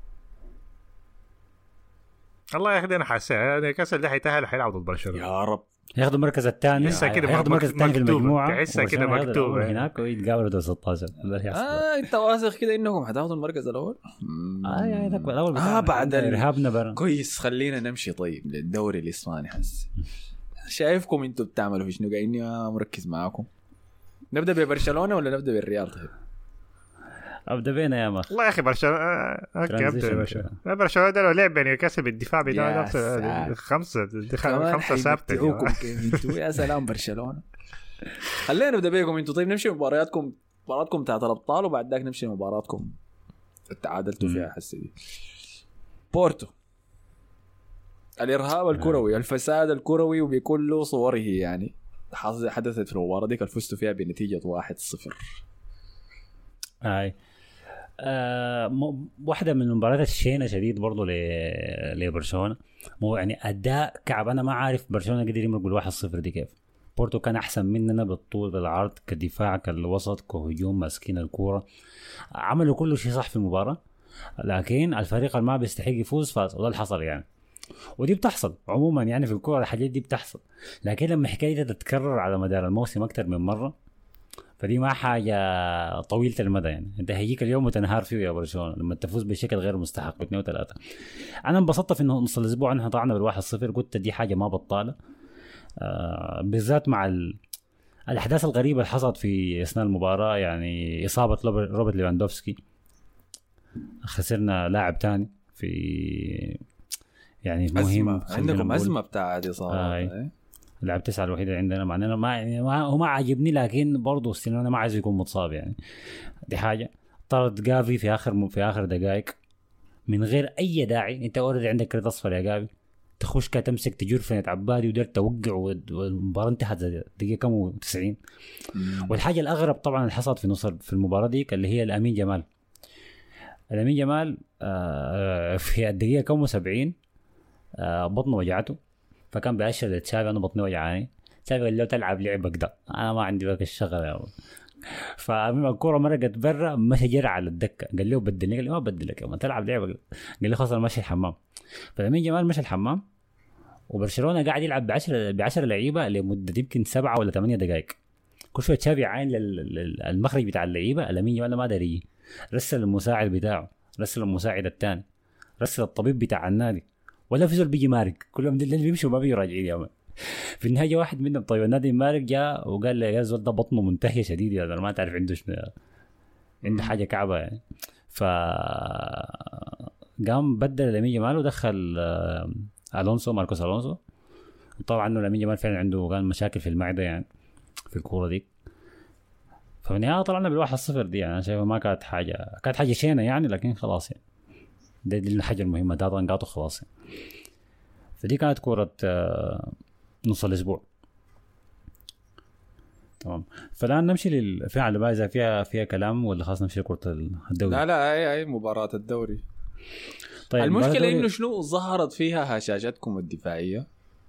الله ياخذ انا حاسه يعني كاس اللي حيتأهل حيلعب ضد برشلونه يا رب. ياخذوا المركز الثاني، ياخذوا المركز الثاني في المجموعه، تحسها كده مكتوب هناك ويتقابلوا ضد ستة عشر. اه انت واثق كده انكم حتاخذوا المركز الاول؟ اه يا ذاك الاول اه بعد ارهابنا برا. كويس خلينا نمشي طيب للدوري الاسباني. حس شايفكم انتوا بتعملوا في شنو، قاعدين مركز معاكم. نبدا ببرشلونه ولا نبدا بالريال؟ طيب ابدا بينا يا مخ. والله يا اخي برشلونه اوكي ابدا برشلونه. برشلونه ده لو لعب يعني كسب بالدفاع بتاعه خمسه خمسه ثابته انتوا. يا سلام برشلونه. خلينا نبدا بيكم انتوا. طيب نمشي مبارياتكم مباراتكم بتاعت الابطال وبعد ذاك نمشي مباراتكم تعادلتوا فيها حسي دي. بورتو الارهاب الكروي، الفساد الكروي وبكل صوره يعني حدثت في المباراه دي، فزتوا فيها بنتيجه واحد صفر. هاي آه م... واحدة من المباريات الشينة شديد برضو ل... لبرشلونة. مو يعني أداء كعب. أنا ما عارف برشلونة قدر يمرق بالواحد صفر دي كيف. بورتو كان أحسن مننا بالطول بالعرض كدفاع كالوسط كهجوم ماسكين الكورة، عملوا كل شيء صح في المباراة، لكن الفريق اللي ما بيستحق يفوز فاز، وده اللي حصل يعني. ودي بتحصل عموما يعني في الكورة، الحاجات دي بتحصل. لكن لما حكاية تتكرر على مدار الموسم أكتر من مرة فدي ما حاجة طويلة المدى يعني. انت هيجيك اليوم وتنهار فيه يا برشلونة لما تفوز بشكل غير مستحق باثنين وثلاثة. انا انبسطت في انه نص الاسبوع انها طلعنا بالواحد صفر، قلت دي حاجة ما بطالة آه بالذات مع ال... الاحداث الغريبة اللي حصلت في اثناء المباراة. يعني اصابة روبرت ليفاندوفسكي، خسرنا لاعب تاني في يعني مهم. عندكم أزمة بتاع هذه إصابة آه. لاعب تسعة الوحيدة عندنا، مع انه ما يعني ما هو ما عجبني، لكن برضه استنى انا ما عايز يكون متصاب يعني. دي حاجة. طرد جافي في اخر في اخر دقائق من غير اي داعي. انت اوريدي عندك كرت اصفر يا جافي، تخش كده تمسك تجور في عبادي ودرت توقع والمباراة انتهت دقيقة كم وتسعين. والحاجة الاغرب طبعا اللي حصلت في نص في المباراة دي اللي هي الامين جمال. الامين جمال آه في الدقيقة كم وسبعين آه بطنه وجعته، فكان بأشر لتشافي أنا بطني وجعاني. تشافي قال له تلعب لعبك ده، أنا ما عندي بقى الشغل يا أبو. فأمام الكورة مرقت برا، مشي جرى على الدكة، قال له بدلني، قال له ما بدلك يا ما تلعب لعبك ده. قال له خلاص أنا ماشي الحمام. فالأمين جمال مشي الحمام، وبرشلونة قاعد يلعب بعشر بعشر لعيبة لمدة يمكن سبعة ولا ثمانية دقائق. كل شوية تشافي عين للمخرج بتاع اللعيبة، الأمين جمال ما داري، رسل المساعد بتاعه، رسل المساعد الثاني، رسل الطبيب بتاع النادي، ولا في زول بيجي مارق. كلهم اللي بيمشوا ما بيجوا راجعين يا مان. في النهايه واحد منهم طيب النادي مارق جاء وقال لي يا زول ده بطنه منتهيه شديد يا زول، ما تعرف عنده شنو، عنده حاجه كعبه يعني. ف قام بدل لامين جمال ودخل الونسو ماركوس الونسو. طبعا انه لامين جمال فعلا عنده كان مشاكل في المعده يعني في الكوره دي. ففي النهايه طلعنا بالواحد صفر دي يعني. انا شايفه ما كانت حاجه، كانت حاجه شينه يعني، لكن خلاص يعني دي, دي الحاجه المهمه، ده نقاطه خلاص يعني. فدي كانت كورة نص الأسبوع. تمام. فالآن نمشي للفئة اللي بعدها فيها فيها كلام ولا خلاص نمشي لكرة الدوري؟ لا لا أي أي مباراة الدوري. طيب المشكلة إنه شنو ظهرت فيها هشاشاتكم الدفاعية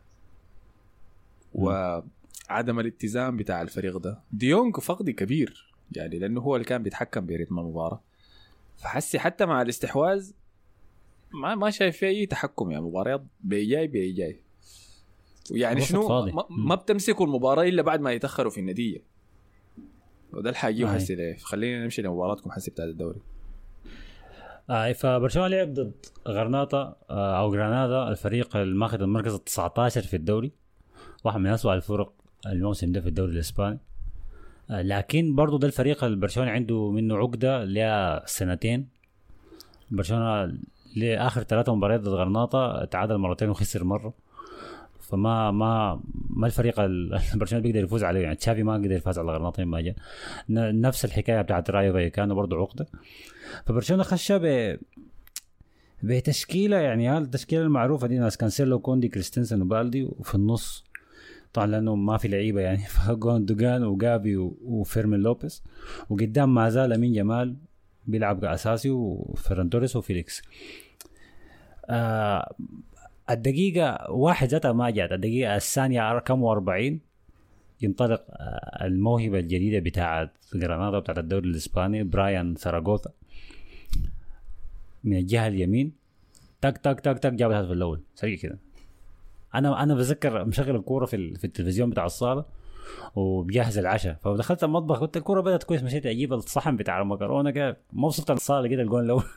وعدم الاتزان بتاع الفريق ده. ديونج فقدي كبير يعني لأنه هو اللي كان بيتحكم برتم المباراة، فحسي حتى مع الاستحواذ ما ما شايف فيه أي تحكم يعني مباريات بيجاي بيجاي يعني شنو ما, ما بتمسكوا المباراة إلا بعد ما يتأخروا في النتيجة، وده الحاجة حسي ليه. خلينا نمشي لمباراتكم حسي بتاع الدوري. آه فبرشلونة لعب ضد غرناطة آه أو غرناطة، الفريق الماخذ المركز التسعة عشر في الدوري، واحد من أسوأ الفرق الموسم ده في الدوري الإسباني. آه لكن برضو ده الفريق البرشلونة عنده منه عقدة لها سنتين. برشلونة لآخر ثلاثة مباريات ضد غرناطة تعادل مرتين وخسر مرة، فما ما ما الفريق البرشلونة بيقدر يفوز عليه يعني. تشافي ما قدر يفوز على غرناطة ما جاء. نفس الحكاية بتاعت رايو فايكانو برضو عقدة. فبرشلونة خشة ب بتشكيلة يعني هال التشكيلة المعروفة دي، ناس كانسيلو كوندي كريستنسن وبالدي، وفي النص طبعا لأنه ما في لعيبة يعني فغوندوغان وغابي وفيرمين لوبيز، وقدام ما زال أمين جمال بيلعب أساسي وفيران توريس وفيليكس. آه الدقيقة واحد ذاتها ما جات، الدقيقة الثانية رقم وأربعين ينطلق الموهبة الجديدة بتاعت غرناطة بتاعت الدوري الإسباني برايان ساراغوثا من الجهة اليمين، تك تك تك تك جاب الهدف الأول سريع كده. أنا أنا بذكر مشغل الكورة في في التلفزيون بتاع الصالة وبجهز العشاء، فدخلت المطبخ قلت الكورة بدأت كويس، مشيت أجيب الصحن بتاع المكرونة كده، ما وصلت الصالة كده الجون الأول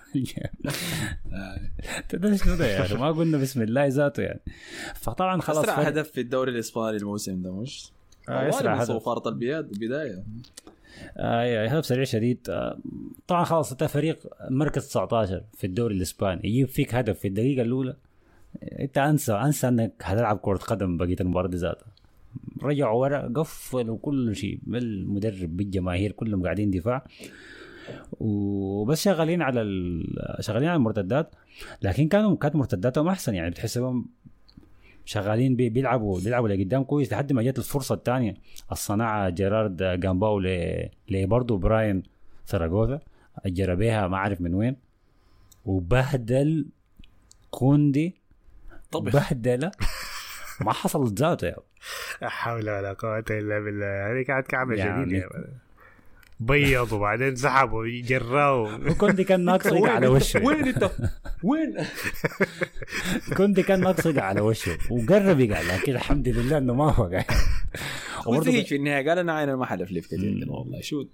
تدري شنو ده يعني، ما قلنا بسم الله ذاته يعني. فطبعا خلاص أسرع هدف في الدوري الإسباني الموسم ده مش آه أسرع هدف صفارة البداية. آه هدف سريع شديد. آه طبعا خلاص انت فريق مركز تسعة عشر في الدوري الإسباني يجيب فيك هدف في الدقيقة الأولى، انت انسى انسى انك هتلعب كرة قدم بقية المباراة ذاتها. رجعوا ورا قفلوا كل شيء، المدرب بالجماهير كلهم قاعدين دفاع وبس شغالين على شغالين على المرتدات. لكن كانوا كانت مرتداتهم احسن يعني، بتحسبهم شغالين بي بيلعبوا بيلعبوا لقدام كويس لحد ما جت الفرصة الثانية الصناعة جيرارد جامباو ل برضه براين ساراغوثا اجرى بيها ما عارف من وين، وبهدل كوندي طبعا بهدله ما حصلت ذاته يعني. لا حول ولا قوة إلا بالله. هذه كانت كعبة يعني شديدة يعني. بيض وبعدين سحبوا جراو وكوندي كان ناقص على وشه. وين انت وين كوندي كان ناقص على وشه وقرب يقع، لكن الحمد لله انه ما وقع. وبرضه في النهاية قال انا عين ما حلف لي في كثير والله شوت.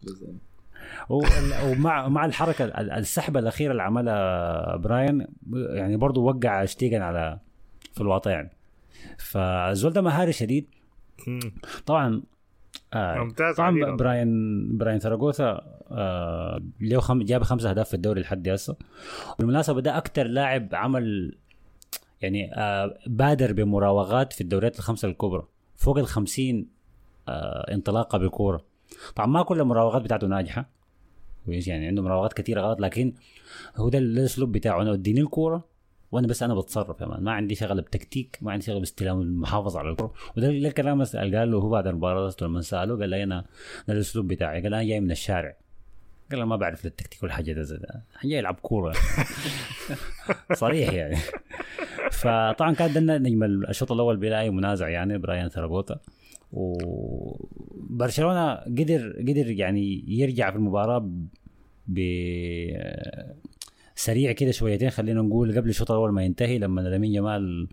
ومع مع الحركة السحبة الأخيرة اللي عملها براين يعني برضه وقع شتيغن على في الواطة يعني. فالزول ده مهاري شديد طبعا. آه طبعا براين براين ساراغوثا آه له خم... جاب خمسة أهداف في الدوري لحد هسه. بالمناسبة ده أكتر لاعب عمل يعني آه بادر بمراوغات في الدوريات الخمسة الكبرى، فوق الخمسين آه انطلاقة بالكورة. طبعا ما كل المراوغات بتاعته ناجحة يعني، عنده مراوغات كتيرة غلط، لكن هو ده الأسلوب بتاعه، أنا أديني الكورة وانا بس انا بتصرف يعني، ما عندي شغله بتكتيك، ما عندي شغله باستلام المحافظه على الكره. وده الكلام اللي قال له هو بعد المباراه لما ساله قال لي انا ده الاسلوب بتاعي، قال انا جاي من الشارع، قال له ما بعرف التكتيك ولا حاجه، ده جاي يلعب كوره صريح يعني. فطبعا كان ده نجم الشوط الاول بلا اي منازع يعني براين ساراغوثا. وبرشلونه قدر قدر يعني يرجع في المباراه ب سريع كده شويتين، خلينا نقول قبل الشوط الاول ما ينتهي، لما لامين جمال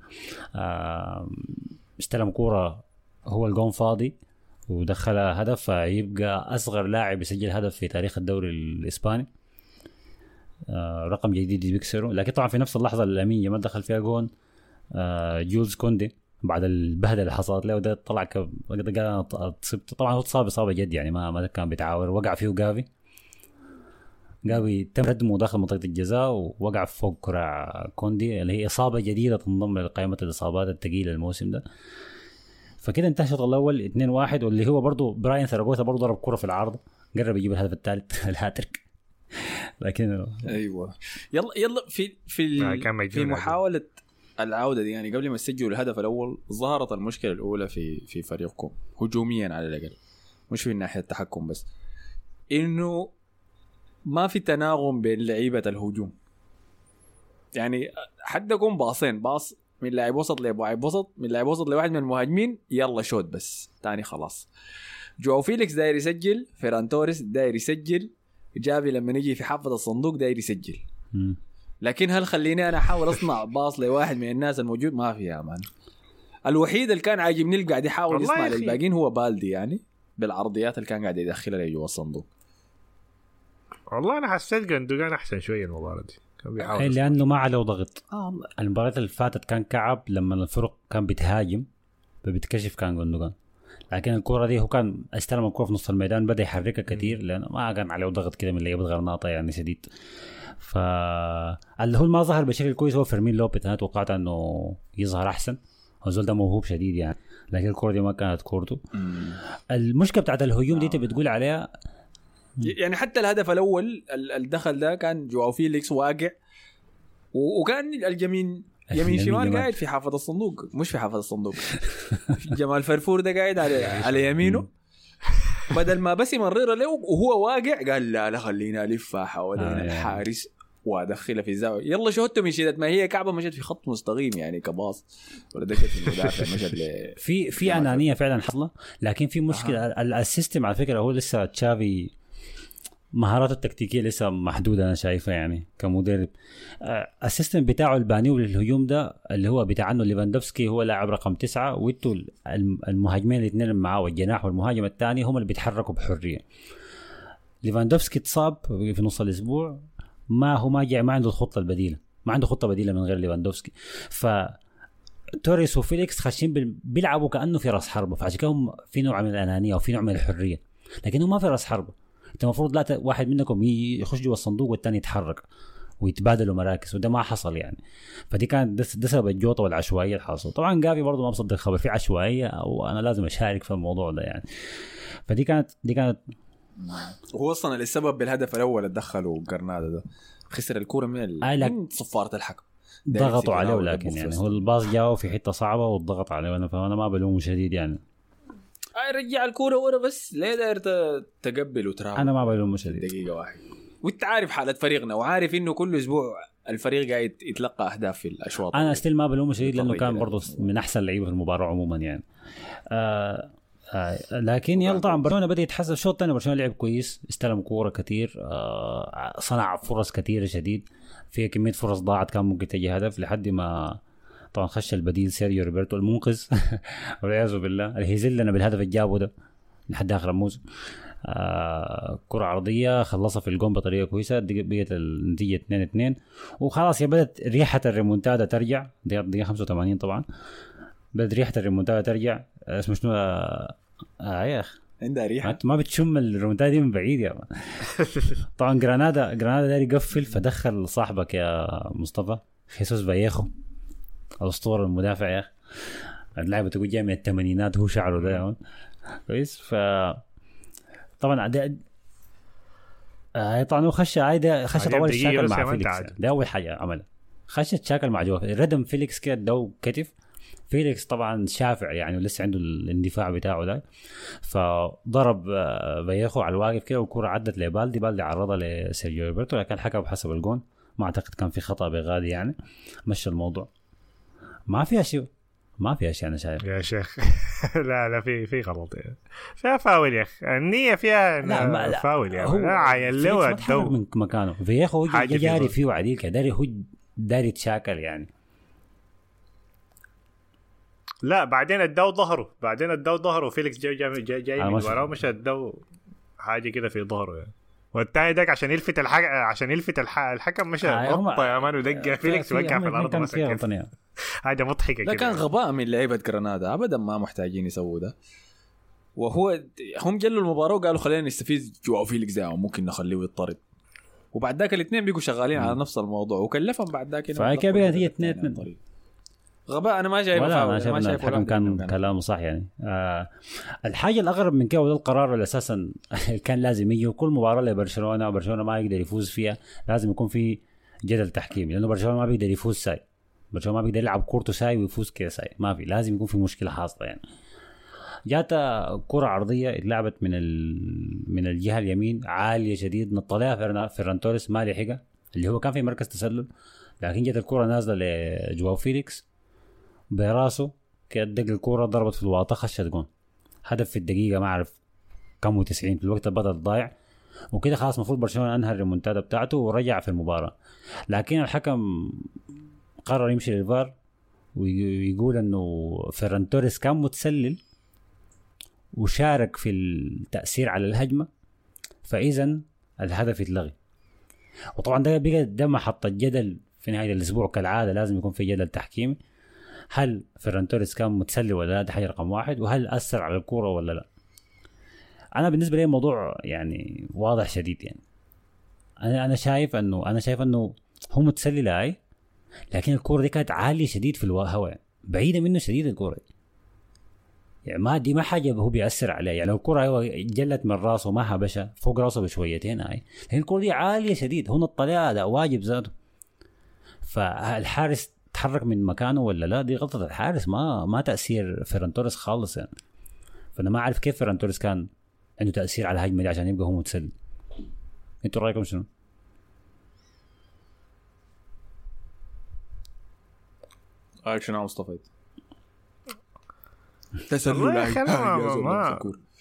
استلم كوره هو الجون فاضي ودخلها هدف، فيبقى اصغر لاعب يسجل هدف في تاريخ الدوري الاسباني، رقم جديد بيكسره. لكن طبعا في نفس اللحظه اللي لامين جمال دخل فيها جون جولز كوندي بعد البهدله اللي حصلت له، وده طلع ك... طبعا هو اتصاب اصابه جد يعني، ما ما كان بيتعاور، وقع فيه جافي جافي تم ردمه داخل منطقة الجزاء ووقع فوق كرة كوندي اللي هي إصابة جديدة تنضم لقائمة الإصابات الثقيلة الموسم ده. فكده انتهى الشوط الأول اثنين واحد، واللي هو برضو براين ساراغوثا برضو ضرب كرة في العارضة، قرب يجيب الهدف الثالث الهاتريك. لكن أيوة يلا يلا في في في محاولة العودة دي يعني قبل ما تسجلوا الهدف الأول ظهرت المشكلة الأولى في في فريقكم هجوميا على الأقل، مش في ناحية التحكم بس، إنه ما في تناغم بين لعيبة الهجوم. يعني حدكم باصين، باص من لاعب وسط للاعب وسط، من لاعب وسط لواحد من المهاجمين، يلا شوت بس تاني خلاص. جواو فيليكس داير يسجل، فيران توريس داير يسجل، جافي لما نجي في حافة الصندوق داير يسجل. م. لكن هل خليني أنا أحاول أصنع باص لواحد من الناس الموجود؟ ما في يا مان. الوحيد اللي كان عاجبني اللي قاعد يحاول يصنع للباقين هو بالدي، يعني بالعرضيات اللي كان قاعد يدخلها لجوا الصندوق. والله أنا حسيت جندوجان أحسن شوية المباراة دي، كان بيحاول لأنه ما عليه ضغط. آه. المباراة اللي فاتت كان كعب لما الفرق كان بيتهاجم فبيتكشف كان جندوجان، لكن الكرة دي هو كان استلم الكرة في نص الميدان بدأ يحركها كتير لأنه ما كان عليه ضغط كده من لعيبة غرناطة يعني شديد. فاللي هو ما ظهر بشكل كويس هو فيرمين لوبيز. أنا توقعت أنه يظهر أحسن، هو زول ده موهوب شديد يعني، لكن الكرة دي ما كانت كورته. المشكلة بتاعت الهجوم دي تبي عليها يعني حتى الهدف الأول الدخل ده كان جواو فيليكس واقع وكان الجمين يمين شمال قاعد في حافظ الصندوق، مش في حافظ الصندوق جمال فرفور ده قاعد على على يمينه، بدل ما بس يمرر له وهو واقع قال لا لا خلينا الفها حوالين آه الحارس وادخلها في الزاويه، يلا شوته من شدت ما هي كعبه مشت في خط مستقيم يعني كباص ولا دكت المدافع مشت ل في في انانيه فعلا حصله. لكن في مشكله آه. السيستم على فكره هو لسه تشافي مهاراته التكتيكيه لسه محدوده انا شايفه يعني كمدرب. السيستم بتاعه البانيو للهجوم ده اللي هو بتاع انه ليفاندوفسكي هو لاعب رقم تسعة ويتو المهاجمين الاثنين اللي معاه والجناح والمهاجم الثاني هم اللي بيتحركوا بحريه. ليفاندوفسكي اتصاب في نص الاسبوع، ما هو ما جاء، ما عنده الخطه البديله، ما عنده خطه بديله من غير ليفاندوفسكي. ف توريس وفيليكس خاشين بيلعبوا كانه في راس حربه، فعشان كده في نوع من الانانيه وفي نوع من الحريه، لكنه ما في راس حربه. انت المفروض لا واحد منكم يخش جوا الصندوق والثاني يتحرك ويتبادلوا مراكز، وده ما حصل يعني. فدي كانت ده سبب الجوطه والعشوائيه الحاصله. طبعا جافي برضه ما بصدق الخبر في عشوائيه او انا لازم اشارك في الموضوع ده يعني. فدي كانت دي كانت هو اصلا السبب بالهدف الاول اللي دخلوا جرناده ده، خسر الكوره من آه من صفاره الحكم، ضغطوا عليه، ولكن يعني هو الباص جاء في حته صعبه وضغط عليه، وانا فانا ما بلومه شديد يعني. رجع الكوره ورا بس ليه داير تقبل وتراوح؟ انا ما بلومه شديد دقيقه واحده. وانت عارف حاله فريقنا وعارف انه كل اسبوع الفريق قاعد يتلقى اهداف في الاشواط. انا استيل ما بلومه شديد لانه كان برضه من احسن اللعيبه في المباراه عموما يعني. آه آه لكن يلا طبعا برشلونه بدا يتحسن. الشوط الثاني برشلونه لعب كويس، استلم كوره كتير، آه صنع فرص كثيره شديد، في كميه فرص ضاعت كان ممكن تجي هدف لحد ما طبعا خش البديل سيريو روبرتو المنقذ والعياذ بالله الهيزل لنا بالهدف اللي جابه ده لحد اخر الموسم. آه كرة عرضية خلصها في الجون بطريقة كويسة، بقت النتيجة اثنين اثنين وخلاص. يا بدت ريحة الريمونتادا ترجع، دقيقة خمسة وثمانين طبعا بدت ريحة الريمونتادا ترجع. اسمه شنو آه, آه يا أخ عندها ريحة ما بتشم الريمونتادا دي من بعيد يا طبعا جرانادا جرانادا داري يقفل فدخل صاحبك يا مصطفى خيسوس فايخو الأسطورة المدافع يا أخي. اللعبة تقول جاي من الثمانينات هو شعره ده كويس. ف طبعا ده آه طبعا هو خش عايده خش طوال الشاكل مع فيليكس، ده أول حاجة عملها، خش الشاكل مع جوا ردم فيليكس كده دو كتف فيليكس طبعا شافع يعني ولسه عنده الاندفاع بتاعه ده، فضرب فايخو على الواقف كده والكرة عدت لبالدي، بالدي عرضها لسيرجيو روبرتو لكن الحكم حسب الجون، ما أعتقد كان في خطأ بغادي يعني مشى الموضوع. ما فيها شيء ما فيها شيء أنا شايف يا شيخ لا لا في في غلط يعني. فيها فاول يا أخي، النية فيها لا فاول يعني. هو عيلوا الدو من مكانه فيخو جاري فيه وعديل كده داري هو داري يتشاكل يعني. لا بعدين الدو ظهره بعدين الدو ظهره فيليكس جاي جاي جاي, جاي من وراه مش الدو حاجة كده في ظهره يعني. والتاني داك عشان يلفت الحكم عشان يلفت الحكم مش غطى يا مان ودق فيليكس وقع في الارض مثلا. حاجه مضحكه كده. ده كان غباء من لعيبه جرانادا ابدا، ما محتاجين يسووا ده. وهو هم جلوا المباراه وقالوا خلينا نستفيد جواو فيليكس ده وممكن نخليه يطرد، وبعد ذاك الاثنين بيقوا شغالين م. على نفس الموضوع وكلفهم بعد ذاك فكيف هي اثنين اثنين غباء. انا ما شايف ولا انا شايف ان الحكم كان كلامه صح يعني. آه الحاجه الاغرب من كده وده القرار اللي اساسا كان لازم يجي كل مباراه لبرشلونه وبرشلونه ما يقدر يفوز فيها لازم يكون في جدل تحكيمي، لانه برشلونه ما بيقدر يفوز ساي برشلونه ما بيقدر يلعب كورته ساي ويفوز كده ساي، ما في، لازم يكون في مشكله حاصله يعني. جات كره عرضيه اتلعبت من ال... من الجهه اليمين عاليه شديد، نطلعها فيران توريس ما لحقها اللي هو كان في مركز تسلل، لكن جت الكره نازله لجواو فيليكس براسه كده، دق الكره ضربت في الواطه خشت جون. هدف في الدقيقه ما اعرف كم وتسعين في الوقت البدل ضايع، وكده خلاص المفروض برشلونه انهى الريمونتادا بتاعته ورجع في المباراه. لكن الحكم قرر يمشي للفار ويقول انه فيران توريس كان متسلل وشارك في التاثير على الهجمه، فاذا الهدف يتلغي. وطبعا ده بقى ده محط الجدل في نهايه الاسبوع كالعاده، لازم يكون في جدل تحكيمي. هل فيران توريس كان متسلل ولا لا؟ ده حاجه رقم واحد. وهل اثر على الكوره ولا لا؟ انا بالنسبه لي الموضوع يعني واضح شديد يعني. انا انا شايف انه انا شايف انه هو متسلل اي، لكن الكوره دي كانت عاليه شديد في الهواء، بعيده منه شديد الكوره يعني. ما دي ما حاجه هو بيأثر عليها يعني. لو الكوره هو جلت من راسه ما هبشه فوق راسه بشويتين اي، لكن الكوره دي عاليه شديد، هو الطليعه ده واجب ذاته. فالحارس تحرك من مكانه ولا لا؟ دي غلطه الحارس، ما ما تأثير فيران توريس خالص يعني. فانا ما اعرف كيف فيران توريس كان عنده تأثير على الهجمه دي عشان يبقى هو متسلل. انتوا رايكم شنو؟ رايك شنو مصطفى؟ تسلل ما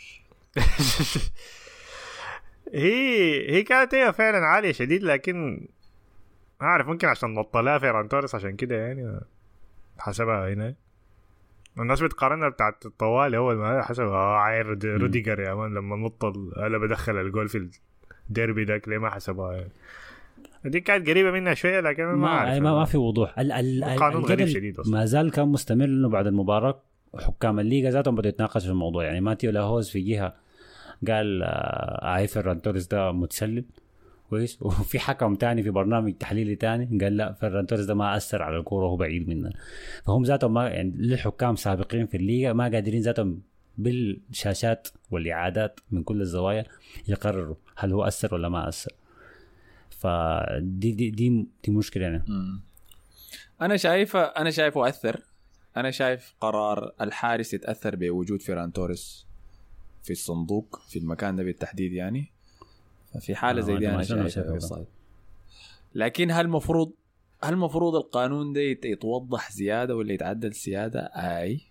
هي هي كانت هي فعلا عاليه شديد، لكن ما اعرف ممكن عشان نطلع فيران توريس عشان كده يعني حسبها هنا. الناس بتقارنها بتاعت الطوالي اول ما حسبها عاير روديجر يا مان لما نطل انا بدخل الجول في الديربي داك ليه ما حسبها يعني. دي كانت قريبه منها شويه لكن ما ما عارف ما, ما في وضوح. ال ال القانون غريب شديد ما زال كان مستمر انه بعد المباراه حكام الليغا ذاتهم بدأوا يتناقشوا في الموضوع يعني. ماتيو لاهوز في جهه قال آه فيران توريس ده متسلل كويس، وفي حكم تاني في برنامج تحليلي تاني قال لا فيران توريس ده ما أثر على الكوره وهو بعيد منها. فهم ذاتهم ما يعني الحكام سابقين في الليغا ما قادرين ذاتهم بالشاشات والإعادات من كل الزوايا يقرروا هل هو أثر ولا ما أثر. فدي دي دي, دي مشكله يعني. انا شايفه انا شايفه أثر. انا شايف قرار الحارس يتأثر بوجود فيران توريس في الصندوق في المكان ده بالتحديد يعني. في حالة زي دي أنا شايفها صحيح. لكن هل مفروض هل مفروض القانون ده يتوضح زيادة ولا يتعدل زيادة؟ أي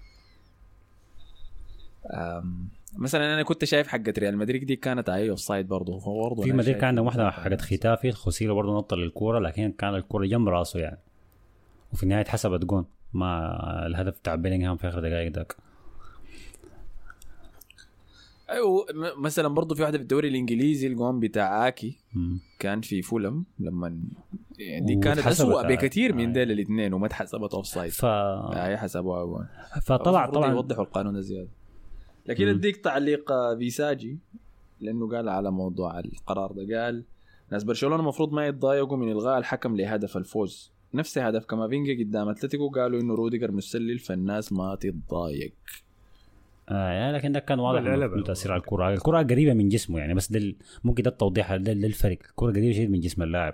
مثلا أنا كنت شايف حقة ريال مدريد دي كانت أي أوفسايد برضه. برضه في مدريد كان عندهم واحدة حقة ختافي خوسيلو برضه نط للكورة، لكن كان الكورة جنب راسه يعني، وفي النهاية حسبت جون مع الهدف بتاع بيلينغهام في آخر دقائق داك. ايوه مثلا برضو في واحده في الدوري الانجليزي الجون بتاع اكي مم. كان في فولم لما يعني دي كانت اسوء بكثير من ديل الاثنين وما اتحسبت اوف سايد. ف هي حسبوها جون. فطلع طبعا يوضحوا القانون الزياده. لكن اديك تعليق بيساجي لانه قال على موضوع القرار ده، قال ناس برشلونه المفروض ما يتضايقوا من الغاء الحكم لهدف الفوز، نفس هدف كامافينجا قدام اتلتيكو قالوا انه روديجر مسلل فالناس ما تتضايق. آه يعني لكن ده كان واضح انه تأثير على الكرة. الكرة قريبة من جسمه يعني، بس ده ممكن ده التوضيح للفرق. الكرة قريبة شديد من جسم اللاعب.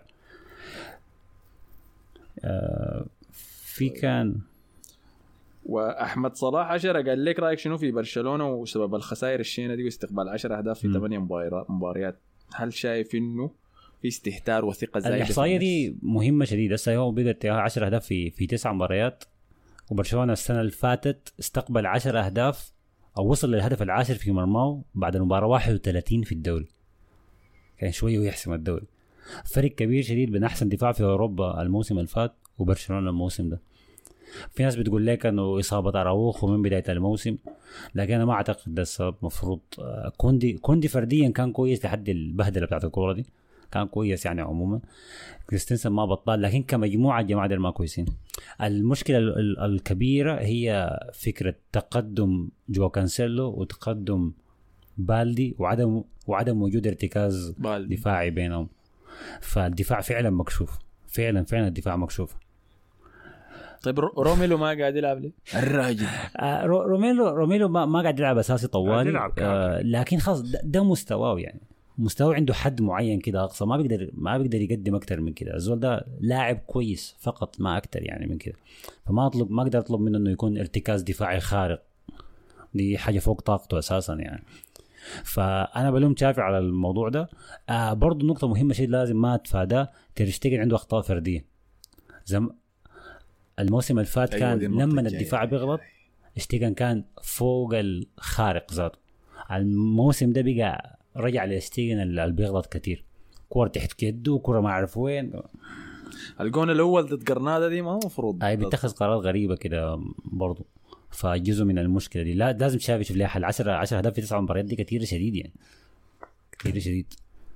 آه في كان وأحمد صلاح عشرة قال لك رأيك شنو في برشلونة وسبب الخسائر الشينة دي واستقبال عشرة أهداف في ثمانية مباريات؟ هل شايف إنه في استهتار وثقة زايدة؟ الإحصائية دي مهمة شديدة. هسه هو بقت عشرة أهداف في في تسع مباريات، وبرشلونة السنة اللي فاتت استقبل عشرة أهداف أو وصل للهدف العاشر في مرماه بعد المباراة واحد وثلاثين في الدوري. كان شوية ويحسم الدوري. فرق كبير شديد بين أحسن دفاع في أوروبا الموسم الفات وبرشلونة الموسم ده. في ناس بتقول لك أنه إصابة أراوخو من بداية الموسم، لكن أنا ما أعتقد ده السبب. مفروض كوندي كوندي فرديا كان كويس لحد البهدلة بتاعت الكورة دي، كان كويس يعني عموما. كريستنسن ما بطال، لكن كمجموعة الجماعة دي ما كويسين. المشكلة الكبيرة هي فكرة تقدم جو كانسيلو وتقدم بالدي وعدم وعدم وجود ارتكاز بالدي. دفاعي بينهم. فالدفاع فعلا مكشوف، فعلا فعلا الدفاع مكشوف. طيب روميلو ما قاعد يلعب ليه الراجل؟ آه روميلو روميلو ما, ما قاعد يلعب اساسي طوالي. آه لكن خلاص ده, ده مستواه يعني. مستوى عنده حد معين كده اقصى، ما بيقدر ما بيقدر يقدم اكتر من كده. الزول ده لاعب كويس فقط ما اكتر يعني من كده، فما اطلب ما اقدر اطلب منه انه يكون ارتكاز دفاعي خارق، دي حاجه فوق طاقته اساسا يعني. فانا بلوم تشافي على الموضوع ده. آه برضو نقطه مهمه شيء لازم ما اتفاداه، تير شتيجن عنده اخطاء فرديه. زم الموسم اللي فات كان أيوة لما الدفاع بيغلط شتيجن كان فوق الخارق ذاته. الموسم ده بقى رجع لشتيجن اللي بيغلط كتير، كورة تحت يده وكورة ما اعرف وين. الجون الاول ضد جرناطة دي ما مفروض اي بيتخذ قرارات غريبه كده برضو، فجزء من المشكله دي لا لازم شافي يشوف لها حل. عشرة عشرة اهداف في تسعة مباريات دي كتير شديد يعني، كتير شديد.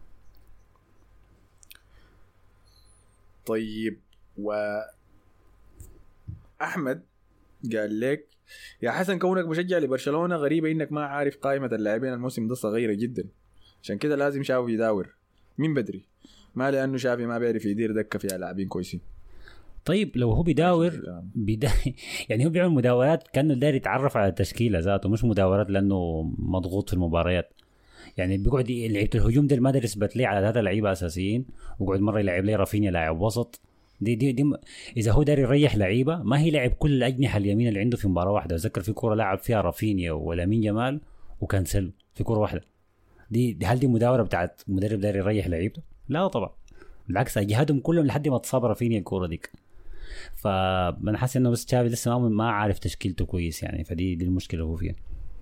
طيب و احمد قال لك يا حسن كونك مشجع لبرشلونه غريبه انك ما عارف قائمه اللاعبين الموسم ده صغيره جدا، عشان كده لازم شافي يداور من بدري، ما لانه شافي ما بيعرف يدير دكه فيها لاعبين كويسين. طيب لو هو بيداور بدا يعني هو بيعمل مداورات كانه داير يتعرف على التشكيله ذاته، مش مداورات لانه مضغوط في المباريات. يعني بيقعد لعيبه الهجوم ده ما دارس بتلي على ثلاثه لعيبه اساسيين، وقعد مره يلعب لي رافينيا لاعب وسط. دي دي دي اذا هو داري يريح لعيبه ما هي لعب كل الاجنحه اليمين اللي عنده في مباراه واحده. اتذكر في كوره لعب فيها رافينيا ولامين جمال وكانسلو في كوره واحده. دي هل دي مداوره بتاعت مدرب داري يريح لعيبته؟ لا طبعا، بالعكس اجهادهم كلهم لحد ما تصاب رافينيا الكوره ديك. فانا حاسس انه بس تشافي لسه ما ما عارف تشكيلته كويس يعني، فدي دي المشكله هو فيها.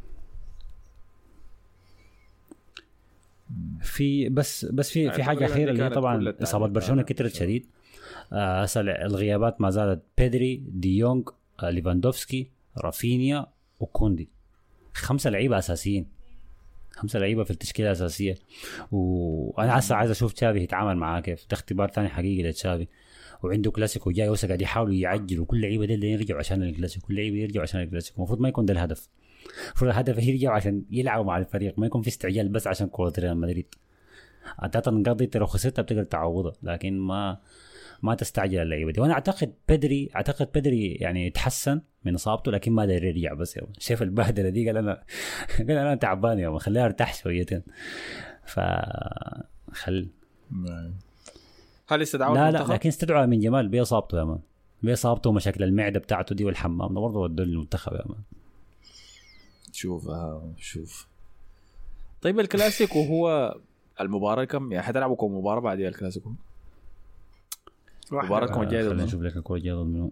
في بس بس في في حاجه اخيره اللي هي طبعا اصابات برشلونه كترت شديد. اسال الغيابات ما زالت بيدري، دي يونغ، ليفاندوفسكي، رافينيا وكوندي. خمسه لعيبه اساسيين، خمسه لعيبه في التشكيله الاساسيه. وانا هسه عايز اشوف تشافي يتعامل معاه كيف. ده اختبار ثاني حقيقي لتشافي، وعنده كلاسيكو جاي وسا قاعد يحاولوا يعجلوا كل لعيبه دي اللي يرجعوا عشان الكلاسيكو، كل لعيبه يرجعوا عشان الكلاسيكو. المفروض ما يكون ده الهدف، المفروض الهدف يرجعوا عشان يلعبوا مع الفريق، ما يكون في استعجال بس عشان كره ريال مدريد. عادة قضية لو خسرتها بتقدر تعوضها، لكن ما ما تستعجل اللعيبه دي. وانا اعتقد بدري اعتقد بدري يعني يتحسن من اصابته، لكن ما داير يرجع. بس يوم شايف البهدله دي قال انا قال انا تعبان يوم خليها ارتاح شويتين. ف خل هل استدعوا لا المنتخب؟ لا لكن استدعوا من جمال باصابته يا مان، باصابته ومشاكل المعده بتاعته دي والحمام ده برضه ودوا المنتخب يا مان. شوف ها شوف. طيب الكلاسيكو هو المباراة كم يعني حتلعبوا كم مباراة بعد الكلاسيكو؟ مباراتكم الجاية خلينا نشوف لك الكورة الجاية ضد منو.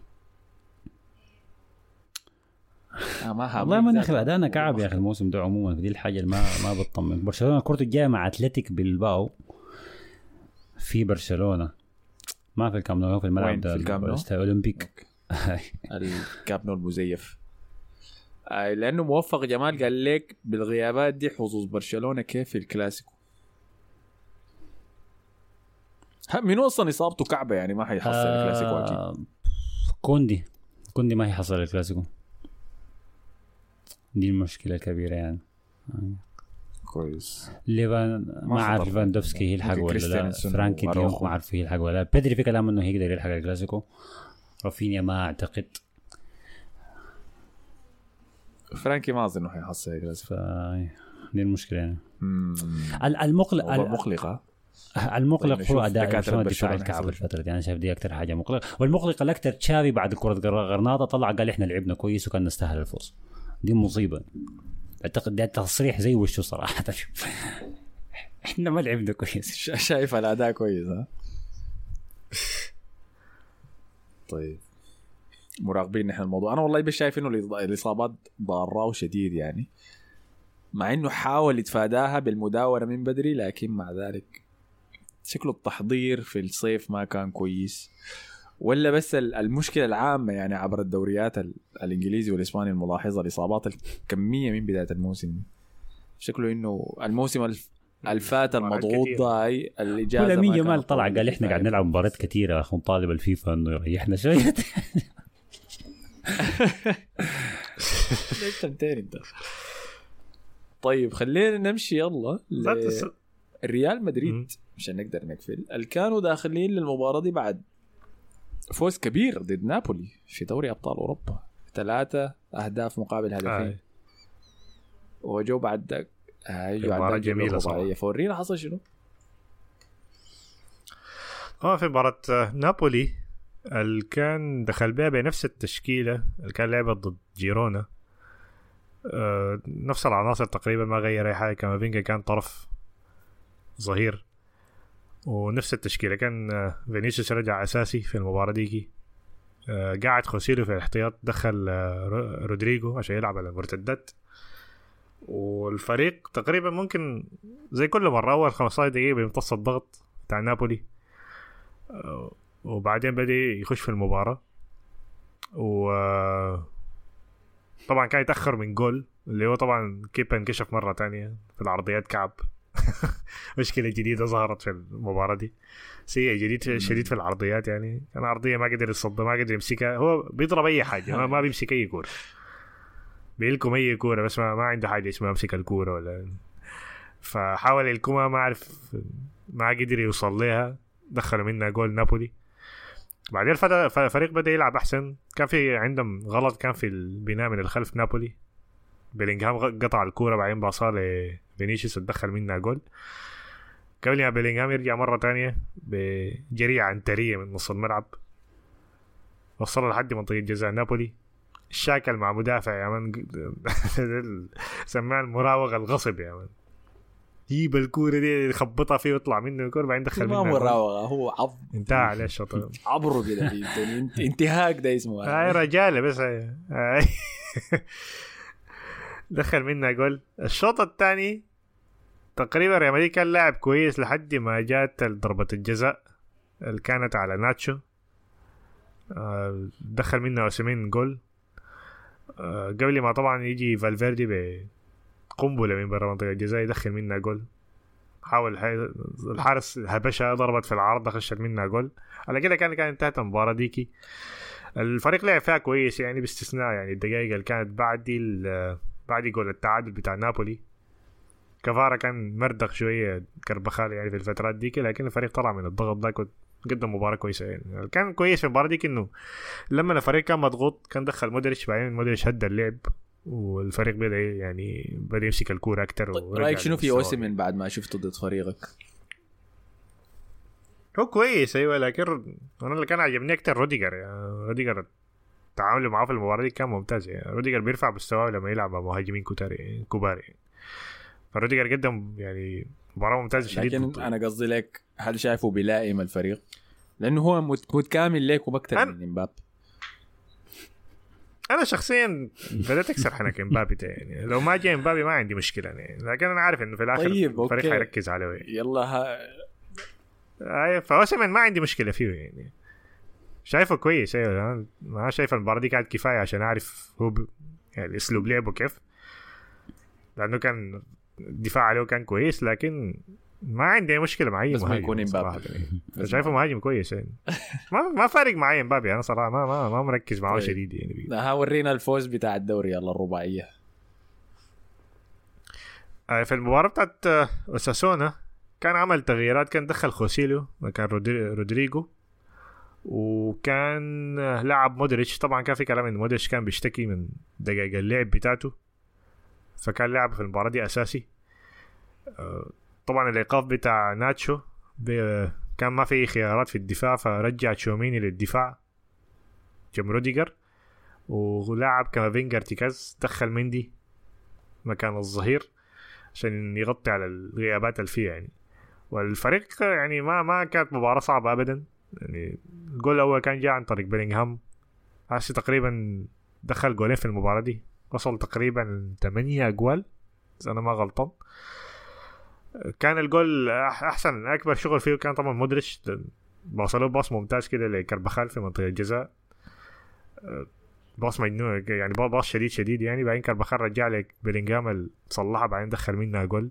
آه ما والله ما نخلق أدانا كعب يا أخي الموسم ده عموما، دي الحاجة اللي ما ما بتطمن. برشلونة كورته الجاية مع أتلتيك بالباو في برشلونة، ما في الكامب نو، في الملعب ده الأولمبيك الكامب نو المزيف. آه لأنه موفق جمال قال لك بالغيابات دي حظوظ برشلونة كيف في الكلاسيكو. منو اصلا اصابته كعبه يعني ما حيحصل آه الكلاسيكو اكيد. كوندي كوندي ما حيحصل الكلاسيكو، دي المشكله الكبيره يعني. كويس. ليفان ما عارف ليفاندوفسكي يلحق ولا لا، فرانكي ديونغ ما عارف يلحق ولا لا، بيدري في كلام انه يقدر يلحق الكلاسيكو، رافينيا ما اعتقد، فرانكي ما اظن انه حيحصل الكلاسيكو. دي المشكله يعني. المقلق المقلقه المقلق هو اداء الدفاع الكعب الفتره دي. انا شايف دي اكثر حاجه مقلقه، والمقلق الاكثر تشافي بعد كره غرناطه طلع قال احنا لعبنا كويس وكان نستاهل الفوز. دي مصيبه، اعتقد ده تصريح زي وشه صراحه. احنا ما لعبنا كويس. شايف الاداء كويس ها. طيب مراقبين نحن الموضوع. انا والله بس شايف انه الاصابات ضاره شديد يعني، مع انه حاول يتفاداها بالمداوره من بدري، لكن مع ذلك شكله التحضير في الصيف ما كان كويس، ولا بس المشكلة العامة يعني عبر الدوريات الإنجليزي والإسباني الملاحظة الإصابات الكمية من بداية الموسم. شكله إنه الموسم الفات المضغوط ضاي الإجازة. كل مين جمال طلع قال إحنا قاعد نلعب مباريات كتيرة، أخو طالب الفيفا إنه يريحنا شوية. ليش تنتين أنت؟ طيب خلينا نمشي يلا الريال مدريد مشان نقدر نقفل. كانوا داخلين للمباراة دي بعد فوز كبير ضد نابولي في دوري أبطال أوروبا، ثلاثة أهداف مقابل هدفين. آه. وجو بعد ايوه مباراة جميلة صراحه. فورينا حصل شنو. اه في مباراة نابولي اللي كان دخل بها بنفس التشكيلة اللي كان لعبت ضد جيرونا. آه نفس العناصر تقريبا، ما غير اي حاجة. كامافينجا كان طرف ظهير، ونفس التشكيلة كان آه فينيسيوس رجع اساسي في المباراة ديكي. آه قاعد خوسيلو في الاحتياط، دخل آه رودريجو عشان يلعب على المرتدات. والفريق تقريبا ممكن زي كل مرة أول خمسة عشر دقيقة بيمتص الضغط بتاع نابولي، آه وبعدين بدأ يخش في المباراة. وطبعا كان يتأخر من جول اللي هو طبعا كيبا انكشف مرة تانية في العرضيات كعب. مشكلة جديدة ظهرت في المباراة دي، سيء جديد شديد في العرضيات. يعني كان عرضية ما قدر يصدها، ما قدر يمسكها. هو بيضرب أي حاجة، ما, ما بيمسك أي كورة، بيلكم أي كورة بس ما, ما عنده حاجة اسمها يمسك الكورة ولا. فحاول يلكمها ما عرف، ما قدر يوصل لها، دخلوا منها جول نابولي. بعدين الفريق بدأ يلعب أحسن. كان في عندهم غلط كان في البناء من الخلف نابولي. بيلينغهام قطع الكورة بعدين باصها لفينيسيوس ودخل منها جول. قبل ما بيلينغهام يرجع مرة تانية بجريعة عنترية من نص الملعب، وصل لحد منطقة جزاء نابولي. الشاكل مع مدافع يا من سماه المراوغة الغصب يا من، جيب الكورة دي يخبطها فيه ويطلع منه الكورة بعدين دخل منها. ما مراوغة، هو عض انتهى عليه الشوط. عبره كده انتهاك ده اسمه. هاي رجالة بس هاي. دخل منها جول. الشوط الثاني تقريبا ريال مدريد كان لاعب كويس لحد ما جات ضربة الجزاء اللي كانت على ناتشو. دخل منها اوسيمين جول قبل ما طبعا يجي فالفيردي بقنبلة من برا منطقة الجزاء يدخل منها جول. حاول الحارس هبشها، ضربت في العارضة خشت منها جول. على كده كان كان انتهت المباراة ديكي. الفريق لعب فيها كويس يعني باستثناء يعني الدقائق اللي كانت بعد بعد جول التعادل بتاع نابولي. كفارا كان مردق شوية كربخال يعني في الفترات ديكي، لكن الفريق طلع من الضغط ده قدم مباراة كويسة. يعني كان كويس في المباراة ديك إنه لما الفريق كان مضغوط كان دخل مودريتش، بعدين مودريتش هدى اللعب والفريق بدأ يعني بدأ يمسك الكورة أكتر. رأيك شنو في أوسيمين بعد ما شفته ضد فريقك؟ هو كويس أيوة، لكن أنا اللي كان عجبني أكتر روديجر. يعني روديجر تعامله معاه في المباراة دي كان ممتاز. يعني روديجر بيرفع مستواه لما يلعب مع مهاجمين كتار كبار يعني. فروديجر قدم يعني مباراة ممتازة شديد. لكن أنا قصدي لك هل شايفه بيلائم الفريق؟ لأنه هو متكامل لك وبكتر من إمبابي. أنا شخصيا بدأت أكسر حنك إمبابي يعني لو ما جاء إمبابي ما عندي مشكلة يعني، لكن أنا عارف إنه في الآخر طيب الفريق هيركز عليه. يلا ها أيه فأوسيمين ما عندي مشكلة فيه يعني، شايفه كويس. أيوة ما شايف المباراة دي كانت كفاية عشان أعرف هو ب... يعني أسلوب لعبه كيف، لأنه كان الدفاع عليه كان كويس، لكن ما عندي مشكلة مع أي بس ما يكون إمبابي. شايفه مهاجم كويس يعني. ما ما فارق معي إمبابي أنا صراحة، ما ما ما مركز معه شديد يعني. لا ورينا الفوز بتاع الدوري يلا الرباعية. في المباراة بتاعت أوساسونا كان عمل تغييرات، كان دخل خوسيلو مكان رودريجو، وكان لعب مودريتش. طبعا كان في كلام إن مودريتش كان بيشتكي من دقائق اللعب بتاعته، فكان لعب في المباراة دي أساسي. طبعا الإيقاف بتاع ناتشو كان ما في خيارات في الدفاع، فرجع تشوميني للدفاع جم روديجر، ولعب كامافينجا ارتكاز، دخل مندي مكان الظهير عشان يغطي على الغيابات اللي فيه يعني. والفريق يعني ما ما كانت مباراة صعبة أبدا يعني. الجول الأول كان جاء عن طريق بيلينغهام، عشان تقريبا دخل جولين في المباراة دي، وصل تقريبا ثمانية أجوال إذا أنا ما غلطان. كان الجول أحسن أكبر شغل فيه كان طبعا مودريتش، وصلوا باص ممتاز كده لكربخال في منطقة الجزاء، باص مجنون يعني، باص شديد شديد يعني. بعدين كربخال رجع لك بيلينغهام صلحها، بعدين دخل منها جول.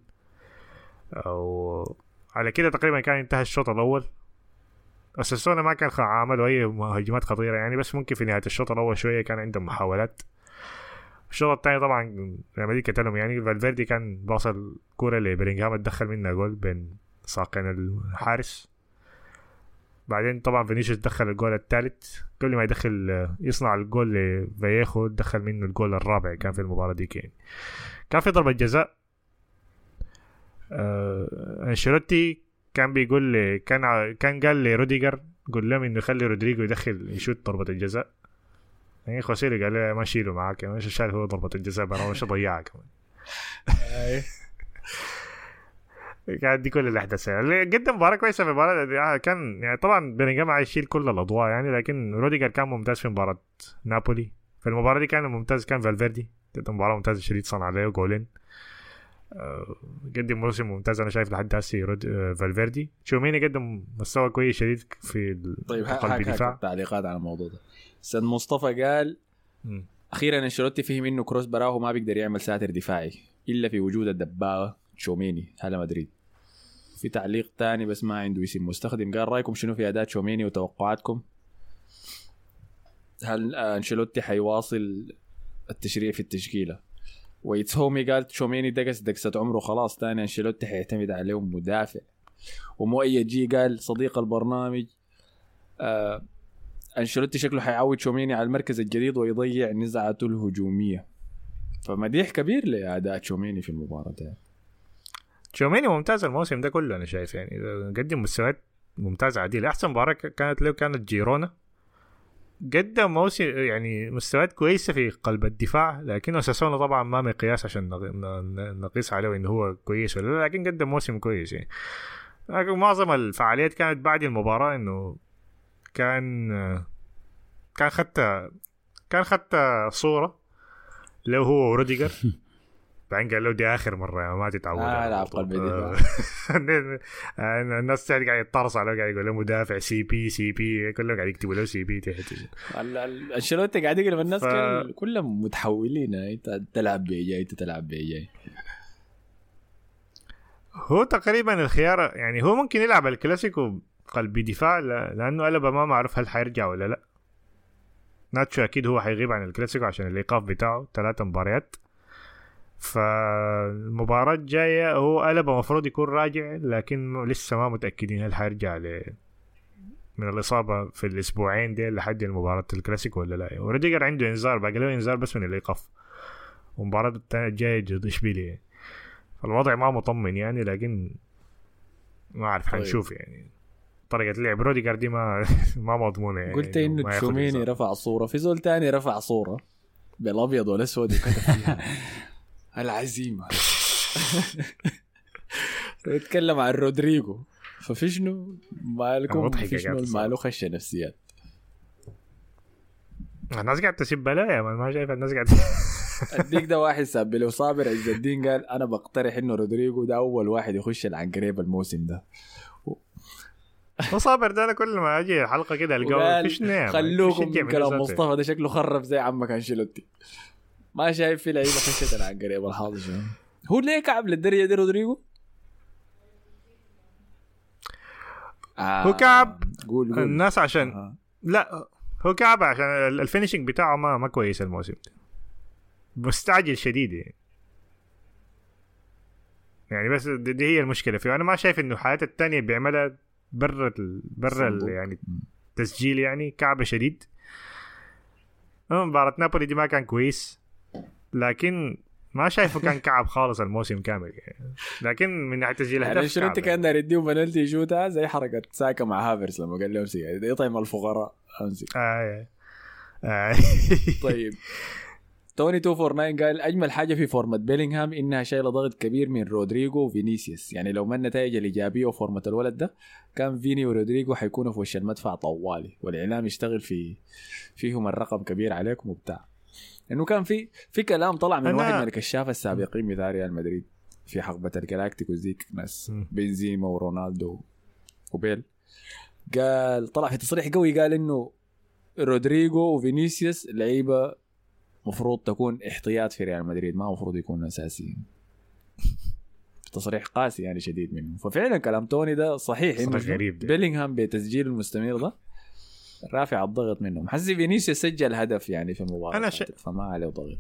وعلى كده تقريبا كان انتهى الشوط الأول. أساسونا ما كان عملوا أي هجمات خطيرة يعني، بس ممكن في نهاية الشوط الأول شوية كان عندهم محاولات. الشوط الثاني طبعا ريال مدريد قتلهم يعني. فالفيردي كان باصل كورة لبيلينغهام تدخل منها جول بين ساقين الحارس. بعدين طبعا فينيسيوس دخل الجول الثالث، قبل ما يدخل يصنع الجول لفييخو دخل منه الجول الرابع كان في المباراة دي يعني. كان في ضربة جزاء آه انشيلوتي كان بيقول لي كان ع... كان قال لي روديجر قول لهم انه يخلي رودريجو يدخل يشوت ضربة الجزاء. يعني خوسيلي قال لي ما شيله معاك مش شال هو ضربة الجزاء برا مش ضيعها كمان. كانت دي كل الاحداث اللي قدم مباراة كويسة في المباراة كان يعني طبعا بيلينغهام هيشيل كل الاضواء يعني لكن روديجر كان ممتاز في مباراة نابولي. في المباراة دي كان ممتاز كان فالفيردي قدم مباراة ممتازة شديد صنع عليه جولين. أه قدم موسم ممتاز انا شايف لحد هسه رود أه فالفيردي. تشوميني قدم مستوى كويس شديد في طيب قلب الدفاع. تعليقات على الموضوع ده. سيد مصطفى قال م. اخيرا انشيلوتي فهم انه كروس براه ما بيقدر يعمل ساتر دفاعي الا في وجود الدباغه تشوميني هلا مدريد. في تعليق تاني بس ما عنده اسم مستخدم قال رايكم شنو في اداء تشوميني وتوقعاتكم؟ هل انشيلوتي حيواصل التشريع في التشكيله؟ ويتسومي قال تشوميني دقس دقسة عمره خلاص تاني انشيلوتي حيعتمد عليهم مدافع. ومؤيد جي قال صديق البرنامج آه انشيلوتي شكله حيعود تشوميني على المركز الجديد ويضيع نزعته الهجوميه. فمديح كبير لاداء تشوميني في المباراه ده. تشوميني ممتاز الموسم ده كله انا شايف يعني قدم مستويات ممتازه عديله. احسن مباراه كانت له كانت جيرونا قدم موسم يعني مستويات كويسه في قلب الدفاع لكنه ساسونا طبعا ما مقياس عشان نقيس عليه انه هو كويس ولا لا لكن قدم موسم كويس يعني. لكن معظم الفعاليات كانت بعد المباراه انه كان كان خدت كان خدت صوره لو هو وروديجر بعدين قال له دي آخر مرة ما تتعود آه لا قلب دفاع. الناس قاعد يتطرص عليه قاعد يقول له مدافع سي بي سي بي كلهم قاعد يكتبوا له سي بي تحت. انشيلوتي قاعد يقلب الناس ف... كلهم متحولين انت تلعب بيجي انت تلعب بيجي. هو تقريبا الخيار يعني هو ممكن يلعب الكلاسيكو قلب دفاع لأنه ألبا ما معروف هل حيرجع ولا لا. ناتشو أكيد هو حيغيب عن الكلاسيكو عشان الإيقاف بتاعه ثلاثة مباريات. فالمباراة الجاية هو ألبا مفروض يكون راجع لكن لسه ما متأكدين هل حيرجع ل من الإصابة في الأسبوعين دي لحد المباراة الكلاسيكو ولا لا. وروديجر عنده إنذار باقي له إنذار بس من الإيقاف ومباراة الثانية الجاية ضد إشبيلية. فالوضع ما مطمن يعني لكن ما أعرف حنشوف يعني طريقة لعب روديجر دي ما ما مضمونة يعني. قلت إنه تشوميني رفع صورة في زول تاني رفع صورة بالأبيض والأسود وكتب فيها العزيمة يتكلم عن رودريجو ففي شنو مالكم في شنو ماله خشة نفسيات. الناس قاعد تسيب بلايا ما شايف الناس قاعد اديك ده واحد ساب له صابر عز الدين قال انا بقترح انه رودريجو ده اول واحد يخش العنقريب الموسم ده. وصابر ده انا كل ما اجي الحلقه كده القاه فيش نعم خلوكم من كلام مصطفى ده شكله خرب زي عمك انشيلوتي ما شايف في لعيبه خشت العنقريب الحاضر. هو ليه كعب للدرجه دي رودريجو؟ آه هو كعب قول قول. الناس عشان آه. لا هو كعب عشان الفينيشنج بتاعه ما ما كويس الموسم ده مستعجل شديد يعني. يعني بس دي هي المشكله فيه. انا ما شايف انه حياته التانية بيعملها برا برا يعني تسجيل يعني كعبه شديد. مباراة نابولي دي ما كان كويس لكن ما شايفه كان كعب خالص الموسم كامل يعني. لكن من ناحيه تسجيل اهداف يعني شنو انت كان داير يديهم بنالتي يشوتها زي حركه ساكا مع هافرز لما قال لهم سي يطعم الفقراء امسك. آه آه. طيب توني تو فور ناين قال اجمل حاجه في فورمه بيلينغهام انها شايله ضغط كبير من رودريجو وفينيسيوس. يعني لو ما النتائج الايجابيه وفورمه الولد ده كان فيني ورودريجو حيكونوا في وش المدفع طوالي والاعلام يشتغل في فيهم الرقم كبير عليكم وبتاع. انه كان في في كلام طلع من واحد من الكشاف السابقين بتاع ريال مدريد في حقبه الجلاكتيكوس ديك ناس بنزيما ورونالدو وبيل. قال طلع في تصريح قوي قال انه رودريجو وفينيسيوس لعيبه مفروض تكون احتياط في ريال مدريد ما مفروض يكونوا اساسيين. تصريح قاسي يعني شديد منه. ففعلا كلام توني ده صحيح انه بيلينغهام بتسجيل المستمر ده رافع الضغط منه. محسي فينيسيوس سجل هدف يعني في المباراة أنا ش... فما عليه ضغط.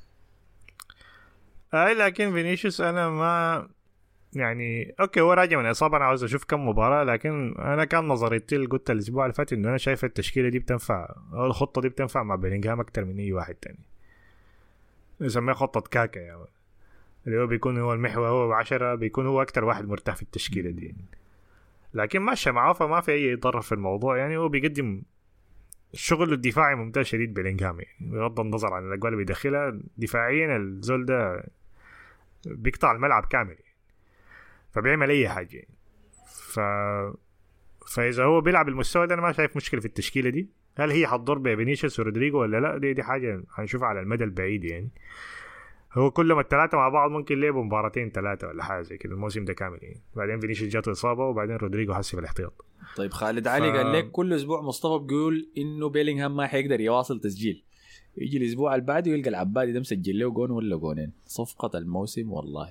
اي لكن فينيسيوس انا ما يعني اوكي هو راجع من اصابه انا عاوز اشوف كم مباراه لكن انا كان نظريتي اللي قلت الاسبوع اللي فات انه انا شايف التشكيله دي بتنفع او الخطه دي بتنفع مع بيلينغهام اكتر من اي واحد تاني نسميها خطه كاكا يعني. اللي هو بيكون هو المحور هو بعشرة، بيكون هو أكتر واحد مرتاح في التشكيلة دي. لكن ماشي معاه فما في أي ضرر في الموضوع يعني. هو بيقدم الشغل الدفاعي ممتاز شديد بلينغهام يعني، بغض النظر عن الأجوال اللي بيدخلها دفاعيا الزول ده بيقطع الملعب كامل يعني. فبيعمل أي حاجة يعني. ف... فإذا هو بيلعب المستوى ده أنا ما شايف مشكلة في التشكيلة دي. هل هي حتضر بفينيسيوس ورودريجو ولا لا؟ دي دي حاجة هنشوفها على المدى البعيد يعني. هو كل ما الثلاثة مع بعض ممكن لعبوا مباراتين ثلاثة ولا حاجة زي كده الموسم ده كامل يعني. بعدين فينيسيوس جاته إصابة وبعدين رودريجو حسي في الاحتياط. طيب خالد علي ف... قال لك كل أسبوع مصطفى بيقول إنه بيلينغهام ما حيقدر يواصل تسجيل، يجي الأسبوع اللي بعده يلقى العبادي ده مسجل له جون ولا جونين. صفقة الموسم والله.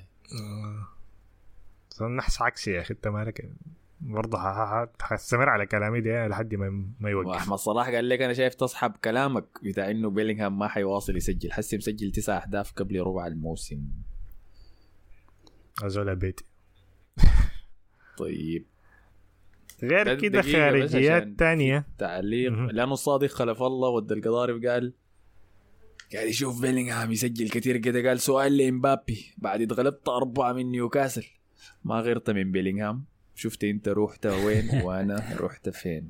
آه. نحس عكسي يا أخي. أنت مالك برضه هستمر على كلامي ده لحد ما ما يوقف. واحمد صلاح قال لك انا شايف تصحب كلامك بتاع انه بيلينغهام ما حيواصل يسجل، حسي مسجل تسع اهداف قبل ربع الموسم. ازول بيتي. طيب غير كده خارجيات تانية تعليق م- لانه الصادق خلف الله ود القضارب قال قاعد يشوف بيلينغهام يسجل كتير كده. قال سؤال لإمبابي بعد اتغلبت أربعة من نيوكاسل ما غيرت من بيلينغهام، شفت انت روحت وين وانا روحت فين؟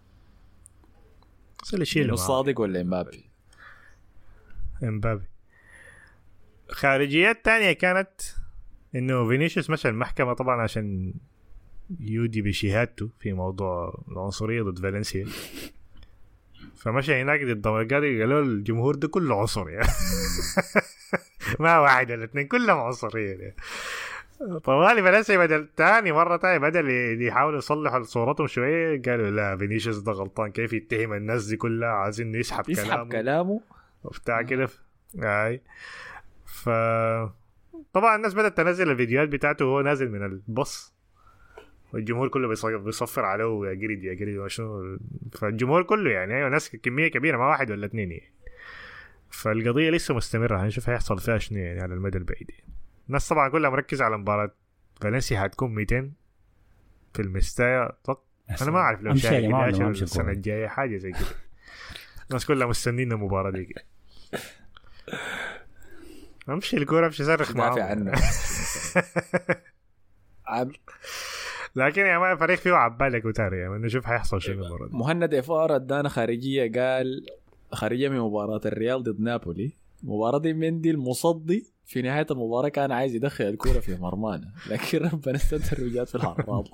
الصادق ولا امبابي؟ امبابي. خارجيات تانية كانت انه فينيسيوس مشى المحكمة طبعا عشان يودي بشهادته في موضوع العنصرية ضد فالنسيا، فمشى هناك ضد الضمرقادي قالوا الجمهور ده كله عنصري يعني. ما واحد ولا اثنين كلهم عنصرية يعني. طوالي فالنسيا بدل تاني مرة تاني بدل يحاولوا يصلحوا صورتهم شوية قالوا لا فينيسيوس ده غلطان، كيف يتهم الناس دي كلها، عايزين يسحب, يسحب كلامه كلامه وبتاع كده. اي ف طبعا الناس بدأت تنزل الفيديوهات بتاعته وهو نازل من البص والجمهور كله بيصفر عليه يا جريد يا جريد وشنو. فالجمهور كله يعني ايوه ناس كمية كبيرة ما واحد ولا اثنين يعني. فالقضية لسه مستمرة هنشوف هيحصل فيها شنو يعني على المدى البعيد. الناس طبعا كلها مركزة على مباراة فالنسيا هتكون مئتين في المستايا. طب انا ما اعرف لو شايف السنة الجاية حاجة زي كده. الناس كلها مستنين المباراة دي كده. امشي الكورة امشي صرخ معاه عنه. لكن يا ما فريق فيه عبالك وتاري يعني نشوف هيحصل شيء المباراة دي. مهند إفارة ادانا خارجية قال خارجية من مباراة الريال ضد نابولي. مباراة دي مندي المصدي في نهاية المباراة كان عايز يدخل الكورة في مرمانا لكن ربنا استدر وجات في الحرابة.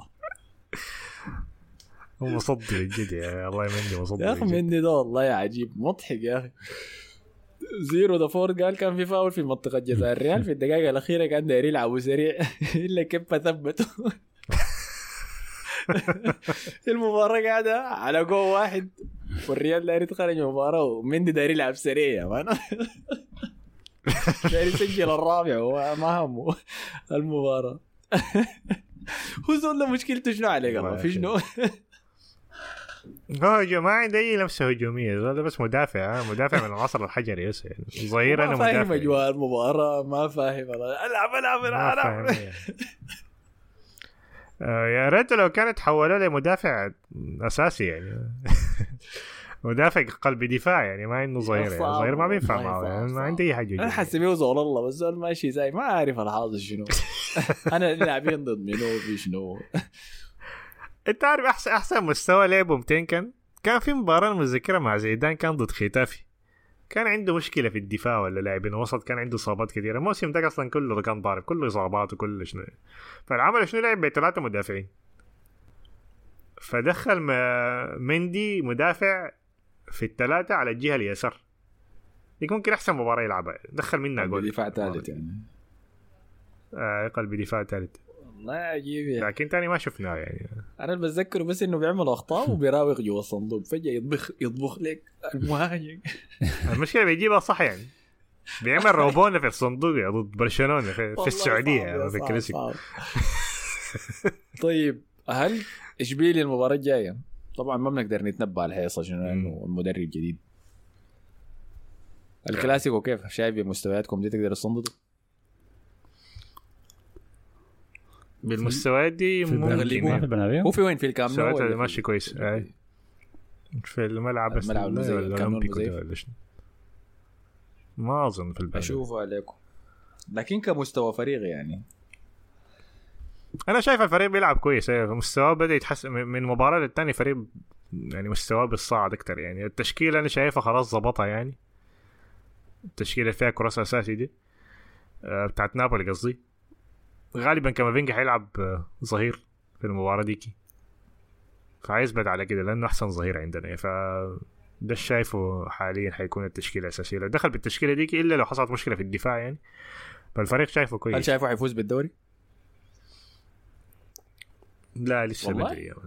هو مصدي بالجد يا الله مندي مصدي يا أخي مندي ده والله عجيب مضحك يا أخي. زيرو دا فورد قال كان في فاول في منطقة جزاء الريال في الدقائق الأخيرة كان داير يلعبوا سريع إلا كيف ثبته. المباراة قاعدة على جو واحد والريال داير يتخرج المباراة ومندي داير يلعب سريع يا مان. داير يسجل الرابع وما همه المباراة. هو زول مشكلته شنو عليك الله في شنو؟ هو جماعي ده أي لمسة هجومية ده بس مدافع مدافع من العصر الحجري يس يعني ظهير أنا مدافع. ما فاهم أجواء المباراة ما فاهم ألعب ألعب ألعب. يا ريت لو كانت حولوا لي مدافع أساسي يعني. مدافع قلب دفاع يعني ما إنه ظهير يعني ظهير ما بينفع معه يعني ما عندي أي حاجة. أنا حسبيه زول الله بس زول ماشي زي ما أعرف الحاضر شنو. أنا لاعبين ضد منو في شنو. انت عارف احسن احسن مستوى لعبه مئتين كان كان في مباراه مذكره مع زيدان كان ضد ختافي. كان عنده مشكله في الدفاع ولا لاعبين وسط كان عنده اصابات كثيره. الموسم ده اصلا كله كان ضارب كله اصابات وكله شنو. فالعمل شنو لعب بثلاثه مدافعين فدخل مندي مدافع في الثلاثه على الجهه اليسار يكون ممكن احسن مباراه يلعبها. دخل منها جول دفاع ثالث يعني آه قلب دفاع ثالث والله عجيب يعني. لكن تاني ما شفناه يعني. انا بتذكر بس انه بيعمل اخطاء وبيراوغ جوا الصندوق فجاه يطبخ يطبخ لك المهاجم. المشكله بيجيبها صح يعني بيعمل روبونه في الصندوق يعني ضد برشلونه في, في السعوديه يعني في الكلاسيكو. طيب هل اشبيلي المباراه الجايه طبعا ما بنقدر نتنبأ على الحصه شنو انه المدرب الجديد. الكلاسيكو كيف شايف بمستوياتكم دي تقدر تصندوا بالمستويات دي ممكن. هو في وين في الكامب نو ولا ماشي كويس آه. في الملعب بس الملعب ولا الاولمبيكو ولا شنو ما اظن في البلد. اشوفه عليكم لكن كمستوى فريق يعني انا شايف الفريق بيلعب كويس، مستواه بدا يتحسن من مباراه للتاني، فريق يعني مستواه بالصاعد اكتر يعني. التشكيله انا شايفها خلاص ظبطها يعني، التشكيله فيها كروس اساسي دي بتاعت نابولي قصدي، غالبا كامافينجا حيلعب ظهير في المباراه ديكي، فعايزبد على كده لانه احسن ظهير عندنا. ف ده شايفه حاليا حيكون التشكيله الاساسيه لو دخل بالتشكيله ديكي، الا لو حصلت مشكله في الدفاع يعني. فالفريق شايفه كويس. هل شايفه حيفوز بالدوري؟ لا لسه بدري يا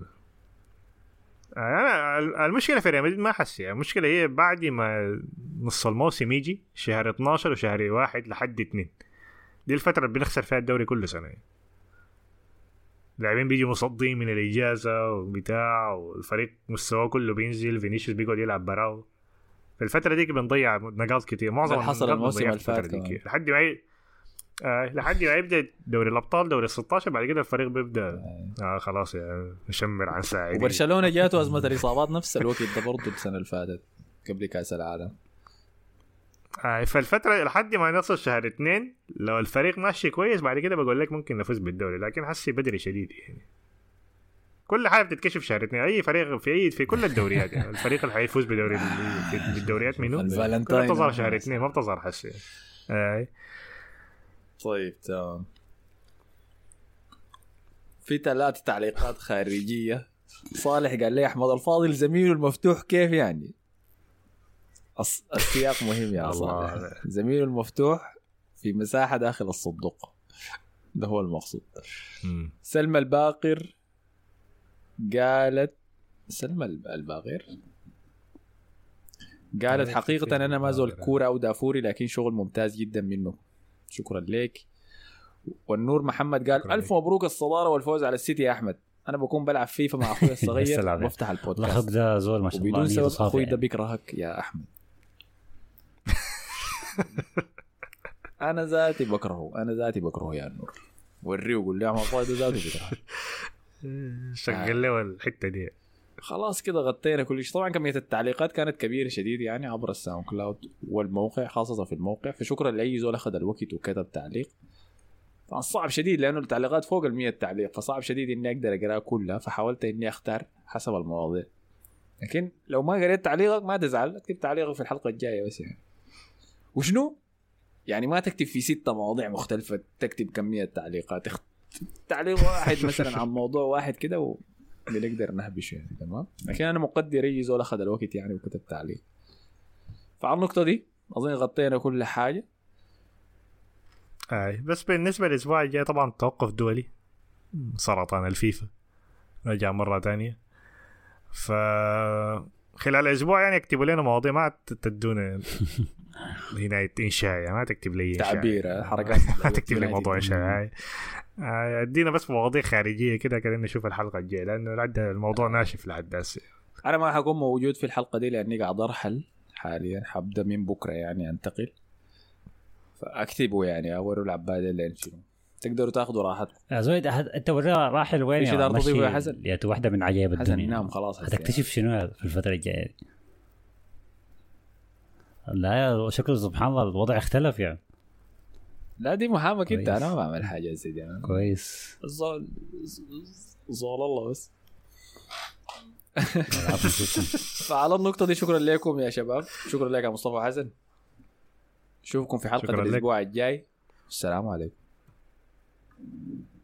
انا. المشكله في ريال مدريد ما حس يعني، المشكله هي بعد ما نص الموسم يجي شهر اتناشر وشهر واحد لحد اتنين، دي الفتره اللي بنخسر فيها الدوري كل سنه يعني. لاعبين بيجي مصدين من الاجازه وبتاع، والفريق مستواه كله بينزل، فينيسيوس بيقعد يلعب براو. في الفتره دي بنضيع نقاط كتير، معظم حصل الموسم اللي فات لحد ما ي... آه لحد ما يبدا دوري الابطال دوري ستاشر، بعد كده الفريق بيبدا آه خلاص يعني نشمر عن ساعدين. وبرشلونه جاته ازمه الاصابات نفس الوقت ده برضه السنه اللي فاتت قبل كاس العالم. آه فالفتره لحد ما نوصل شهر اثنين لو الفريق ماشي كويس بعد كده بقول لك ممكن نفوز بالدوري، لكن حسي بدري شديد يعني. كل حاجه بتتكشف شهر اثنين، اي فريق في اي في كل الدوريات يعني. الفريق اللي حيفوز بدوري بالدوريات منو كلها بتظهر شهر اثنين، ما بتظهر حسي. آه. طيب تمام. في ثلاث تعليقات خارجيه. صالح قال لي احمد الفاضل زميله المفتوح كيف يعني؟ السياق مهم يا صالح. زميله المفتوح في مساحه داخل الصندوق، ده هو المقصود. م. سلمى الباقر قالت سلمى الباقر قالت حقيقه انا ما زول كوره او دافوري، لكن شغل ممتاز جدا منه، شكرا لك. والنور محمد قال ألف مبروك الصدارة والفوز على السيتي يا أحمد، أنا بكون بلعب فيفا مع أخوي الصغير بفتح البودكاست. لخب ده زول ما شاء الله، وبدون سبب أخوي ده بيكرهك يا أحمد. أنا ذاتي بكرهه، أنا ذاتي بكرهه يا النور. وريه وقول لي يا أحمد ده ذاتي بيكرهك. شغل له الحتة دي. خلاص كده غطينا كل شيء. طبعا كمية التعليقات كانت كبيرة شديد يعني عبر الساوند كلاود والموقع، خاصة في الموقع، فشكرا لأي زول أخذ الوقت وكتب تعليق. طبعا صعب شديد لأنه التعليقات فوق المية تعليق، فصعب شديد إني أقدر أقرأ كلها، فحاولت إني أختار حسب المواضيع. لكن لو ما قريت تعليقك ما تزعل، اكتب تعليقك في الحلقة الجاية بس يعني. وشنو؟ يعني ما تكتب في ستة مواضيع مختلفة، تكتب كمية تعليقات، تعليق واحد مثلا عن موضوع واحد كده و... بنقدر نهبش يعني. تمام. لكن أنا مقدر أي زول أخذ الوقت يعني وكتب تعليق. فعلى النقطة دي أظن غطينا كل حاجة. آه بس بالنسبة للأسبوع الجاي طبعا توقف دولي، سرطان الفيفا رجع مرة تانية، فخلال الأسبوع يعني اكتبوا لنا مواضيع، ما تدونا هنا إنشاء يعني، ما تكتب لي تعبير حركات ما تكتب لي موضوع إنشاء، ادينا بس مواضيع خارجية كده كده نشوف الحلقة الجاية، لأنه لعد الموضوع ناشف لحد هسه. أنا ما حكون موجود في الحلقة دي لأني قاعد أرحل حاليا، حبدأ من بكرة يعني أنتقل، فاكتبوا يعني اوروا العباد اللي انشلوا تقدروا تاخذوا راحتكم. يا زويد انت ورا راحل وين يا مشي يا حسن؟ يا واحده من عجائب الدنيا. نعم خلاص هتكتشف شنو في الفتره الجايه. لا يا شكله سبحان الله الوضع اختلف يعني. لا دي محامك انت، انا ما بعمل حاجه زي دي انا كويس. زول زول الله بس. فعلى النقطه دي شكرا لكم يا شباب، شكرا لك يا مصطفى حسن، نشوفكم في حلقة الأسبوع الجاي. السلام عليكم.